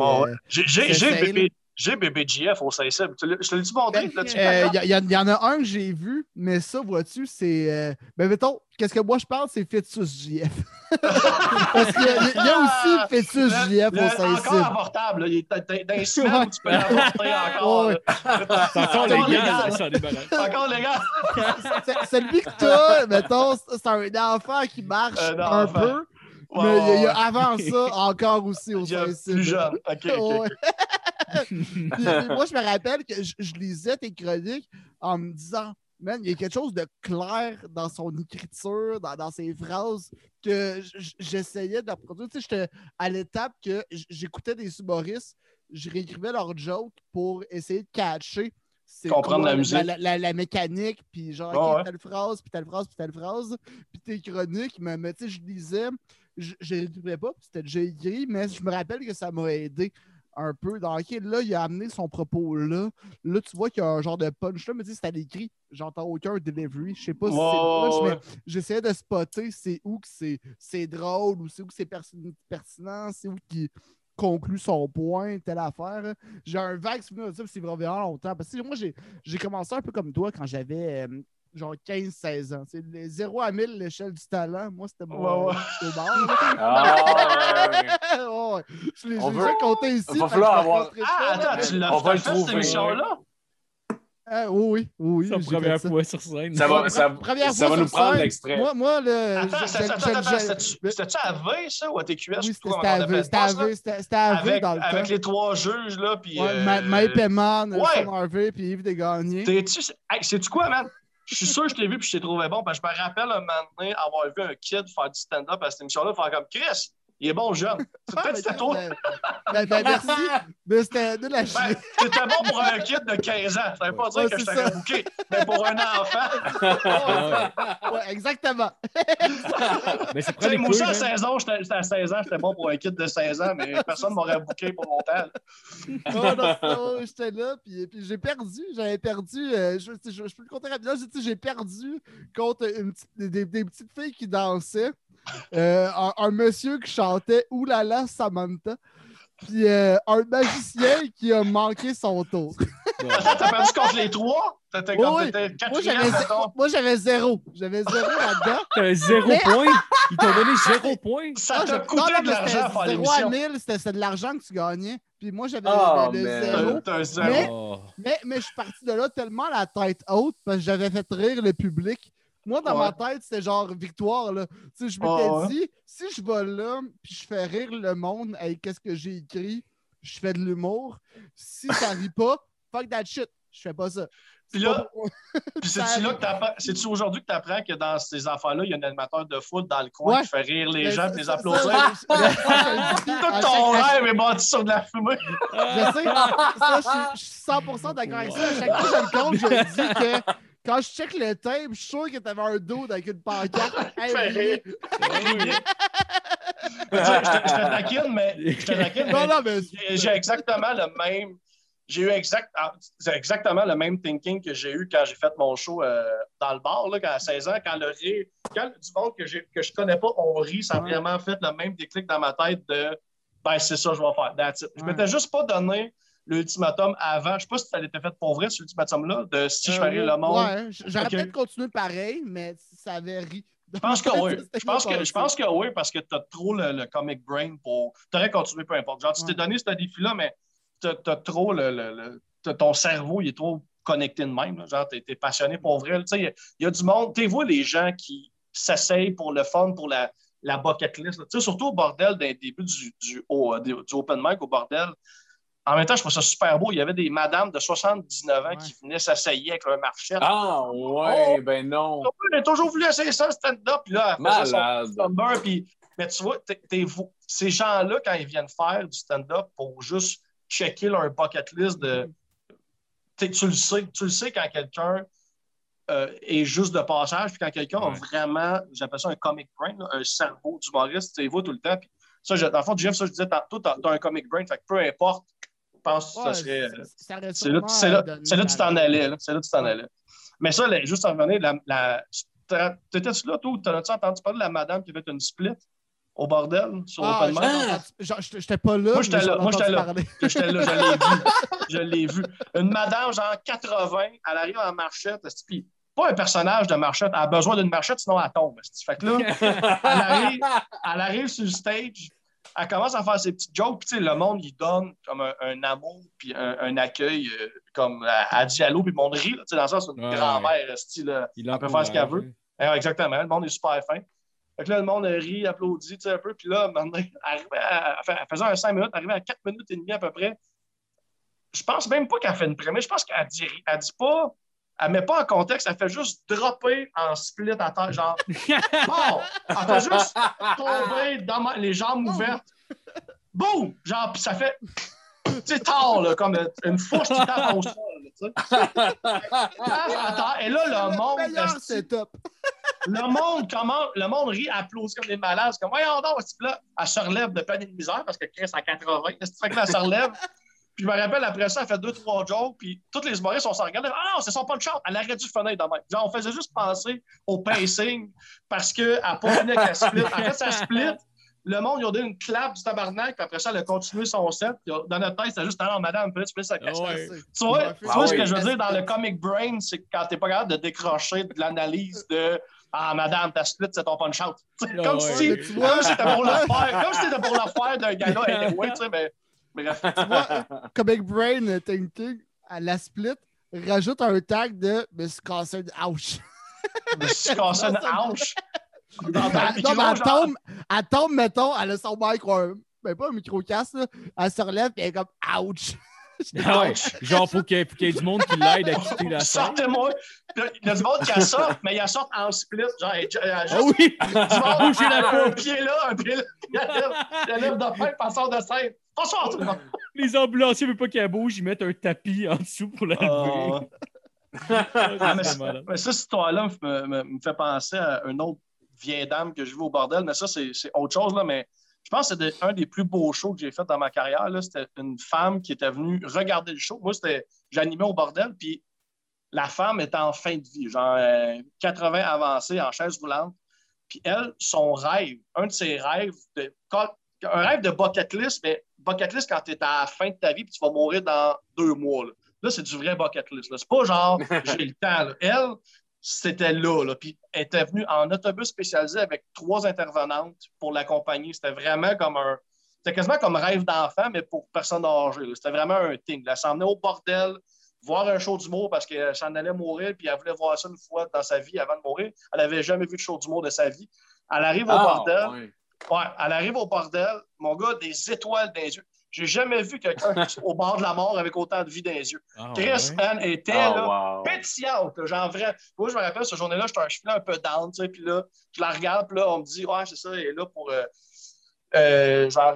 J'ai bébé JF au CSM. Je te l'ai-tu montré? Il y en a un que j'ai vu, mais ça, vois-tu, c'est... mettons, qu'est-ce que moi je parle, c'est Fœtus JF. Parce qu'il y a aussi Fœtus JF au CSM. Encore avortable. Il est dans les semaines où tu peux l'avorter encore. C'est encore légal, ça, des balades. Encore légal. Celui que t'as, mettons, c'est un enfant qui marche un peu. Mais il y a avant ça encore aussi au CSM. Plus jeune. OK. Puis, moi, je me rappelle que je lisais tes chroniques en me disant, man, il y a quelque chose de clair dans son écriture, dans ses phrases, que j'essayais de reproduire. Tu sais, j'étais à l'étape que j'écoutais des humoristes, je réécrivais leurs jokes pour essayer de catcher. Comprendre la musique. La mécanique, puis genre, telle phrase, puis telle phrase, puis telle phrase. Puis tes chroniques, mais tu sais, je lisais, je ne les trouvais pas, puis c'était déjà écrit, mais je me rappelle que ça m'a aidé un peu. Dans lequel, là, il a amené son propos là. Là, tu vois qu'il y a un genre de punch là, mais tu sais, c'est à l'écrit. J'entends aucun delivery. Je sais pas si c'est punch, mais j'essayais de spotter c'est où que c'est drôle ou c'est où que c'est pertinent, c'est où qu'il conclut son point, telle affaire. J'ai un vague souvenir de ça, c'est vraiment longtemps. Parce que moi, j'ai commencé un peu comme toi quand j'avais genre 15-16 ans. C'est 0 à 1000, l'échelle du talent. Moi, c'était mon Je l'ai déjà compté ici. Il va falloir avoir... attends, tu l'as fait cette émission-là? Oui. C'est la première fois sur scène. Ça va nous prendre l'extrait. Moi, attends, c'était-tu à V, ça, ou à TQS? Oui, c'était à V. C'était à V dans le temps. Avec les 3 juges, là, puis... Mike Payman, Sean Harvey, puis Yves Desgagnés. Sais-tu quoi, man? Je suis sûr que je t'ai vu puis je t'ai trouvé bon, parce que je me rappelle un moment donné avoir vu un kid faire du stand-up à cette émission-là, faire comme Chris, il est bon jeune. Peut-être c'était toi. Merci, mais c'était de la chier. C'était bon pour un kid de 15 ans. Ça veut pas dire que je t'aurais booké, mais pour un enfant. Exactement. Mais c'est moi aussi, à 16 ans, j'étais bon pour un kid de 16 ans, mais personne ne m'aurait booké pour longtemps. J'étais là, puis j'ai perdu. J'avais perdu. Je peux le compter rapidement. J'ai perdu contre des petites filles qui dansaient. Un monsieur qui chantait Oulala Samantha, puis un magicien qui a manqué son tour. T'as perdu contre les 3? T'étais Moi, j'avais 0. J'avais 0 là-dedans. T'avais 0 point? Ils t'ont donné 0 point? Ça t'a coûté de l'argent à faire l'émission. 0 à 1000, c'était de l'argent que tu gagnais. Puis moi, j'avais le 0. Mais je suis parti de là tellement la tête haute parce que j'avais fait rire le public. Moi, dans ma tête, c'était genre victoire. Là. Tu sais, je m'étais dit, si je vais là puis je fais rire le monde avec qu'est-ce que j'ai écrit, je fais de l'humour. Si ça rit pas, fuck that shit. Je fais pas ça. Puis là, c'est-tu aujourd'hui que tu apprends que dans ces affaires-là, il y a un animateur de foot dans le coin qui fait rire les gens et les applaudir? Tout ton rêve est bâti sur de la fumée. Je sais, ça, je suis 100% d'accord avec ça. À chaque fois que je le compte, je dis que quand je check le tape, je suis sûr que t'avais un dude avec une pancarte. Je te taquine, mais j'ai exactement le même. J'ai eu exactement le même thinking que j'ai eu quand j'ai fait mon show dans le bar, là, à 16 ans, quand du monde que je connais pas, on rit, ça a vraiment fait le même déclic dans ma tête de ben c'est ça que je vais faire. That's it. Je m'étais juste pas donné l'ultimatum avant. Je ne sais pas si ça a été fait pour vrai, cet ultimatum-là, de si je ferais le monde. Ouais, j'aurais peut-être continué pareil, mais ça avait ri. Je pense que oui. Je pense que oui, parce que tu as trop le comic brain pour. Tu aurais continué, peu importe. Genre, tu t'es donné ce défi-là, mais tu as trop ton cerveau, il est trop connecté de même. Là. Genre, tu es passionné pour vrai. Tu sais, il y a du monde. Tu vois les gens qui s'essayent pour le fun, pour la bucket list. Tu sais, surtout au bordel, d'un début du open mic au bordel. En même temps, je trouve ça super beau. Il y avait des madames de 79 ans qui venaient s'essayer avec leur marchette. Ah, ouais, ben non. J'ai toujours voulu essayer ça, le stand-up. Puis là, elle faisait Malade. son number. Mais tu vois, ces gens-là, quand ils viennent faire du stand-up pour juste checker leur bucket list tu le sais quand quelqu'un est juste de passage, puis quand quelqu'un a vraiment, j'appelle ça un comic brain, là, un cerveau d'humoriste, tu les vois tout le temps. Puis ça, dans le fond, Jeff, ça, je disais tantôt, tu as un comic brain, fait que peu importe. Je pense que ça serait. C'est là que tu t'en allais. C'est là que tu t'en allais. Mais ça, juste en revenir, t'étais-tu là, toi, ou t'as-tu entendu parler de la madame qui avait une split au bordel sur Open Mic? J'étais pas là. Moi, j'étais là. Je l'ai vu. Une madame, genre 80, elle arrive en marchette, puis pas un personnage de marchette, elle a besoin d'une marchette, sinon elle tombe. Fait que là, elle arrive sur le stage. Elle commence à faire ses petites jokes, puis le monde, il donne comme un amour, puis un accueil, comme elle dit allô, puis le monde rit, là, dans le sens, c'est une grand-mère, style, elle peut faire ce qu'elle veut. Exactement, le monde est super fin. Fait que là, le monde rit, applaudit un peu, puis là, maintenant, elle faisait un 5 minutes, arrivée à 4 minutes et demie à peu près. Je pense même pas qu'elle fait une prémisse, je pense qu'elle dit pas. Elle met pas en contexte, elle fait juste dropper en split à terre, genre. Bon! Elle fait juste tomber dans les jambes ouvertes. Boum! Genre, puis ça fait. Tu sais, tard, là, comme une fourche qui tape au sol, tu sais. Et là, le monde. Le monde rit, applaudit comme des malades. C'est comme, voyons donc, là, elle se relève de peine et de misère parce que Chris à 80. Fait que là, elle se relève. Puis je me rappelle, après ça, elle fait 2-3 jokes, puis toutes les humoristes, on s'en regardait. Ah non, c'est son punch-out. Elle aurait dû finir de même. Genre, on faisait juste penser au pacing parce qu'elle n'a pas fini avec la split. En fait, sa split, le monde, ils ont donné une clap du tabarnak, puis après ça, elle a continué son set. Puis dans notre tête, c'était juste, non, madame, tu peux ça casser. Tu vois ce que je veux dire dans le comic brain, c'est quand t'es pas capable de décrocher de l'analyse de ah, madame, ta split, c'est ton punch-out. Comme si c'était pour le faire. Comme si c'était pour le faire d'un gars-là, anyway, tu sais, mais. Bref. Tu vois, Comic Brain Thinking, à la split, rajoute un tag de me suis cassé une ouch. Me suis cassé une ouch. Non, mais elle tombe, mettons, elle a son mic, pas un micro-casse, elle se relève et elle est comme ouch. Genre, faut qu'il y ait du monde qui l'aide à quitter la salle. Sortez-moi. Il y a du monde qui a sorte, mais il a sorte en split. Genre, oui! Bougez la peau. Un pied là. Il lève de pain, passant de scène. Bonsoir tout le monde. Les ambulanciers ne veulent pas qu'elle bouge, ils mettent un tapis en dessous pour la lever. Mais ça, cette histoire-là me fait penser à une autre vieille dame que je vis au bordel, mais ça, c'est autre chose, là, mais je pense que c'est un des plus beaux shows que j'ai fait dans ma carrière. C'était une femme qui était venue regarder le show. Moi, j'animais au bordel, puis la femme était en fin de vie, genre 80 avancés, en chaise roulante. Puis elle, son rêve, un de ses rêves, un rêve de bucket list, mais bucket list quand tu es à la fin de ta vie puis tu vas mourir dans 2 mois. Là, c'est du vrai bucket list. C'est pas genre j'ai le temps. Là. Elle, c'était là. Puis elle était venue en autobus spécialisé avec 3 intervenantes pour l'accompagner. C'était vraiment comme c'était quasiment comme rêve d'enfant, mais pour personnes âgées. C'était vraiment un thing. Elle s'emmenait au bordel, voir un show d'humour parce qu'elle s'en allait mourir, puis elle voulait voir ça une fois dans sa vie avant de mourir. Elle n'avait jamais vu de show d'humour de sa vie. Elle arrive au bordel. Ouais, elle arrive au bordel, mon gars, des étoiles dans les yeux. J'ai jamais vu quelqu'un au bord de la mort avec autant de vie dans les yeux. Chris, Anne était pétillante. Genre vrai. Moi, je me rappelle, cette journée-là, je filais un peu down, tu sais, puis là, je la regarde, puis là, on me dit, ouais, c'est ça, elle est là pour. C'est ça,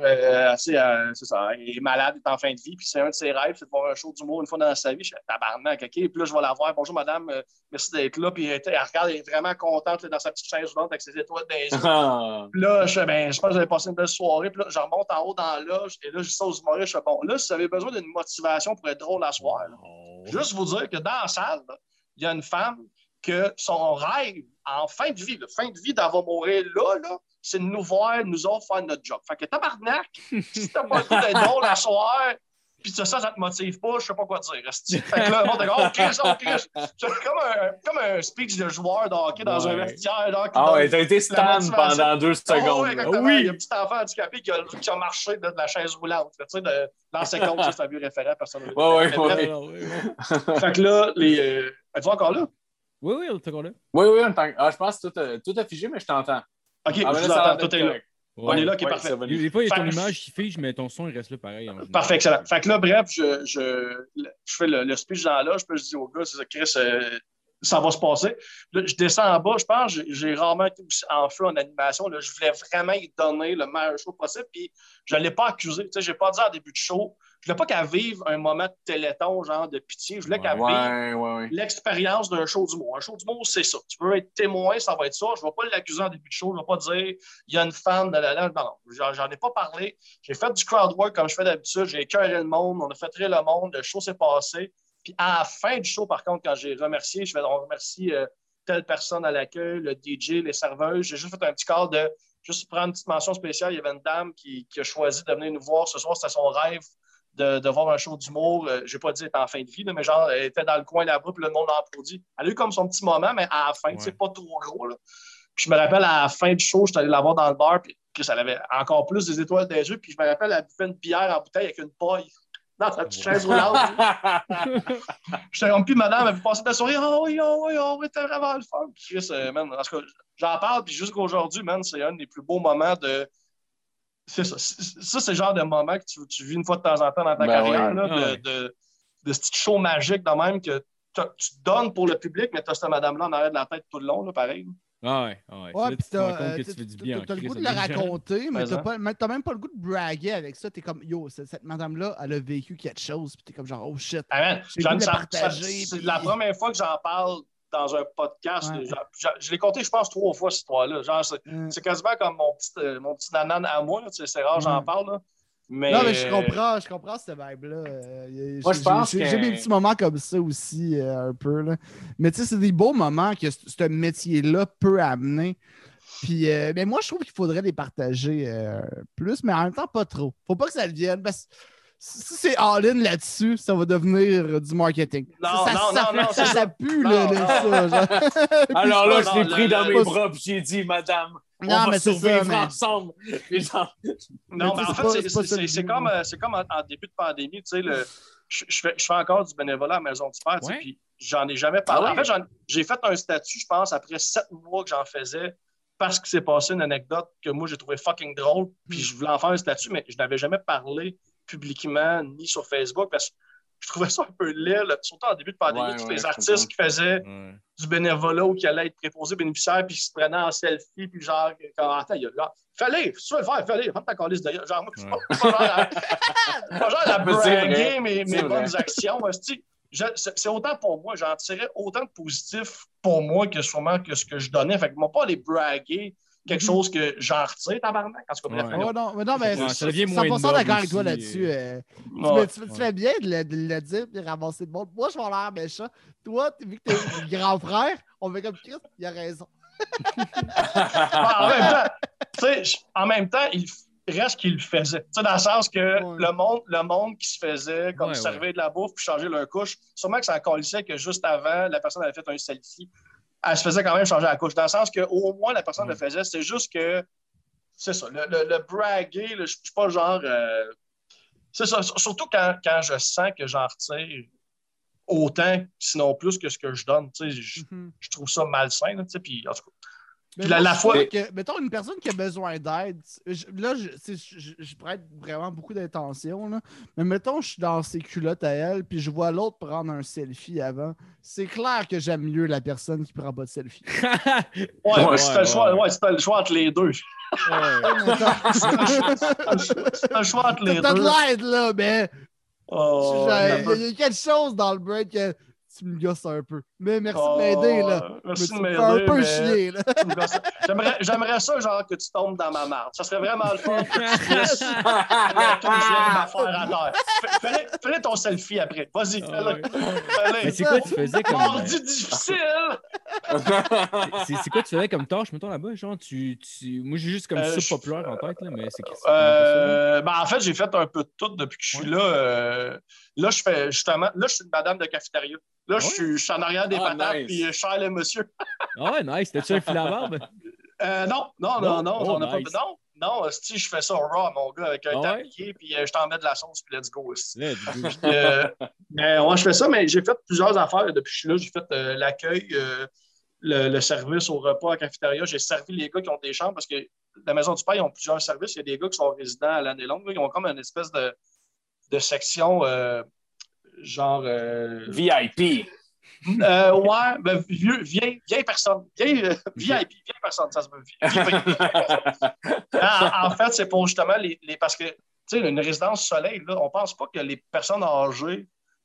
elle est malade, elle est en fin de vie, puis c'est un de ses rêves, c'est de voir un show d'humour une fois dans sa vie. Je suis tabarnak, OK? Puis là, je vais la voir. Bonjour, madame, merci d'être là. Puis elle regarde, elle est vraiment contente là, dans sa petite chaise roulante avec ses étoiles dans les yeux. Puis là, je pense que j'avais passé une belle soirée. Puis là, je remonte en haut dans la loge, et là, je dis ça aux humoristes. Je fais bon, là, si vous avez besoin d'une motivation pour être drôle à soir, juste vous dire que dans la salle, il y a une femme que son rêve en fin de vie, d'elle va mourir là, c'est de nous voir, nous autres, faire notre job. Fait que tabarnak, si t'as pas le goût d'être drôle à soir, puis ça te motive pas, je sais pas quoi dire. Fait que là, le monde est comme, oh, Chris. C'est comme un speech de joueur de hockey dans un vestiaire. Ah ouais, t'as été stand pendant 2 secondes. Oui, il y a un petit enfant handicapé qui a marché de la chaise roulante. Tu sais, de l'ancien compte, c'est un vieux référent, personne ne ouais. Fait que là, êtes-vous encore là? Oui, on est encore là. Oui, je pense que tout a figé, mais je t'entends. OK, je vous entends, tout est là. Ouais. On est là, qui est parfait. Des fois, il y a ton image qui fige, mais ton son, il reste là pareil. Parfait, excellent. Fait que là, bref, je fais le speech dans là, je dis au gars, c'est ça, Chris, ça va se passer. Là, je descends en bas, je pense, j'ai rarement été en feu en animation. Là, je voulais vraiment y donner le meilleur show possible, puis je ne l'ai pas accusé. Tu sais, je n'ai pas dit en début de show. Je voulais pas qu'elle vive un moment de téléthon, genre de pitié. Je voulais qu'elle vive l'expérience d'un show d'humour. Un show d'humour, c'est ça. Tu veux être témoin, ça va être ça. Je ne vais pas l'accuser en début de show. Je ne vais pas dire il y a une fan de la. Non, j'en ai pas parlé. J'ai fait du crowd work comme je fais d'habitude. J'ai écœuré le monde. On a fait rire le monde. Le show s'est passé. Puis à la fin du show, par contre, quand j'ai remercié, on remercie telle personne à l'accueil, le DJ, les serveuses. J'ai juste fait un petit call de juste prendre une petite mention spéciale. Il y avait une dame qui a choisi de venir nous voir ce soir. C'était son rêve. De voir un show d'humour. Je n'ai pas dit être en fin de vie, là, mais genre, elle était dans le coin là-bas, puis le monde a applaudi. Elle a eu comme son petit moment, mais à la fin, c'est pas trop gros. Là. Puis je me rappelle, à la fin du show, je suis allé la voir dans le bar, puis ça avait encore plus des étoiles des yeux, puis je me rappelle, elle buvait une bière en bouteille avec une paille dans sa petite chaise roulante. J'étais comme, puis madame, elle vu passer de la soirée, oh oui, t'es vraiment le fun. Puis Chris, man, en tout cas, j'en parle, puis jusqu'aujourd'hui, man, c'est un des plus beaux moments de. C'est ça. Ça, c'est le genre de moment que tu vis une fois de temps en temps dans ta carrière, là, de ce petit show magique de même que tu te donnes pour le public, mais tu as cette madame-là en arrière de la tête tout le long, là, pareil. Ouais. Puis tu te rends compte que tu fais du bien. Tu as le goût de le raconter, mais tu n'as même pas le goût de braguer avec ça. Tu es comme, yo, cette madame-là, elle a vécu quelque chose, puis tu es comme genre, oh shit. C'est la première fois que j'en parle dans un podcast. Ouais. Je l'ai compté, je pense, 3 fois, cette histoire-là. Genre, c'est quasiment comme mon petit nanan à moi. C'est rare, j'en parle. Là. Mais... Non, mais je comprends cette vibe-là. Moi, je pense que... J'ai des petits moments comme ça aussi, un peu. Là. Mais tu sais, c'est des beaux moments que ce métier-là peut amener. Puis, mais moi, je trouve qu'il faudrait les partager plus, mais en même temps, pas trop. Faut pas que ça devienne... Parce... Si c'est all-in là-dessus, ça va devenir du marketing. Non, ça pue, là, ça. Alors là, je l'ai pris dans mes bras et j'ai dit, madame, on va survivre ensemble. Non, mais en fait, c'est comme en début de pandémie, tu sais, je fais encore du bénévolat à la Maison du Père, puis j'en ai jamais parlé. En fait, j'ai fait un statut, je pense, après 7 mois que j'en faisais, parce qu'il s'est passé une anecdote que moi, j'ai trouvé fucking drôle, puis je voulais en faire un statut, mais je n'avais jamais parlé publiquement ni sur Facebook parce que je trouvais ça un peu laid, surtout en début de pandémie, tous les artistes qui faisaient du bénévolat ou qui allaient être préposés bénéficiaires puis qui se prenaient en selfie puis genre, attends, il y a là, fallait, si tu veux le faire, fallait, prends ta calice d'ailleurs. Genre, moi, je suis pas genre la braguer mes bonnes actions. C'est autant pour moi, j'en tirais autant de positif pour moi que sûrement que ce que je donnais. Fait que moi, pas les braguer. Quelque chose que j'en retire, tabarnak. En tout cas, bref. Non, mais ça devient moins 100% d'accord avec toi là-dessus. Tu fais bien de le dire et de ramasser le monde. Moi, je vais l'air méchant. Toi, vu que t'es le grand frère, on fait comme Chris, il a raison. En même temps, il reste qu'il le faisait. T'sais, dans le sens que le monde qui se faisait comme servir de la bouffe puis changer leur couche, sûrement que ça en colissait que juste avant, la personne avait fait un selfie. Elle se faisait quand même changer la couche. Dans le sens qu'au moins, la personne le faisait. C'est juste que, c'est ça, le braguer, je ne suis pas genre... c'est ça, surtout quand je sens que j'en retire autant, sinon plus que ce que je donne. Je trouve ça malsain. Puis, en tout cas... Mais mettons une personne qui a besoin d'aide, je prête vraiment beaucoup d'intention, là, mais mettons je suis dans ses culottes à elle puis je vois l'autre prendre un selfie avant, c'est clair que j'aime mieux la personne qui prend pas de selfie. C'est le choix entre les deux. C'est le choix entre les deux. T'as de l'aide là, mais il y a quelque chose dans le brain que tu me gosses un peu. Mais merci de m'aider, là. Merci de m'aider. Tu me fais un peu chier, là. J'aimerais ça, genre, que tu tombes dans ma marde. Ça serait vraiment le fun que tu laisses m'affaire à terre. Fais ton selfie après. Vas-y, fais-le. Mais c'est quoi tu faisais comme... Mardi difficile! C'est quoi tu faisais comme tâche, mettons, là-bas? Genre, moi, j'ai juste comme ça populaire en tête, là, mais c'est en fait, j'ai fait un peu de tout depuis que je suis là. Là, je fais justement... Là, je suis une madame de cafétéria. Là, je suis en arrière des patates, puis je sers le monsieur. Ah ouais, nice. T'as-tu un fil à barbe? Non, on n'a nice. pas... Non, si je fais ça raw, mon gars, avec un tablier, puis je t'en mets de la sauce, puis let's go. Let's go. Mais ouais, je fais ça, mais j'ai fait plusieurs affaires depuis que je suis là. J'ai fait l'accueil, le service au repas à cafétéria. J'ai servi les gars qui ont des chambres parce que la Maison du Père, ils ont plusieurs services. Il y a des gars qui sont résidents à l'année longue. Là, ils ont comme une espèce de section genre... VIP. Ouais, ben, vieille personne. VIP, vieille personne, ça se veut. En fait, c'est pour justement parce que, tu sais, une résidence soleil, là, on pense pas que les personnes âgées,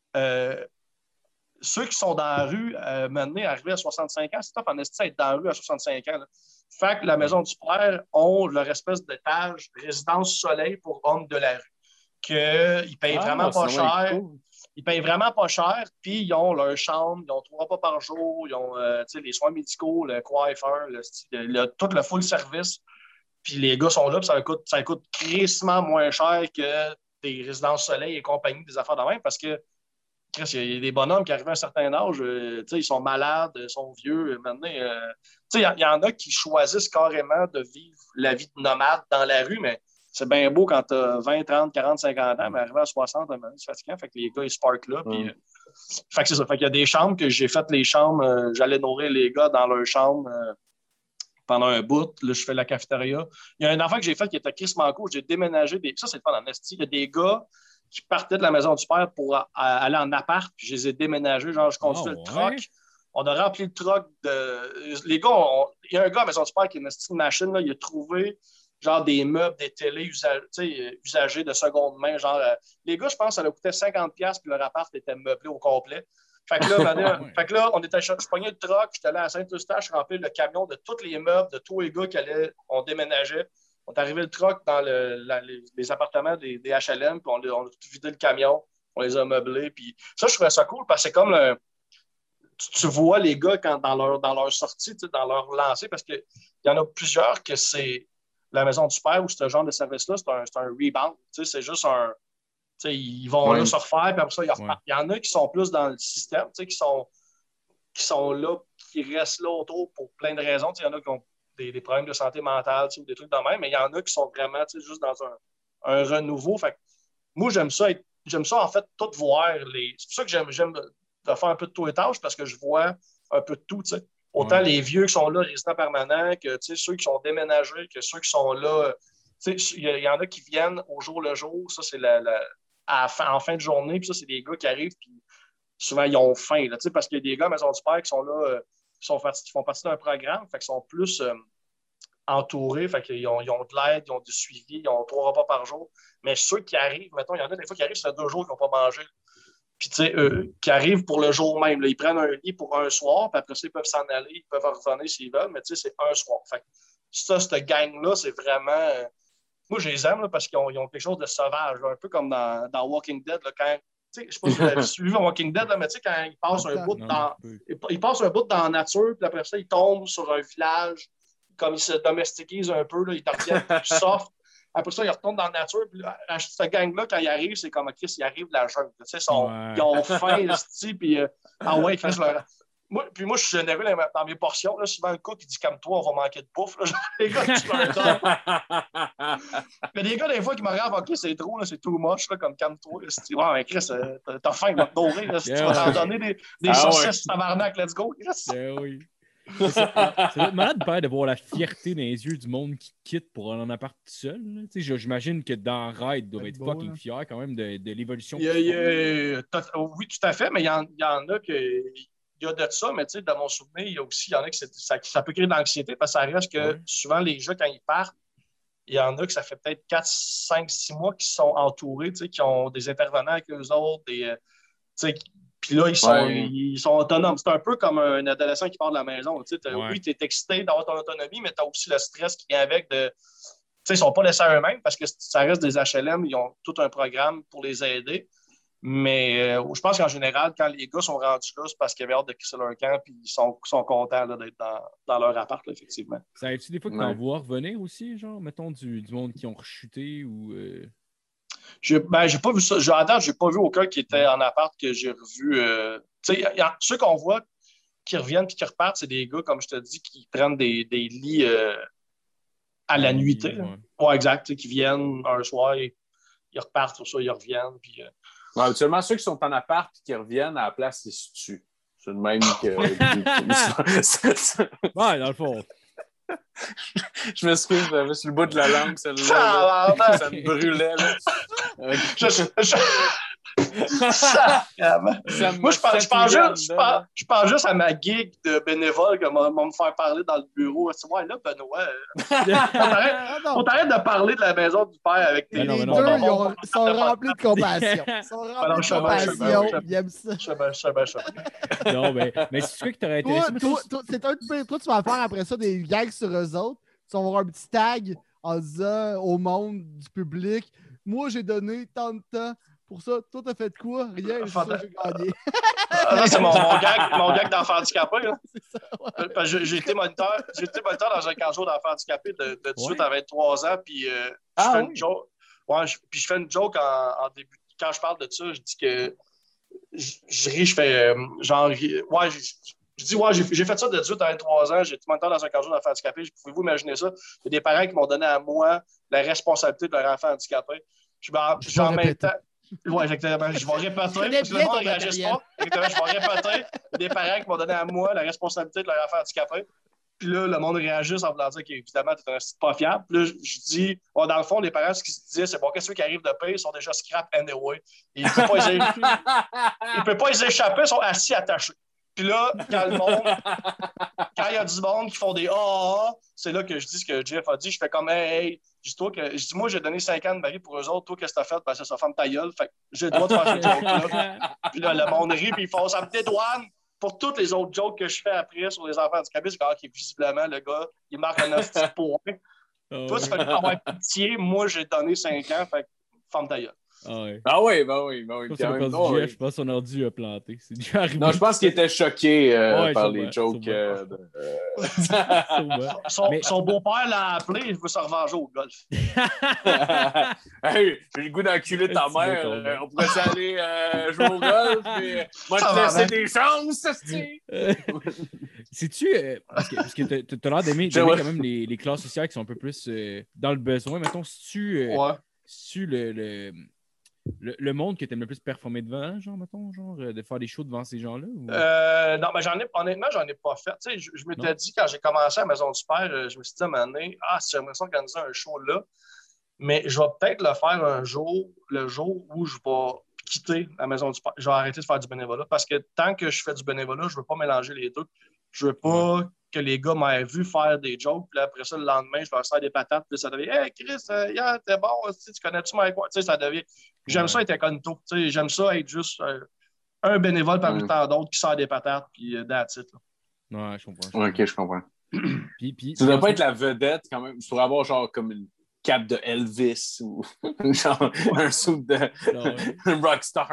ceux qui sont dans la rue, maintenant, arrivés à 65 ans, c'est top en esti d'être dans la rue à 65 ans. Là. Fait que la Maison du Père ont leur espèce d'étage résidence soleil pour hommes de la rue. Qu'ils payent vraiment pas cher. Cool. Ils payent vraiment pas cher, puis ils ont leur chambre, ils ont 3 repas par jour, ils ont les soins médicaux, le coiffeur, tout le full service. Puis les gars sont là, puis ça coûte crissement moins cher que des résidences soleil et compagnie, des affaires de même, parce que il y a des bonhommes qui arrivent à un certain âge, ils sont malades, ils sont vieux. Maintenant, il y en a qui choisissent carrément de vivre la vie de nomade dans la rue, mais c'est bien beau quand tu as 20, 30, 40, 50 ans, mais arrivé à 60, c'est fatigant. Fait que les gars, ils sparkent là. Puis, fait que c'est ça. Fait qu'il y a des chambres que j'ai fait les chambres. J'allais nourrir les gars dans leur chambre pendant un bout. Là, je fais la cafétéria. Il y a un enfant que j'ai fait qui était Chris Manco. J'ai déménagé. Ça, c'est le fun en esti. Il y a des gars qui partaient de la Maison du Père pour aller en appart. Puis je les ai déménagés. Genre, je conduisais le truck. On a rempli le truck de... Les gars, il y a un gars à la Maison du Père qui a une esti de machine. Là, il a trouvé... genre des meubles, des télés usagés de seconde main. Genre, les gars, je pense que ça leur coûtait 50$ puis leur appart était meublé au complet. Fait que là, je pognais le truck, j'étais allé à Saint-Eustache, je remplis le camion de tous les meubles, de tous les gars on déménageait. On est arrivé le truck dans les appartements des HLM, puis on a vidé le camion, on les a meublés. Puis ça, je trouvais ça cool parce que c'est comme tu vois les gars dans leur sortie, dans leur lancée, parce qu'il y en a plusieurs que c'est la Maison du Père ou ce genre de service-là, c'est un rebound. C'est juste un... Ils vont là se refaire, puis après ça, ils repartent. Il y en a qui sont plus dans le système, qui sont là, qui restent là autour pour plein de raisons. Il y en a qui ont des problèmes de santé mentale ou des trucs de même, mais il y en a qui sont vraiment juste dans un renouveau. Fait que, moi, j'aime ça, en fait, tout voir. C'est pour ça que j'aime de faire un peu de tout et tâches, parce que je vois un peu de tout, tu sais. Autant les vieux qui sont là, résidents permanents, que ceux qui sont déménagés, que ceux qui sont là. Il y en a qui viennent au jour le jour. Ça, c'est en fin de journée. Puis ça, c'est des gars qui arrivent. Puis souvent, ils ont faim. Là, parce qu'il y a des gars à Maison du Père qui sont là, qui font partie d'un programme. Fait qu'ils sont plus entourés. Fait qu'ils ont de l'aide, ils ont du suivi, ils ont 3 repas par jour. Mais ceux qui arrivent, mettons, il y en a des fois qui arrivent, ça fait 2 jours qu'ils n'ont pas mangé. Puis, tu sais, qui arrivent pour le jour même. Là, ils prennent un lit pour un soir, puis après ça, ils peuvent s'en aller, ils peuvent revenir s'ils veulent, mais tu sais, c'est un soir. Fait que ça, cette gang-là, c'est vraiment... moi, je les aime là, parce qu'ils ont quelque chose de sauvage, là, un peu comme dans Walking Dead. Là, quand, je ne sais pas si vous avez suivi Walking Dead, là, mais tu sais, quand ils passent un bout dans la nature, puis après ça, ils tombent sur un village, comme ils se domestiquisent un peu, là, ils deviennent plus soft. Après ça, ils retournent dans la nature. Puis là, cette gang-là, quand ils arrivent, c'est comme Chris, ils arrivent de la jungle. Ils ont faim, puis ils fassent leur... Moi, je suis généreux dans mes portions. Là, souvent, le cook, il dit comme toi, on va manquer de bouffe. Là. Les gars, tu leur donnes. Mais les gars, des fois, qui me regardent, OK, c'est trop, là, c'est too much, là, comme calme-toi. Ouais, mais Chris, t'as faim, il va te nourrir. Tu vas t'en donner des saucisses tabarnak, let's go. Oui. Ça doit être malade de voir la fierté dans les yeux du monde qui quitte pour aller en appart tout seul. J'imagine que dans Ride, ils doivent être fucking fiers quand même de l'évolution. Oui, tout à fait, mais il y en a que... Il y a de ça, mais tu sais, dans mon souvenir, il y en a que ça peut créer de l'anxiété parce que ça reste que souvent, les gens, quand ils partent, il y en a que ça fait peut-être 4, 5, 6 mois qu'ils sont entourés, tu sais, qui ont des intervenants avec eux autres, puis là, ils sont autonomes. C'est un peu comme un adolescent qui part de la maison. Oui, tu es excité d'avoir ton autonomie, mais tu as aussi le stress qui vient avec de... Ils ne sont pas laissés à eux-mêmes parce que ça reste des HLM, ils ont tout un programme pour les aider. Mais je pense qu'en général, quand les gars sont rendus là, c'est parce qu'ils avaient hâte de crisser leur camp puis ils sont contents là, d'être dans leur appart, là, effectivement. Ça arrive-tu des fois que t'en vois revenir aussi, genre, mettons, du monde qui ont rechuté ou... J'ai pas vu ça. À date, j'ai pas vu aucun qui était en appart que j'ai revu. Ceux qu'on voit qui reviennent et qui repartent, c'est des gars, comme je te dis, qui prennent des lits à la nuitée. Ouais, exact. Qui viennent un soir, ils repartent, pour ça, ils reviennent. Puis, habituellement, ceux qui sont en appart et qui reviennent, à la place, ils se tuent. C'est le même que. Ouais, dans le fond. Je m'excuse, j'avais sur le bout de la langue, celle-là. Là, ça me brûlait. Là. Moi, je pense juste à ma gig de bénévole qui va me faire parler dans le bureau. Ouais, là, Benoît, on t'arrête de parler de la maison du père avec tes... Les deux, ils sont remplis de compassion. Ils sont remplis de compassion. Ils aiment ça. Non, mais c'est sûr que t'aurais intéressé. Toi, tu vas faire après ça des gags sur eux autres. Tu vas avoir un petit tag en disant au monde du public, moi, j'ai donné tant de temps. Pour ça, toi, t'as fait quoi? Rien, j'ai gagné. C'est mon gag d'enfant handicapé. C'est ça, ouais. Parce que j'ai été moniteur dans un camp de jour d'enfants handicapés de 18 à 23 ans. Puis je fais une joke. Ouais, puis je fais une joke en début. Quand je parle de ça, je dis que je ris, je fais genre. Ouais, je dis, ouais, j'ai fait ça de 18 à 23 ans. J'ai été moniteur dans un camp de jour d'enfants handicapés. Pouvez-vous imaginer ça? Il y a des parents qui m'ont donné à moi la responsabilité de leur enfant handicapé. En même temps. Oui, exactement. Je vais répéter. Parce que le monde ne réagisse pas. Exactement, je vais répéter. Il y a des parents qui m'ont donné à moi la responsabilité de leur enfant handicapé. Puis là, le monde réagit en voulant dire qu'évidemment, tu es pas fiable. Puis là, je dis, dans le fond, les parents, ce qu'ils se disaient, c'est bon, qu'est-ce qui arrive de pire? Ils sont déjà scrap anyway. Ils ne peuvent pas les échapper, ils sont assis attachés. Puis là, quand il y a du monde qui font des c'est là que je dis ce que Jeff a dit. Je fais comme, hey, je dis, moi, j'ai donné 5 ans de mari pour eux autres. Toi, qu'est-ce que t'as fait? Ben, c'est ça, femme ta gueule. Fait que j'ai le droit de faire ce joke-là. Puis là, le monde rit, puis ils font, ça me dédouane pour toutes les autres jokes que je fais après sur les enfants handicapés. C'est que visiblement, le gars, il marque un 9 petits points. Toi, tu fais avoir pitié. Moi, j'ai donné 5 ans. Fait que femme ta gueule. Ah oui. Je pense que son ordi a planté. C'est déjà arrivé. Non, je pense qu'il était choqué par les jokes. Son beau-père l'a appelé, il veut se revenger au golf. Hey, j'ai le goût d'enculer ta mère. On pourrait aller jouer au golf, mais moi, te laisser des chances, sais-tu, parce que tu as l'air d'aimer quand même les classes sociales qui sont un peu plus dans le besoin. Mettons, si tu le monde que tu aimes le plus performer devant, genre, mettons, de faire des shows devant ces gens-là? Ou... non, mais honnêtement, j'en ai pas fait. Tu sais, je m'étais dit, quand j'ai commencé à la Maison du Père, je me suis dit à un moment donné, si j'aimerais ça organiser un show là, mais je vais peut-être le faire un jour, le jour où je vais quitter la Maison du Père. Je vais arrêter de faire du bénévolat parce que tant que je fais du bénévolat, je ne veux pas mélanger les deux. Je veux pas que les gars m'aient vu faire des jokes, puis après ça, le lendemain, je leur sers des patates, puis ça devient « Hey, Chris, hier, t'es bon, tu connais-tu Mike? » Tu sais, ça devient... J'aime ça être incognito. Tu sais, j'aime ça être juste un bénévole parmi tant d'autres qui sert des patates, puis that's it. Là. Ouais, je comprends. OK, je comprends. Puis, tu ne dois pas être la vedette, quand même. Tu pourrais avoir genre comme une cape de Elvis ou genre un soupe de rockstar.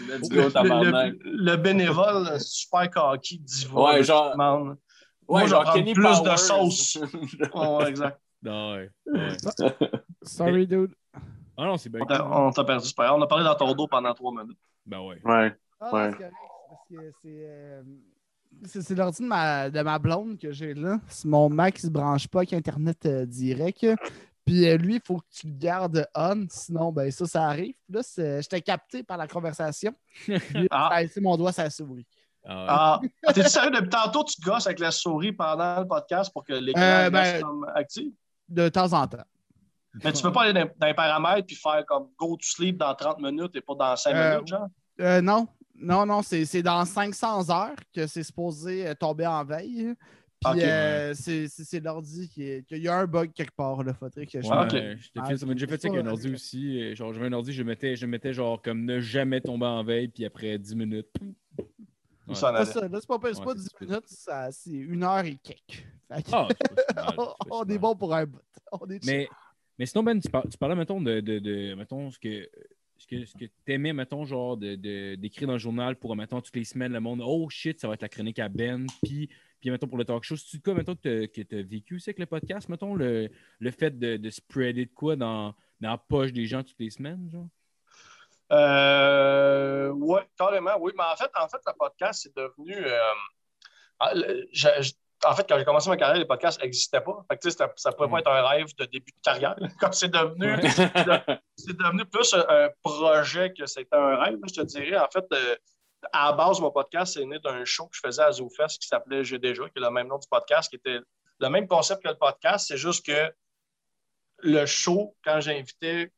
Le bénévole super cocky diva. Ouais, genre... Moi, genre Kenny plus Powers. de sauce. Ouais, exact. Ouais. Sorry, dude. Ah non, c'est bien. On t'a perdu, c'est pas grave. On a parlé dans ton dos pendant 3 minutes. Ben ouais. Ouais. C'est correct, parce que c'est l'ordi de ma blonde que j'ai là. C'est mon Mac qui se branche pas avec Internet direct. Puis lui, il faut que tu le gardes on, sinon, ben ça arrive. Puis là, j'étais capté par la conversation. J'ai laissé mon doigt sur la souris. T'es-tu sérieux? Depuis tantôt, tu gosses avec la souris pendant le podcast pour que l'écran reste comme actif? De temps en temps. Mais tu peux pas aller dans les paramètres puis faire comme go to sleep dans 30 minutes et pas dans 5 minutes, genre? Non, c'est dans 500 heures que c'est supposé tomber en veille. Puis c'est l'ordi qu'il y a un bug quelque part. Là, faudrait que j'ai fait ça avec un ordi aussi. Genre, j'avais un ordi, je mettais genre comme ne jamais tomber en veille, puis après 10 minutes. Ouais. C'est pas 10 minutes, c'est 1 heure et quelques. On est bon pour un bout. Mais sinon, Ben, tu parlais, mettons, mettons, ce ce que t'aimais, mettons, genre, d'écrire dans le journal pour, mettons, toutes les semaines, le monde, oh shit, ça va être la chronique à Ben, puis mettons, pour le talk show, c'est-tu de quoi, mettons, que t'as vécu aussi avec le podcast, mettons, le fait de spreader de quoi dans la poche des gens toutes les semaines, genre? Oui, carrément, oui. Mais en fait, le podcast, c'est devenu. En fait, quand j'ai commencé ma carrière, les podcasts n'existaient pas. Fait que, ça ne pouvait pas être un rêve de début de carrière. Comme c'est devenu, c'est devenu plus un projet que c'était un rêve, je te dirais. En fait, à la base, mon podcast, c'est né d'un show que je faisais à ZooFest qui s'appelait J'ai déjà, qui est le même nom du podcast, qui était le même concept que le podcast. C'est juste que le show, quand l'invité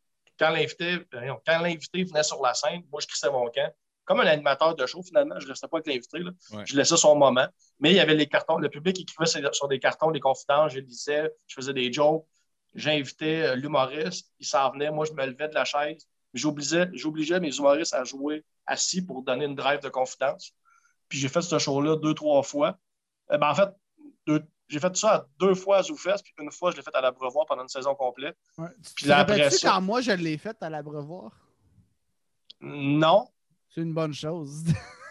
venait sur la scène, moi, je crissais mon camp. Comme un animateur de show, finalement, je ne restais pas avec l'invité. Ouais. Je laissais son moment. Mais il y avait les cartons. Le public écrivait sur des cartons, des confidences. Je lisais, je faisais des jokes. J'invitais l'humoriste. Il s'en venait. Moi, je me levais de la chaise. J'obligeais mes humoristes à jouer assis pour donner une drive de confidence. Puis j'ai fait ce show-là 2-3 fois. En fait, j'ai fait ça 2 fois à ZooFest, puis une fois, je l'ai fait à l'Abreuvoir pendant une saison complète. Ouais. Puis Tu là, te après rappelles-tu ça... quand moi, je l'ai fait à l'Abreuvoir? Non. C'est une bonne chose.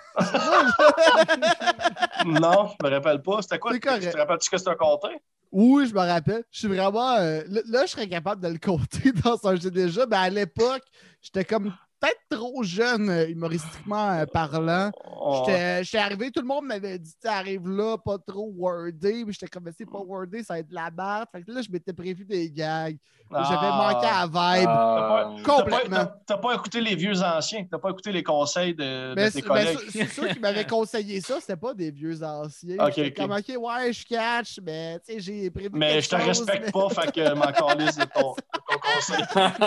Non, je me rappelle pas. C'était quoi? C'est correct. Tu te rappelles-tu que c'était un compte? Oui, je me rappelle. Je suis vraiment... là, je serais capable de le compter dans un jeu déjà, mais à l'époque, j'étais comme peut-être trop jeune, humoristiquement parlant. Oh. J'étais arrivé, tout le monde m'avait dit, arrive là, pas trop wordé, mais j'étais comme, c'est pas wordé, ça va être de la merde. Fait que là, je m'étais prévu des gags. J'avais manqué à la vibe. Complètement. T'as pas écouté les vieux anciens, t'as pas écouté les conseils de tes collègues. Mais ceux qui m'avaient conseillé ça, c'était pas des vieux anciens. Okay. Comme, OK, ouais, je catch, mais tu sais, j'ai prévu mais je te respecte pas, fait que m'en calisse de ton conseil.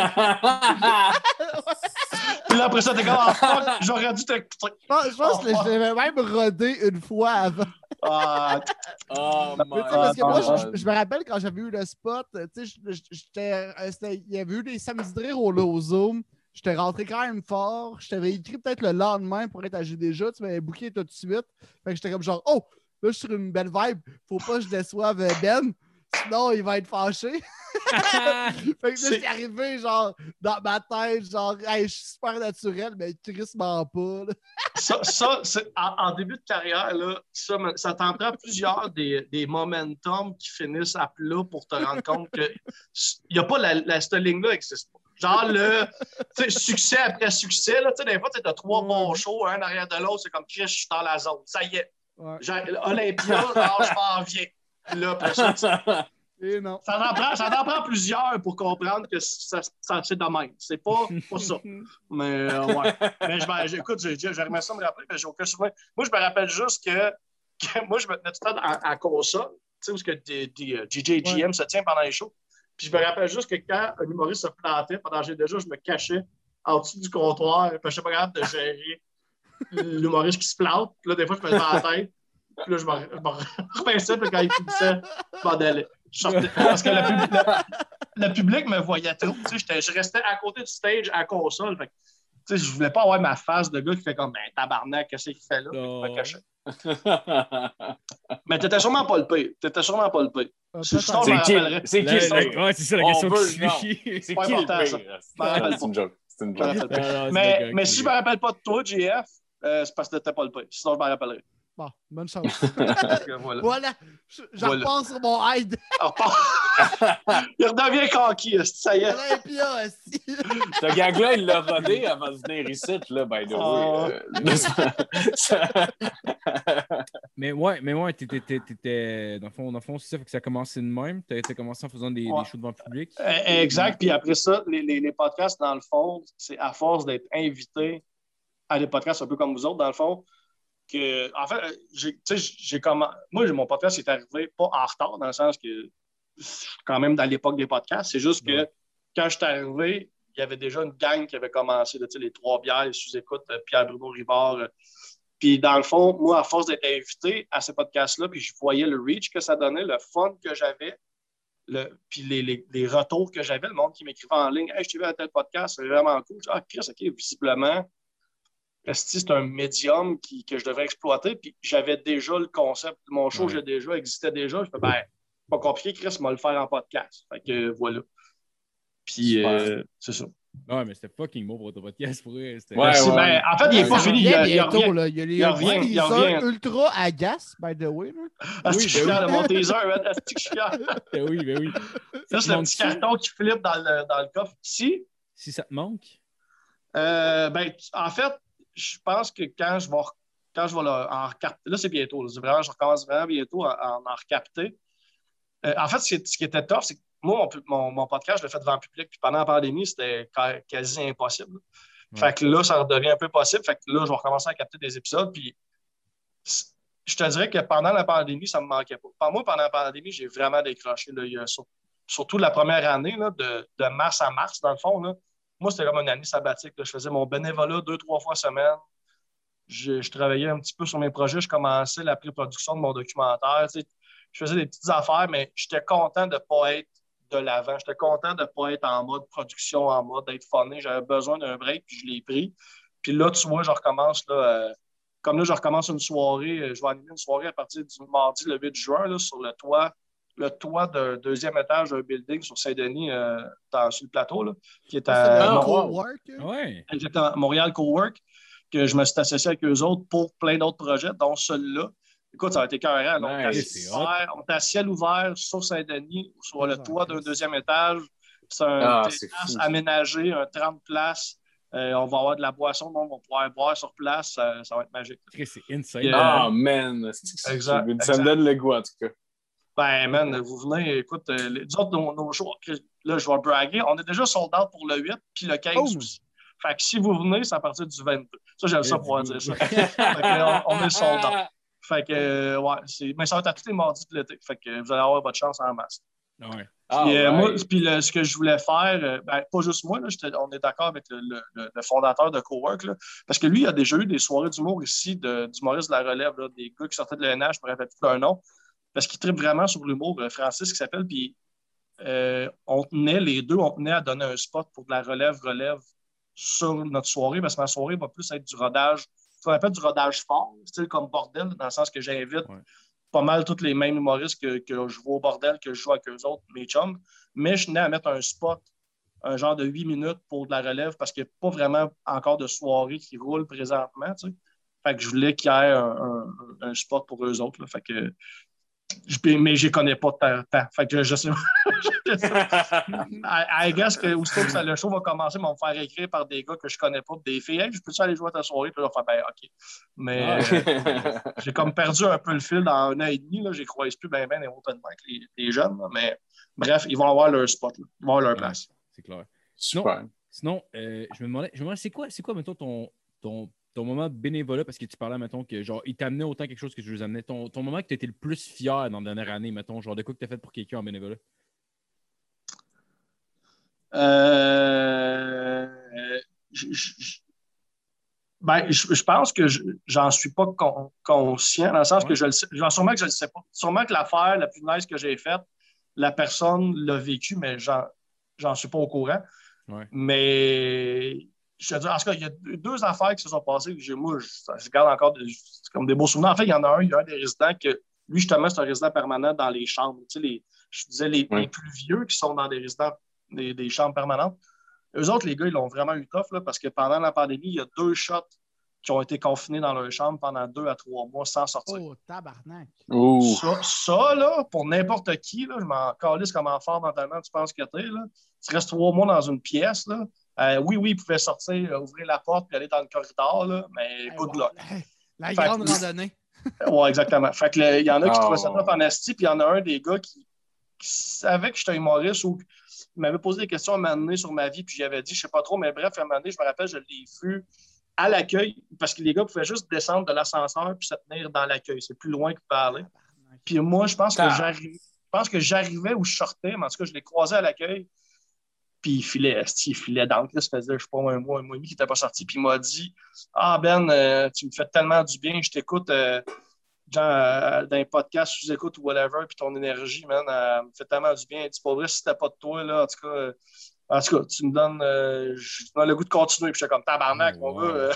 Puis là, après ça, t'es comme, oh, fuck, j'aurais dû t'écouter. Je pense que je l'avais même rodé une fois avant. Parce que moi, je me rappelle quand j'avais eu le spot, il y avait eu des samedis de rire au Zoom. J'étais rentré quand même fort. Je t'avais écrit peut-être le lendemain pour être à déjà. Tu m'avais booké tout de suite. Fait que j'étais comme genre, oh, là, je suis sur une belle vibe. Faut pas que je déçoive Ben. Sinon, il va être fâché. Fait que là, c'est arrivé, genre, dans ma tête, genre, hey, je suis super naturel, mais crissement pas. Là. Ça c'est, en début de carrière, là, ça t'en prend plusieurs des momentum qui finissent à plat pour te rendre compte que il n'y a pas cette ligne-là n'existe pas. Genre, succès après succès, là, des fois, tu as 3 bons shows, un derrière de l'autre, c'est comme Chris, je suis dans la zone. Ça y est. Ouais. Olympia, genre, je m'en viens. Là, après ça, et non. Ça en prend plusieurs pour comprendre que ça c'est de même. C'est pas ça. Mais ouais. Mais écoute, j'aimerais ça me rappeler, mais j'ai aucun souvenir. Moi, je me rappelle juste que moi, je me tenais tout le temps à console, tu sais, où DJGM se tient pendant les shows. Puis je me rappelle juste que quand un humoriste se plantait pendant j'ai déjà, je me cachais en dessous du comptoir. Je n'étais pas capable de gérer l'humoriste qui se plante. Puis là, des fois, je me mettais à la tête. Puis là, je me repinçais, puis quand il finissait, je m'en allais. Parce que le public me voyait trop. Je restais à côté du stage à console. Fait que, je voulais pas avoir ma face de gars qui fait comme ben, tabarnak, qu'est-ce qu'il fait là? Je me cachais. Mais t'étais sûrement pas le pire. C'est qui? C'est ça la question qui suit. C'est qui le pire? C'est une joke. Mais si je me rappelle pas de toi, JF, c'est parce que t'étais pas le pire. Sinon, je m'en rappellerai. Bon, bonne chance. Voilà. Je repense sur mon hide. Il redevient conquis, ça y est. Olympia, aussi. Ce gag-là, il l'a rodé avant de venir ici, là, by the way. Mais ouais, t'étais dans le fond, c'est ça, fait que ça a commencé de même. T'as commencé en faisant des shows devant le public. Exact. Puis après ça, les podcasts, dans le fond, c'est à force d'être invité à des podcasts un peu comme vous autres, dans le fond, que, en fait, moi, mon podcast est arrivé pas en retard, dans le sens que quand même dans l'époque des podcasts. C'est juste que quand je suis arrivé, il y avait déjà une gang qui avait commencé, les 3 bières, sous-écoute, Pierre-Bruno Rivard. Puis dans le fond, moi, à force d'être invité à ces podcasts-là, puis je voyais le reach que ça donnait, le fun que j'avais, puis les retours que j'avais, le monde qui m'écrivait en ligne « Hey, je t'ai vu à tel podcast, c'est vraiment cool. » Ah, Chris, OK, visiblement, c'est un médium que je devrais exploiter. Puis j'avais déjà le concept. Mon show existait déjà. Je fais, pas compliqué, Chris, m'a le faire en podcast. Fait que voilà. Puis c'est ça. Ouais, mais c'était fucking beau pour ton podcast. Pour vrai. Ouais, Merci. ouais. Ben, en fait, il n'est pas Ça fini. revient Il bientôt, revient. là. Il y a les il revient, il teasers revient. ultra agace, by the way. Là. Ah, Oui, je suis ben fier de mon teaser, man. Ah, je suis fier. Ben oui, ben oui. Ça Juste te le petit manque-tu? carton qui flippe dans le coffre. Si, Si ça te manque. en fait, je pense que quand je vais en recapter, là, c'est bientôt. Là, je recommence vraiment bientôt à en recapter. En fait, ce qui était tough, c'est que moi, mon podcast, je l'ai fait devant le public, puis pendant la pandémie, c'était quasi impossible. Ouais. Fait que là, ça redevient un peu possible. Fait que là, je vais recommencer à capter des épisodes, puis je te dirais que pendant la pandémie, ça me manquait pas. Moi, pendant la pandémie, j'ai vraiment décroché. Là, surtout la première année, là, de mars à mars, dans le fond. Là, moi, c'était comme une année sabbatique. Là. Je faisais mon bénévolat 2-3 fois semaine. Je travaillais un petit peu sur mes projets. Je commençais la pré-production de mon documentaire. Tu sais, je faisais des petites affaires, mais j'étais content de ne pas être de l'avant. J'étais content de ne pas être en mode production, en mode d'être funné. J'avais besoin d'un break, puis je l'ai pris. Puis là, tu vois, je recommence. Là, comme là, je recommence une soirée. Je vais animer une soirée à partir du mardi, le 8 juin, là, sur le toit d'un deuxième étage d'un building sur Saint-Denis, sur le plateau, là, qui est C'est à le wow. co-work. Ouais. exactement, Montréal Cowork, que je me suis associé avec eux autres pour plein d'autres projets, dont celui-là. Écoute, ça a été carré. Nice. On est à ciel ouvert sur Saint-Denis, sur le toit d'un deuxième étage. C'est un C'est terrasse fou. aménagé, un 30 places. On va avoir de la boisson, le monde va pouvoir boire sur place. Ça va être magique. Chris, c'est insane. Yeah. Man. Exact. Ça me donne le goût, en tout cas. Ben, man, vous venez, écoute, les autres, nos shows, là, je vais braguer. On est déjà sold out pour le 8, puis le 15 aussi. Fait que si vous venez, c'est à partir du 22. Ça, j'aime ça pouvoir dire ça. Fait que, on est sold out. Fait que, ouais, mais ça va être à tous les mardis de l'été. Fait que vous allez avoir votre chance en masse. Ouais. Puis, ce que je voulais faire, pas juste moi, là, on est d'accord avec le fondateur de Cowork, là, parce que lui, il a déjà eu des soirées d'humour ici, d'humoristes de la relève, là, des gars qui sortaient de l'ENH, je me rappelle plus leur nom, parce qu'il tripe vraiment sur l'humour, Francis qui s'appelle, puis on tenait à donner un spot pour de la relève sur notre soirée, parce que ma soirée va plus être du rodage, ce qu'on appelle du rodage fort, style comme bordel, dans le sens que j'invite pas mal tous les mêmes humoristes que je vois au bordel, que je joue avec eux autres, mes chums, mais je tenais à mettre un spot, un genre de 8 minutes pour de la relève, parce qu'il n'y a pas vraiment encore de soirée qui roule présentement, tu sais. Fait que je voulais qu'il y ait un spot pour eux autres, là. Fait que mais je ne connais pas tant. Fait que je sais pas. I guess que aussitôt que le show va commencer, ils vont me faire écrire par des gars que je ne connais pas, des filles. Hey, je peux-tu aller jouer à ta soirée? Puis là, je vais faire, ben, OK. Mais j'ai comme perdu un peu le fil dans 1 an et demi. Là. Je ne croise plus bien les open mic, les jeunes. Là. Mais bref, ils vont avoir leur spot. Là. Ils vont avoir leur place. C'est clair. Super. Sinon, je me demandais, c'est quoi, mettons, ton moment bénévolat, parce que tu parlais, mettons, que genre, il t'amenait autant quelque chose que je vous amenais. Ton moment que tu étais le plus fier dans la dernière année, mettons, genre de quoi que tu as fait pour quelqu'un en bénévolat? Je pense que j'en suis pas conscient, dans le sens que je le sais. Sûrement que je le sais pas. Sûrement que l'affaire la plus nice que j'ai faite, la personne l'a vécu, mais j'en suis pas au courant. Ouais. Mais je te dis, en tout cas, il y a 2 affaires qui se sont passées que je garde encore comme des beaux souvenirs. En fait, il y en a un des résidents que, lui, justement, c'est un résident permanent dans les chambres. Tu sais, je disais les plus vieux qui sont dans des chambres permanentes. Eux autres, les gars, ils l'ont vraiment eu tough, là, parce que pendant la pandémie, il y a 2 shots qui ont été confinés dans leur chambre pendant 2 à 3 mois sans sortir. Oh, tabarnak. Ça, là, pour n'importe qui, là, je m'en calisse comment fort mentalement tu penses que t'es, là. Tu restes 3 mois dans une pièce, là. Oui, ils pouvaient sortir, ouvrir la porte puis aller dans le corridor, là, mais good luck. La grande randonnée. Oui, exactement. Fait que il y en a qui trouvaient ça top en asti, puis il y en a un des gars qui savait que j'étais humoriste ou il m'avait posé des questions à un moment donné sur ma vie, puis j'avais dit, je sais pas trop, mais bref, à un moment donné, je me rappelle, je l'ai vu à l'accueil, parce que les gars pouvaient juste descendre de l'ascenseur puis se tenir dans l'accueil. C'est plus loin que parler. Puis moi, je pense que j'arrivais où je sortais, mais en tout cas, je l'ai croisé à l'accueil, puis il filait d'encre. Ça faisait, je sais pas, un mois et demi qu'il n'était pas sorti, puis il m'a dit, ah Ben, tu me fais tellement du bien, je t'écoute dans un podcast, je t'écoute ou whatever, puis ton énergie, man, me fait tellement du bien. C'est pas vrai si c'était pas de toi, là, en tout cas, tu me donnes le goût de continuer. Puis j'étais comme tabarnak, mon gars.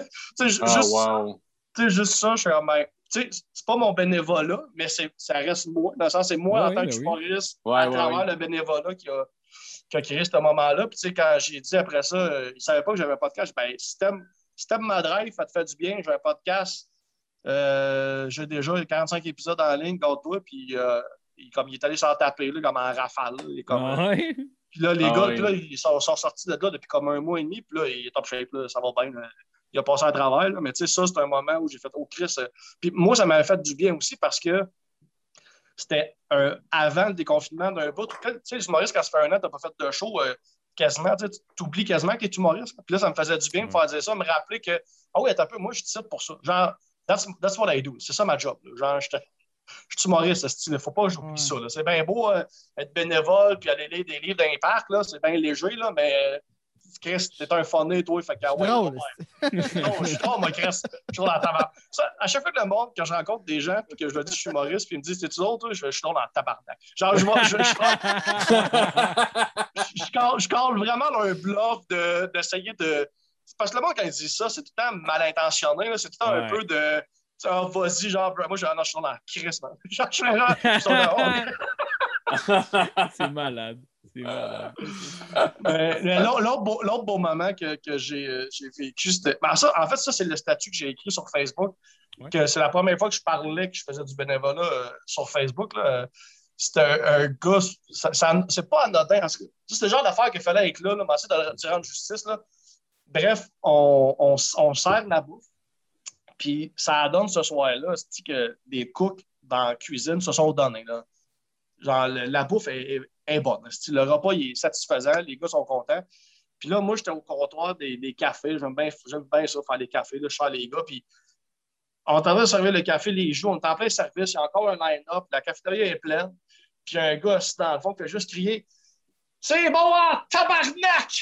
Juste ça, je suis comme, c'est pas mon bénévolat, mais ça reste moi. Dans le sens, c'est moi en tant que humoriste, à travers le bénévolat qui qui a créé ce moment-là. Puis, tu sais, quand j'ai dit après ça, il ne savait pas que j'avais un podcast. Ben, si t'aimes ma drive, ça te fait du bien. J'ai un podcast. J'ai déjà 45 épisodes en ligne, garde-toi. Puis, comme il est allé s'en taper, là, comme en rafale. Là, il est comme, Ouais. puis là, les Ah gars, oui. puis là, ils sont sortis de là depuis comme 1 mois et demi. Puis là, il est top shape. Là, ça va bien. Là. Il a passé à travers. Là, mais tu sais, ça, c'est un moment où j'ai fait « Oh, Chris! » Puis moi, ça m'avait fait du bien aussi parce que c'était avant le déconfinement d'un bout. Tu sais, les humoristes, quand ça fait 1 an, tu n'as pas fait de show, quasiment, tu oublies quasiment que tu es humoriste. Puis là, ça me faisait du bien de me faire dire ça, me rappeler que, ah oui, attends un peu, moi, je suis ici pour ça. Genre, that's what I do. C'est ça ma job. Là. Genre, je suis humoriste, il ne faut pas que j'oublie ça. Là. C'est bien beau être bénévole puis aller lire des livres dans les parcs, là, c'est bien léger, là, mais Chris, t'es un funny, toi. Fait que, ouais, drôle. je suis drôle, moi, Chris. Je suis drôle dans la tabarnak. À chaque fois que le monde, quand je rencontre des gens puis que je leur dis que je suis humoriste, puis ils me disent, c'est-tu drôle, toi? Je suis drôle dans la tabarnak. Genre, je colle vraiment dans un bluff d'essayer de. Parce que le monde, quand il dit ça, c'est tout le temps mal intentionné. Là. C'est tout le temps un peu de. Oh, vas-y, genre, moi, je suis dans la Chris, man. Genre, je suis C'est malade. C'est malade. L'autre beau moment que j'ai vécu, c'était. Ben, ça, en fait, ça, c'est le statut que j'ai écrit sur Facebook. Ouais. Que c'est la première fois que je parlais que je faisais du bénévolat sur Facebook. Là. C'était un gars. C'est pas anodin. C'est le genre d'affaire qu'il fallait être là, mais essayer de rendre justice. Là. Bref, on sert la bouffe. Puis ça donne ce soir-là, c'est que des cooks dans la cuisine se sont donnés. Là. Genre, la bouffe est bonne. Le repas il est satisfaisant, les gars sont contents. Puis là, moi, j'étais au comptoir des cafés. J'aime bien ça, faire des cafés. Là, je sers les gars. Puis on est en train de servir le café les jours. On est en plein service. Il y a encore un line-up. La cafétéria est pleine. Puis il y a un gars assis dans le fond qui fait juste crier « C'est bon en tabarnak! »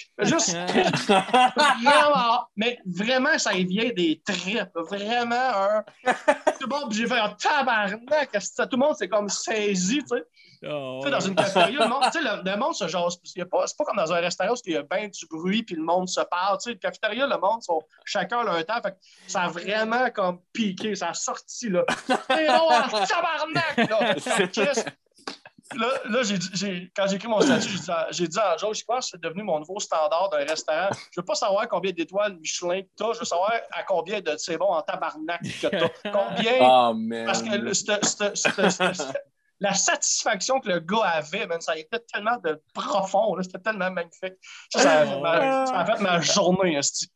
Juste vraiment. Mais vraiment, ça y vient des tripes. Vraiment un. Tout le monde, j'ai fait un tabarnak. Tout le monde s'est comme saisi, tu sais. Oh, Tu sais, dans une cafétéria, le monde se jase. C'est pas comme dans un restaurant où il y a bien du bruit puis le monde se parle. Tu sais, une cafétéria, le monde, chacun a un temps. Fait que ça a vraiment comme piqué. Ça a sorti, là. C'est bon en tabarnak, là. Là, quand j'ai écrit mon statut, j'ai dit à Joe, je pense que c'est devenu mon nouveau standard d'un restaurant. Je veux pas savoir combien d'étoiles Michelin tu as, je veux savoir à combien de c'est bon en tabarnak que tu as. Combien. Oh, man. Parce que la satisfaction que le gars avait, man, ça a été tellement profond, là, c'était tellement magnifique. Ça a fait ma journée.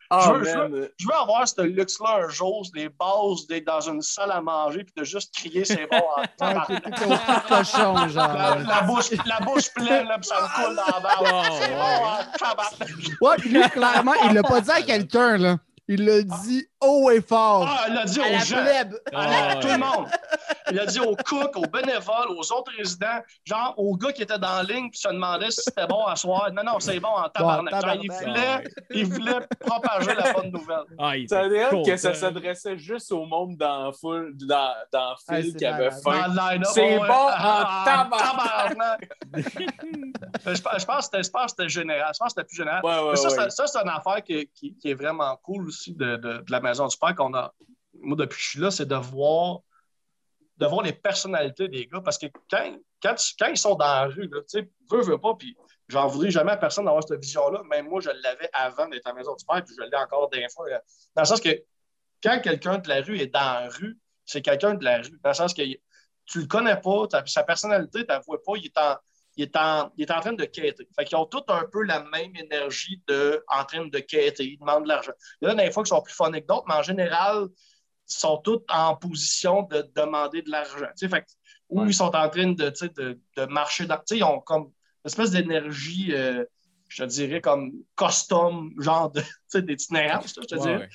Je veux avoir ce luxe-là un jour, les bases d'être dans une salle à manger puis de juste crier c'est bon en tabarnak. Cochon, genre. La bouche pleine, là, puis ça me coule dans la barbe. C'est bon en tabarnak. Ouais, puis lui, clairement, il l'a pas dit à quelqu'un, là. Il l'a dit haut et fort. Ah, il l'a dit à aux la gens. plèbe. À tout le monde. Il a dit aux cooks, aux bénévoles, aux autres résidents, genre aux gars qui étaient dans la ligne qui se demandaient si c'était bon à soir. Non, c'est bon en tabarnak. Genre, il voulait propager la bonne nouvelle. Ça veut dire que ça s'adressait juste au monde dans la foule, dans le fil qui avait faim. C'est bon en tabarnak. Je pense que c'était général. Je pense que c'était plus général. Ouais, ça, c'est une affaire qui est vraiment cool aussi de la Maison du Père qu'on a. Moi, depuis que je suis là, c'est de voir les personnalités des gars. Parce que quand ils sont dans la rue, tu sais, veux pas, puis j'en voudrais jamais à personne d'avoir cette vision-là. Même moi, je l'avais avant d'être à la Maison du Père, puis je l'ai encore des fois. Dans le sens que quand quelqu'un de la rue est dans la rue, c'est quelqu'un de la rue. Dans le sens que tu le connais pas, sa personnalité, tu la vois pas, il est en train de quêter. Fait qu'ils ont tous un peu la même énergie en train de quêter. Ils demandent de l'argent. Il y en a des fois qui sont plus phoniques que d'autres, mais en général, ils sont tous en position de demander de l'argent. Fait ou ils sont en train de marcher dans. Ils ont comme une espèce d'énergie, je te dirais, comme custom, genre d'itinérance, je te dirais.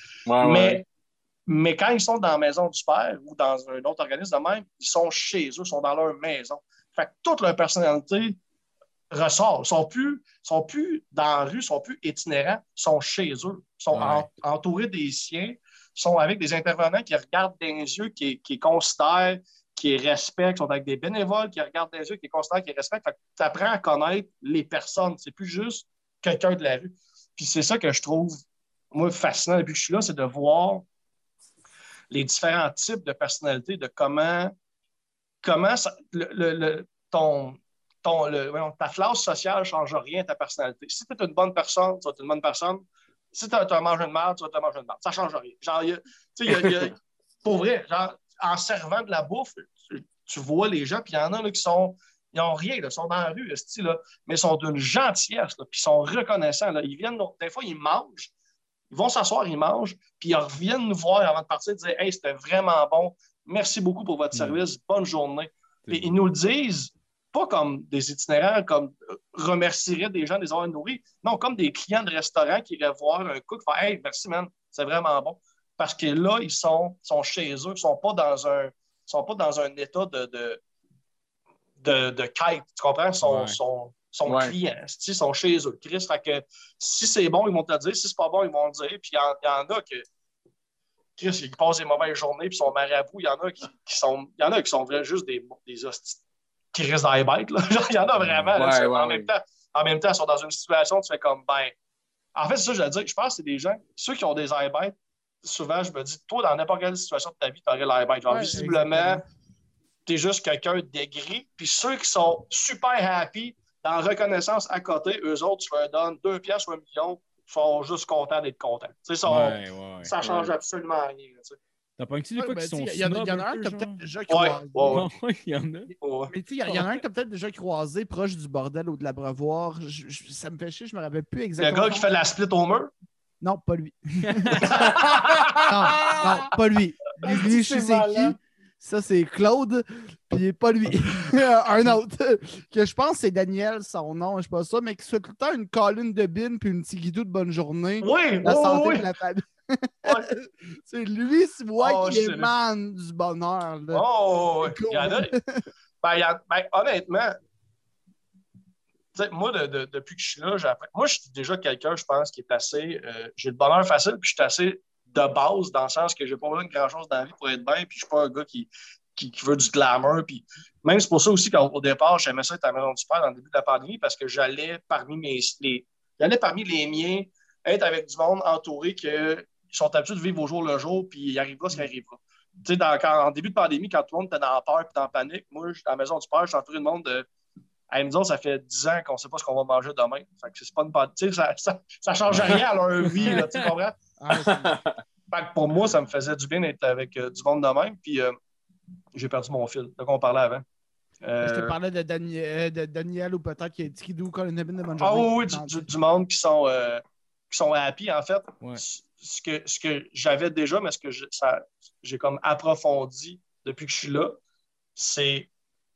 Mais quand ils sont dans la maison du père ou dans un autre organisme de même, ils sont chez eux, ils sont dans leur maison. Fait que toute leur personnalité ressort. Ils sont plus dans la rue, ils sont plus itinérants, ils sont chez eux. Ils sont entourés des siens, ils sont avec des intervenants qui regardent dans les yeux, qui considèrent, qui respectent, qui sont avec des bénévoles qui regardent dans les yeux, qui considèrent, qui respectent. Fait que tu apprends à connaître les personnes. C'est plus juste quelqu'un de la rue. Puis c'est ça que je trouve, moi, fascinant depuis que je suis là, c'est de voir les différents types de personnalités, de comment ça, ta classe sociale ne change rien à ta personnalité. Si tu es une bonne personne, tu vas être une bonne personne. Si tu as mangé de merde, tu vas te manger de merde. Ça ne change rien. Genre, pour vrai, genre, en servant de la bouffe, tu vois les gens, puis il y en a là, ils n'ont rien, là, ils sont dans la rue, là, mais ils sont d'une gentillesse, là, puis ils sont reconnaissants. Là. Ils viennent, des fois, ils mangent, ils vont s'asseoir, ils mangent, puis ils reviennent nous voir avant de partir, dire Hey, c'était vraiment bon, merci beaucoup pour votre service, bonne journée. Puis ils nous le disent, pas comme des itinérants, comme remercieraient des gens de les avoir nourris, non, comme des clients de restaurant qui iraient voir un cook, faire Hey, merci, man, c'est vraiment bon. Parce que là, ils sont chez eux, ils ne sont pas dans un état de quête, tu comprends? Ils sont clients, ils sont chez eux. Chris, fait que si c'est bon, ils vont te le dire. Si c'est pas bon, ils vont le dire. Puis il y en a que Chris, ils passent des mauvaises journées puis ils sont marabouts. Il y en a qui sont vraiment juste des hosties qui restent dans les bêtes. Là. Il y en a vraiment. En même temps, ils sont dans une situation, tu fais comme en fait, c'est ça que je veux dire. Je pense que c'est des gens, ceux qui ont des airs bêtes, souvent, je me dis, toi, dans n'importe quelle situation de ta vie, tu aurais l'air bête. Genre, visiblement, tu es juste quelqu'un d'aigri. Puis ceux qui sont super happy, dans reconnaissance à côté, eux autres, tu leur donnes 2 piastres ou 1 million, ils sont juste contents d'être contents. Ça change absolument rien. T'as pas des fois qui sont Il y en a un que t'as peut-être déjà croisé. Il y en a. Mais tu sais, il y en a un que t'as peut-être déjà croisé proche du bordel ou de l'abreuvoir. Ça me fait chier, je me rappelle plus exactement. Le gars qui fait la split au mur? Non, pas lui. non, pas lui. Lui, je sais qui. Ça, c'est Claude, puis pas lui. Un autre, que je pense c'est Daniel, son nom, je sais pas ça, mais qui soit tout le temps une colline de bine puis une petite guidou de bonne journée. Oui, la santé de la famille. C'est lui, c'est moi qui émane du bonheur. Là. Cool. Il y en a. Honnêtement, moi, depuis que je suis là, moi, je suis déjà quelqu'un, je pense, qui est assez. J'ai le bonheur facile, puis je suis assez de base, dans le sens que j'ai pas besoin de grand-chose dans la vie pour être bien, puis je suis pas un gars qui veut du glamour. Puis même c'est pour ça aussi qu'au départ, j'aimais ça être à la maison du père dans le début de la pandémie, parce que j'allais parmi les miens, être avec du monde entouré qui sont habitués de vivre au jour le jour, puis il arrivera ce qui arrivera. Tu sais, en début de pandémie, quand tout le monde était dans la peur et dans la panique, moi, à la maison du père, je suis entouré de monde de. À me dire, ça fait 10 ans qu'on ne sait pas ce qu'on va manger demain. Fait que c'est pas une pandémie. Ça ne change rien à leur vie, là, tu comprends? Fait que pour moi, ça me faisait du bien d'être avec du monde de même. Puis j'ai perdu mon fil. De quoi on parlait avant? Je te parlais de Daniel ou peut-être qu'il y a Tikidou, Colin Nebin de bonne journée. Ah oui, du monde qui sont happy, en fait. Ouais. Ce que j'avais déjà, mais j'ai comme approfondi depuis que je suis là, c'est.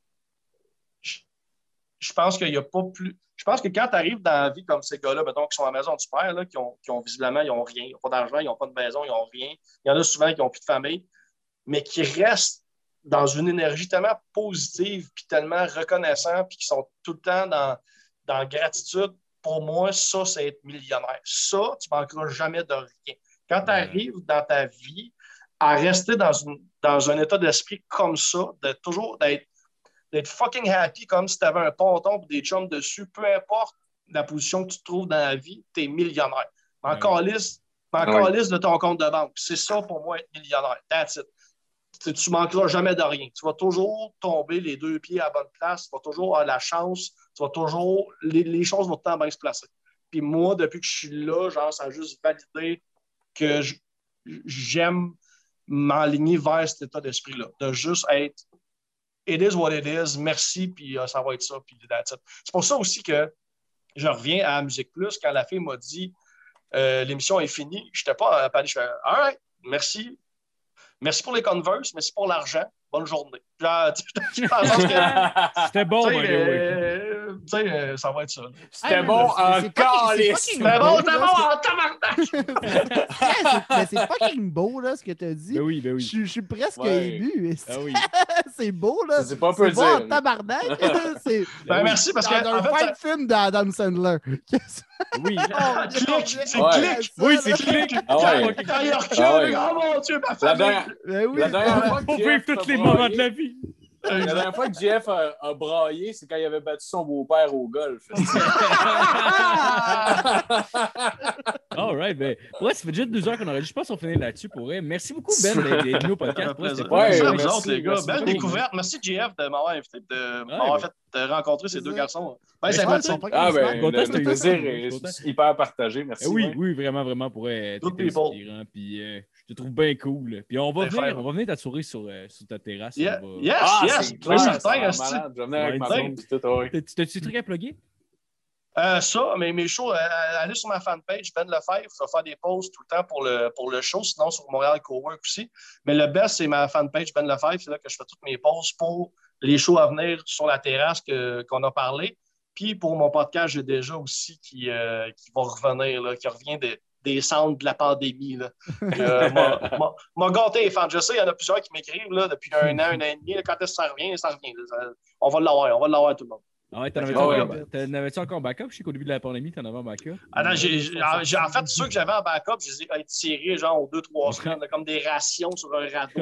Je pense qu'il n'y a pas plus. Je pense que quand tu arrives dans la vie comme ces gars-là, mettons, qui sont à la maison du père, là, qui ont visiblement, ils n'ont rien, ils n'ont pas d'argent, ils n'ont pas de maison, ils n'ont rien. Il y en a souvent qui n'ont plus de famille, mais qui restent dans une énergie tellement positive, puis tellement reconnaissant, puis qui sont tout le temps dans la gratitude. Pour moi, ça, c'est être millionnaire. Ça, tu ne manqueras jamais de rien. Quand tu arrives dans ta vie à rester dans un état d'esprit comme ça, d'être fucking happy comme si tu avais un ponton et des chums dessus, peu importe la position que tu te trouves dans la vie, tu es millionnaire. En calice de ton compte de banque. C'est ça pour moi, être millionnaire. That's it. Tu ne manqueras jamais de rien. Tu vas toujours tomber les 2 pieds à la bonne place. Tu vas toujours avoir la chance. Tu vas toujours. Les choses vont tout le temps bien se placer. Puis moi, depuis que je suis là, genre, ça a juste validé que j'aime m'aligner vers cet état d'esprit-là. De juste être. It is what it is. Merci, puis ça va être ça, puis that's it. C'est pour ça aussi que je reviens à Musique Plus. Quand la fille m'a dit l'émission est finie, je n'étais pas à Paris. Je fais all right, merci. Merci pour les Converse, merci pour l'argent. Bonne journée. C'était bon, ça va être ça. C'était bon en calice. C'était bon en tabarnak. Mais c'est fucking beau, là, ce que tu as dit. Ben oui. Je suis presque ému. Ah oui. C'est beau, là. C'est pas peu beau dire. en tabarnak. Merci, parce que. Dans un fight film d'Adam Sandler. Oui. Clic. Oui, c'est clic. Ah ouais. Quand il recule, oh mon Dieu, ma famille. La dernière fois Pour vivre tous les moments de la vie. La dernière fois que Jeff a braillé, c'est quand il avait battu son beau-père au golf. Oh All right, ben, ouais, ça fait déjà 2 heures qu'on aurait dit. Je pense qu'on finit là-dessus pour vrai. Merci beaucoup, Ben, d'être venu au podcast. Merci Ouais, à vous merci, autres, les gars. merci Belle beaucoup. découverte. Merci, JF, de m'avoir invité, de m'avoir fait rencontrer ces deux garçons. Ben, je c'est pense sympathique. Ah, ben, Content, le c'était plaisir utile. est Content. hyper partagé. Merci. Oui, ouais. oui, vraiment, vraiment, pour être Good people. inspirant. Puis je te trouve bien cool. Puis on va venir t'assurer sur ta terrasse. Yeah. On va... Yes, Ah, yes. c'est Oui, clair, certain, ça va esti. malade. Je vais venir avec ma Ouais, blonde et tout, ouais. T'as-tu des trucs à plugger? Ça, mais mes shows, allez sur ma fanpage, Ben Lefebvre, je vais faire des posts tout le temps pour le show, sinon sur Montréal Cowork aussi. Mais le best, c'est ma fanpage Ben Lefebvre, c'est là que je fais toutes mes posts pour les shows à venir sur la terrasse qu'on a parlé. Puis pour mon podcast, j'ai déjà aussi qui va revenir, là, qui revient des cendres de la pandémie. M'a gâté les fans. Je sais, il y en a plusieurs qui m'écrivent là, depuis un an et demi. Là, quand est-ce que ça revient? Ça revient. Là. On va l'avoir tout le monde. Ah ouais, t'en avais-tu encore en backup? Je sais qu'au début de la pandémie, t'en avais en backup. Ah non, en fait, ceux que j'avais en backup, je les ai tirés genre aux 2-3 semaines, là, comme des rations sur un radeau.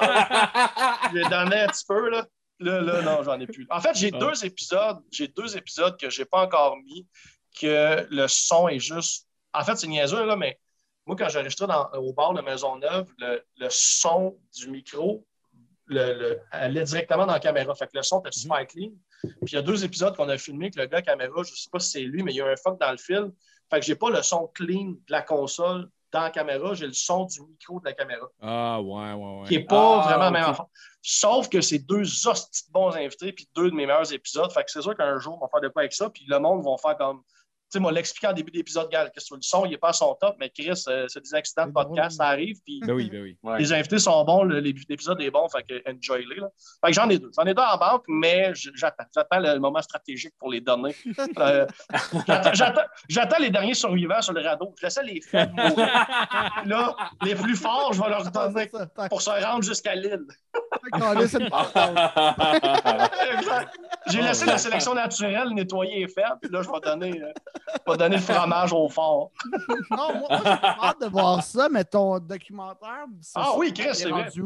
Je les donnais un petit peu, là. Là, non, j'en ai plus. En fait, j'ai deux épisodes que j'ai pas encore mis, que le son est juste... En fait, c'est niaiseux, là, mais moi, quand j'enregistrais au bar de Maisonneuve, le son du micro allait directement dans la caméra. Fait que le son était super clean. Puis il y a 2 épisodes qu'on a filmés que le gars caméra, je sais pas si c'est lui, mais il y a un fuck dans le film. Fait que j'ai pas le son clean de la console dans la caméra, j'ai le son du micro de la caméra. Ah, ouais. Qui n'est pas vraiment la même affaire. Sauf que c'est 2 hosties de bons invités puis 2 de mes meilleurs épisodes. Fait que c'est sûr qu'un jour, on va faire de quoi avec ça. Puis le monde va faire comme... Tu sais, moi, l'expliquer en début d'épisode, gars, qu'est-ce que le son, il n'est pas à son top, mais Chris, c'est des accidents de podcast, ça arrive. Puis Ben oui. Ouais. les invités sont bons, l'épisode est bon, fait que enjoy-les. Là. Fait que j'en ai 2. J'en ai 2 en banque, mais j'attends le moment stratégique pour les donner. J'attends les derniers survivants sur le radeau. Je laissais les faibles mourir. Là, les plus forts, je vais leur donner pour se rendre jusqu'à l'île. J'ai laissé la sélection naturelle nettoyer les faibles, puis là, je vais donner le fromage au fort. Non, moi j'ai hâte de voir ça, mais ton documentaire... Oui, Chris, c'est vrai.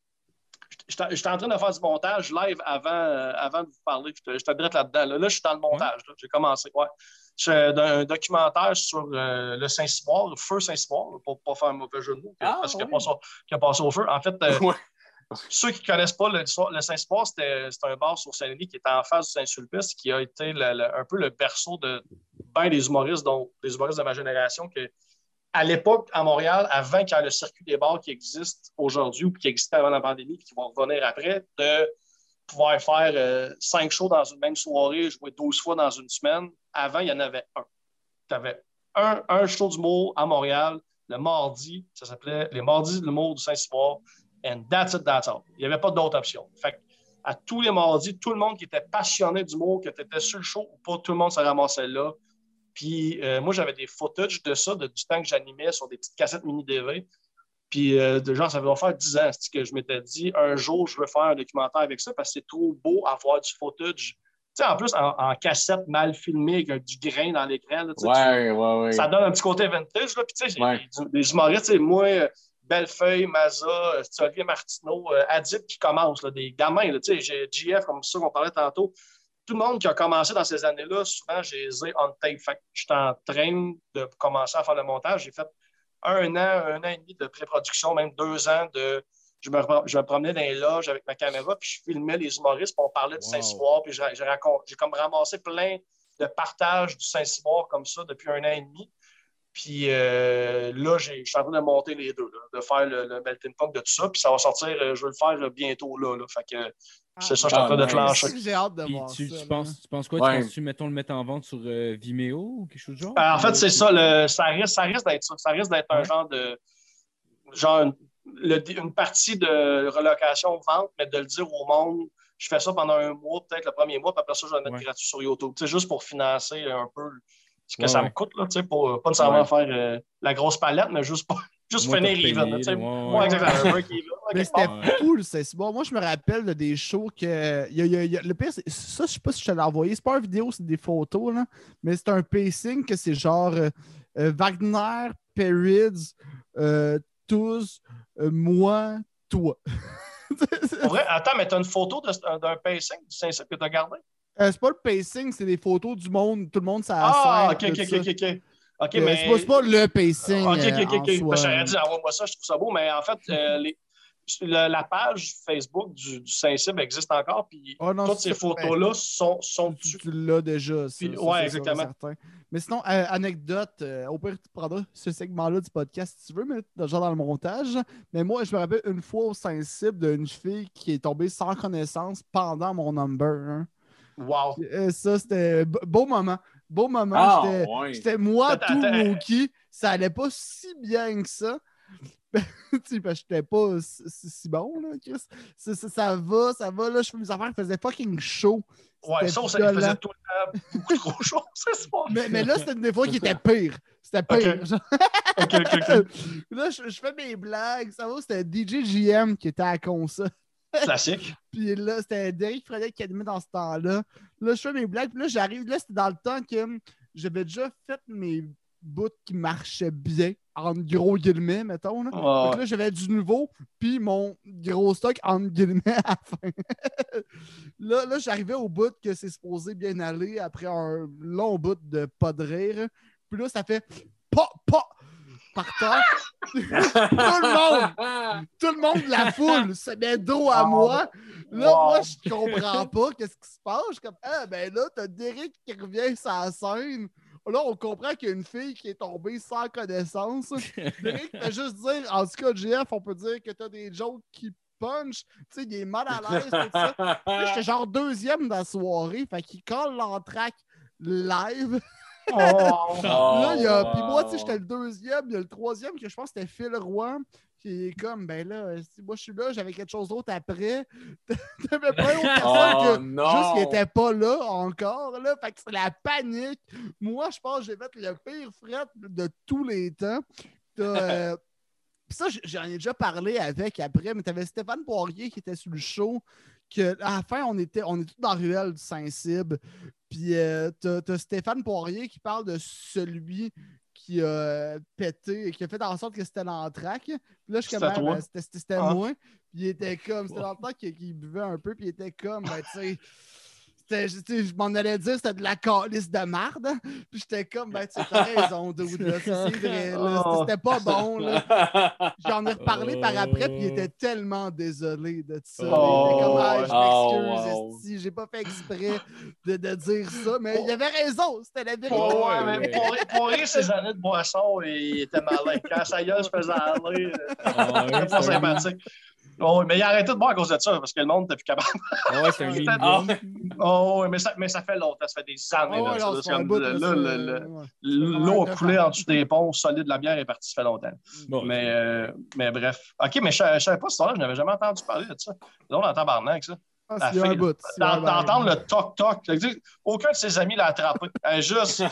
J'étais en train de faire du montage live avant de vous parler. J'étais direct là-dedans. Là, je suis dans le montage. Là. J'ai commencé. Ouais. J'ai un documentaire sur le Saint-Cyboire, le feu Saint-Cyboire, pour ne pas faire un mauvais jeu de mots, parce qu'il a passé au feu. En fait, ceux qui ne connaissent pas le Saint-Cyboire, c'est un bar sur Saint-Denis qui est en face du Saint-Sulpice, qui a été un peu le berceau de bien des humoristes, dont des humoristes de ma génération, à l'époque, à Montréal, avant qu'il y ait le circuit des bars qui existe aujourd'hui ou qui existait avant la pandémie et qui vont revenir après, de pouvoir faire 5 shows dans une même soirée, jouer 12 fois dans une semaine. Avant, il y en avait un. Tu avais un show d'humour à Montréal, le mardi, ça s'appelait les mardis de l'humour du Saint-Cyboire, and that's it, that's all. Il n'y avait pas d'autre option. Fait que, à tous les mardis, tout le monde qui était passionné d'humour, que tu étais sur le show ou pas, tout le monde se ramassait là. Puis moi, j'avais des footages de ça, du temps que j'animais sur des petites cassettes mini-DV. Puis genre, ça va faire 10 ans que je m'étais dit, un jour, je veux faire un documentaire avec ça parce que c'est trop beau avoir du footage. Tu sais, en plus, en cassette mal filmée, avec du grain dans l'écran. Là, ouais. Ça donne un petit côté vintage. Là. Puis tu sais, des humoristes, moi, Bellefeuille, Maza, Olivier Martineau, Adib qui commence, là, des gamins. Là, tu sais, JF, comme ça qu'on parlait tantôt. Tout le monde qui a commencé dans ces années-là, souvent, j'ai les ai on tape. Fait que j'étais en train de commencer à faire le montage. J'ai fait un an et demi de pré-production, même 2 ans de... Je me promenais dans les loges avec ma caméra, puis je filmais les humoristes, puis on parlait du Saint-Cyboire, puis j'ai comme ramassé plein de partages du Saint-Cyboire comme ça depuis 1 an et demi. Puis là, je suis en train de monter les 2, là, de faire le melting pot de tout ça, puis ça va sortir, je vais le faire bientôt là. Fait que c'est ça, je suis en train de te lancer. J'ai hâte de voir tu ça. penses quoi? Tu penses-tu, mettons, le mettre en vente sur Vimeo ou quelque chose de genre? En fait, c'est ça. Ça risque d'être ça. Ça risque d'être un genre de... une partie de relocation-vente, mais de le dire au monde, je fais ça pendant 1 mois, peut-être le premier mois, puis après ça, je vais le mettre gratuit sur YouTube. Tu sais, juste pour financer un peu ce que ça me coûte, là, tu sais, pour pas nécessairement faire la grosse palette, mais juste finir even. Exactement. Un break even. Mais c'était cool, c'est bon. Moi, je me rappelle des shows que. Le pire, ça, je sais pas si je te l'ai envoyé. C'est pas une vidéo, c'est des photos, là. Mais c'est un pacing que c'est genre Wagner, Perids, tous, moi, toi. Vrai? Attends, mais t'as une photo d'un pacing que t'as gardé? C'est pas le pacing, c'est des photos du monde, tout le monde, ça OK. OK, C'est pas le pacing. OK. En soi. J'aurais dit, envoie-moi ça, je trouve ça beau, mais en fait, la page Facebook du Saint-Cybe existe encore, puis non, toutes ces photos-là sont dessus. Tu l'as déjà, ça. Puis, ça, ouais, c'est sûr et exactement. certain. Mais sinon, anecdote, au pire, tu prendras ce segment-là du podcast si tu veux, mais genre dans le montage. Mais moi, je me rappelle une fois au Saint-Cybe d'une fille qui est tombée sans connaissance pendant mon number. Hein. Wow. Ça, c'était beau moment. Beau moment. Ah, J'étais moi, tout Attends. rookie. Ça allait pas si bien que ça. Parce que j'étais pas si bon, là, Chris. Ça va, là, je fais mes affaires, il faisait fucking chaud. Ouais, ça faisait tout le temps beaucoup trop chaud, c'est ça. Mais là, c'était une des fois qui était pire. C'était pire. OK. Là, je fais mes blagues. Ça va, c'était DJ JM qui était à la console. Classique. Puis là, c'était Derek Fredette qui animait dans ce temps-là. Là, je fais mes blagues. Puis là, j'arrive. Là, c'était dans le temps que j'avais déjà fait mes bouts qui marchaient bien, en gros guillemets, mettons. Là. Donc là, j'avais du nouveau, puis mon gros stock, en guillemets, à la fin. là, j'arrivais au bout que c'est supposé bien aller après un long bout de pas de rire. Puis là, ça fait pas par terre. Tout le monde de la foule se met dos à moi. Là, moi, je comprends pas qu'est-ce qui se passe. Je suis comme, ben là, t'as Derek qui revient sur la scène. Là, on comprend qu'il y a une fille qui est tombée sans connaissance. Derek fait juste dire, en tout cas, GF, on peut dire que t'as des jokes qui punch. Tu sais, il est mal à l'aise, tout ça. Là, j'étais genre deuxième dans la soirée. Fait qu'il colle l'entraque live. Puis moi, tu sais, j'étais le deuxième. Il y a le troisième que je pense que c'était Phil Roy. Qui est comme, ben là, si moi je suis là, j'avais quelque chose d'autre après. T'avais plein d'autres personnes juste qui n'étaient pas là encore. Là. Fait que c'est la panique. Moi, je pense que j'ai fait le pire fret de tous les temps. Puis ça, j'en ai déjà parlé avec après, mais t'avais Stéphane Poirier qui était sur le show. Que, à la fin, on est tous dans la ruelle du Saint-Cybe. Puis t'as Stéphane Poirier qui parle de celui qui a pété et qui a fait en sorte que c'était l'entraque. Puis là, je suis comme, c'était moi. Puis il était comme, c'était l'entraque qui buvait un peu, puis il était comme, ben, tu sais, je m'en allais dire c'était de la calice de marde. Puis j'étais comme, ben, tu sais, t'as raison, dude, là, c'est vrai, là, c'était pas bon, là. J'en ai reparlé par après, puis il était tellement désolé de ça. Il était comme, je m'excuse, j'ai pas fait exprès de dire ça, mais il avait raison, c'était la vérité. Mais pour rire ses années de boisson, il était malin. Quand sa gueule se faisait aller, c'était pas sympathique. Oh, mais il a arrêté de boire à cause de ça, parce que le monde n'était plus capable. C'est un mais ça fait longtemps, ça fait des années. L'eau a coulé en dessous des ponts solides, la bière est partie, ça fait longtemps. Mais bref. OK, mais je ne savais pas ça, je n'avais jamais entendu parler de ça. Donc, en tabarnak, ça. D'entendre le toc-toc. Aucun de ses amis l'a attrapé. Juste.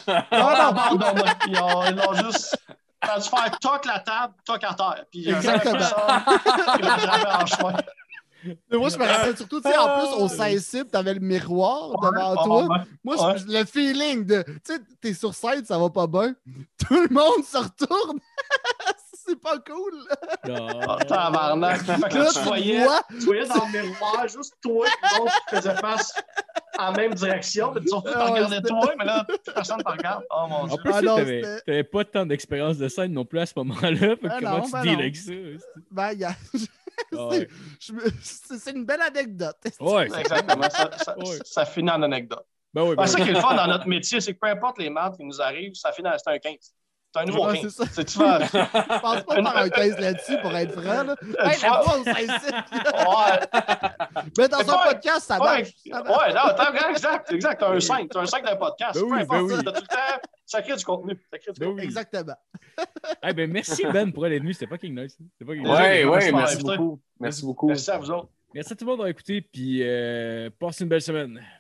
Ils l'ont juste. T'as dû faire toc la table, toc à terre. Puis exactement. Il l'a attrapé en chemin. Mais moi, je me rappelle surtout, tu sais, en plus, au Saint-Cybe, t'avais le miroir devant toi. Moi, le feeling de, tu sais, t'es sur scène, ça va pas bien. Tout le monde se retourne. C'est pas cool. Tabarnak. Fait que là, tu voyais dans le miroir juste toi et l'autre qui faisait face en même direction. Mais surtout, tu regardais toi, mais là, personne ne te regarde. Oh mon Dieu. En plus, t'avais pas tant d'expérience de scène non plus à ce moment-là. Comment tu deals avec ça? C'est une belle anecdote. Ouais, exactement. Ça finit en anecdote. C'est ça qui est le fun dans notre métier, c'est que peu importe les maths qui nous arrivent, ça finit c'est un 15. C'est un nouveau 15. C'est ça. Je pense pas faire un 15 là-dessus pour être franc. Là. La fois où ça ici. Mais dans un podcast, ça marche. Ouais, non, exact. T'as un 5. T'as un 5 d'un podcast. Peu importe ça. T'as tout le temps. Ça crée du contenu. Exactement. Merci Ben pour être venu. C'était fucking nice. Ouais, merci beaucoup. Merci beaucoup. Merci à vous autres. Merci à tout le monde d'avoir écouté. Puis passez une belle semaine.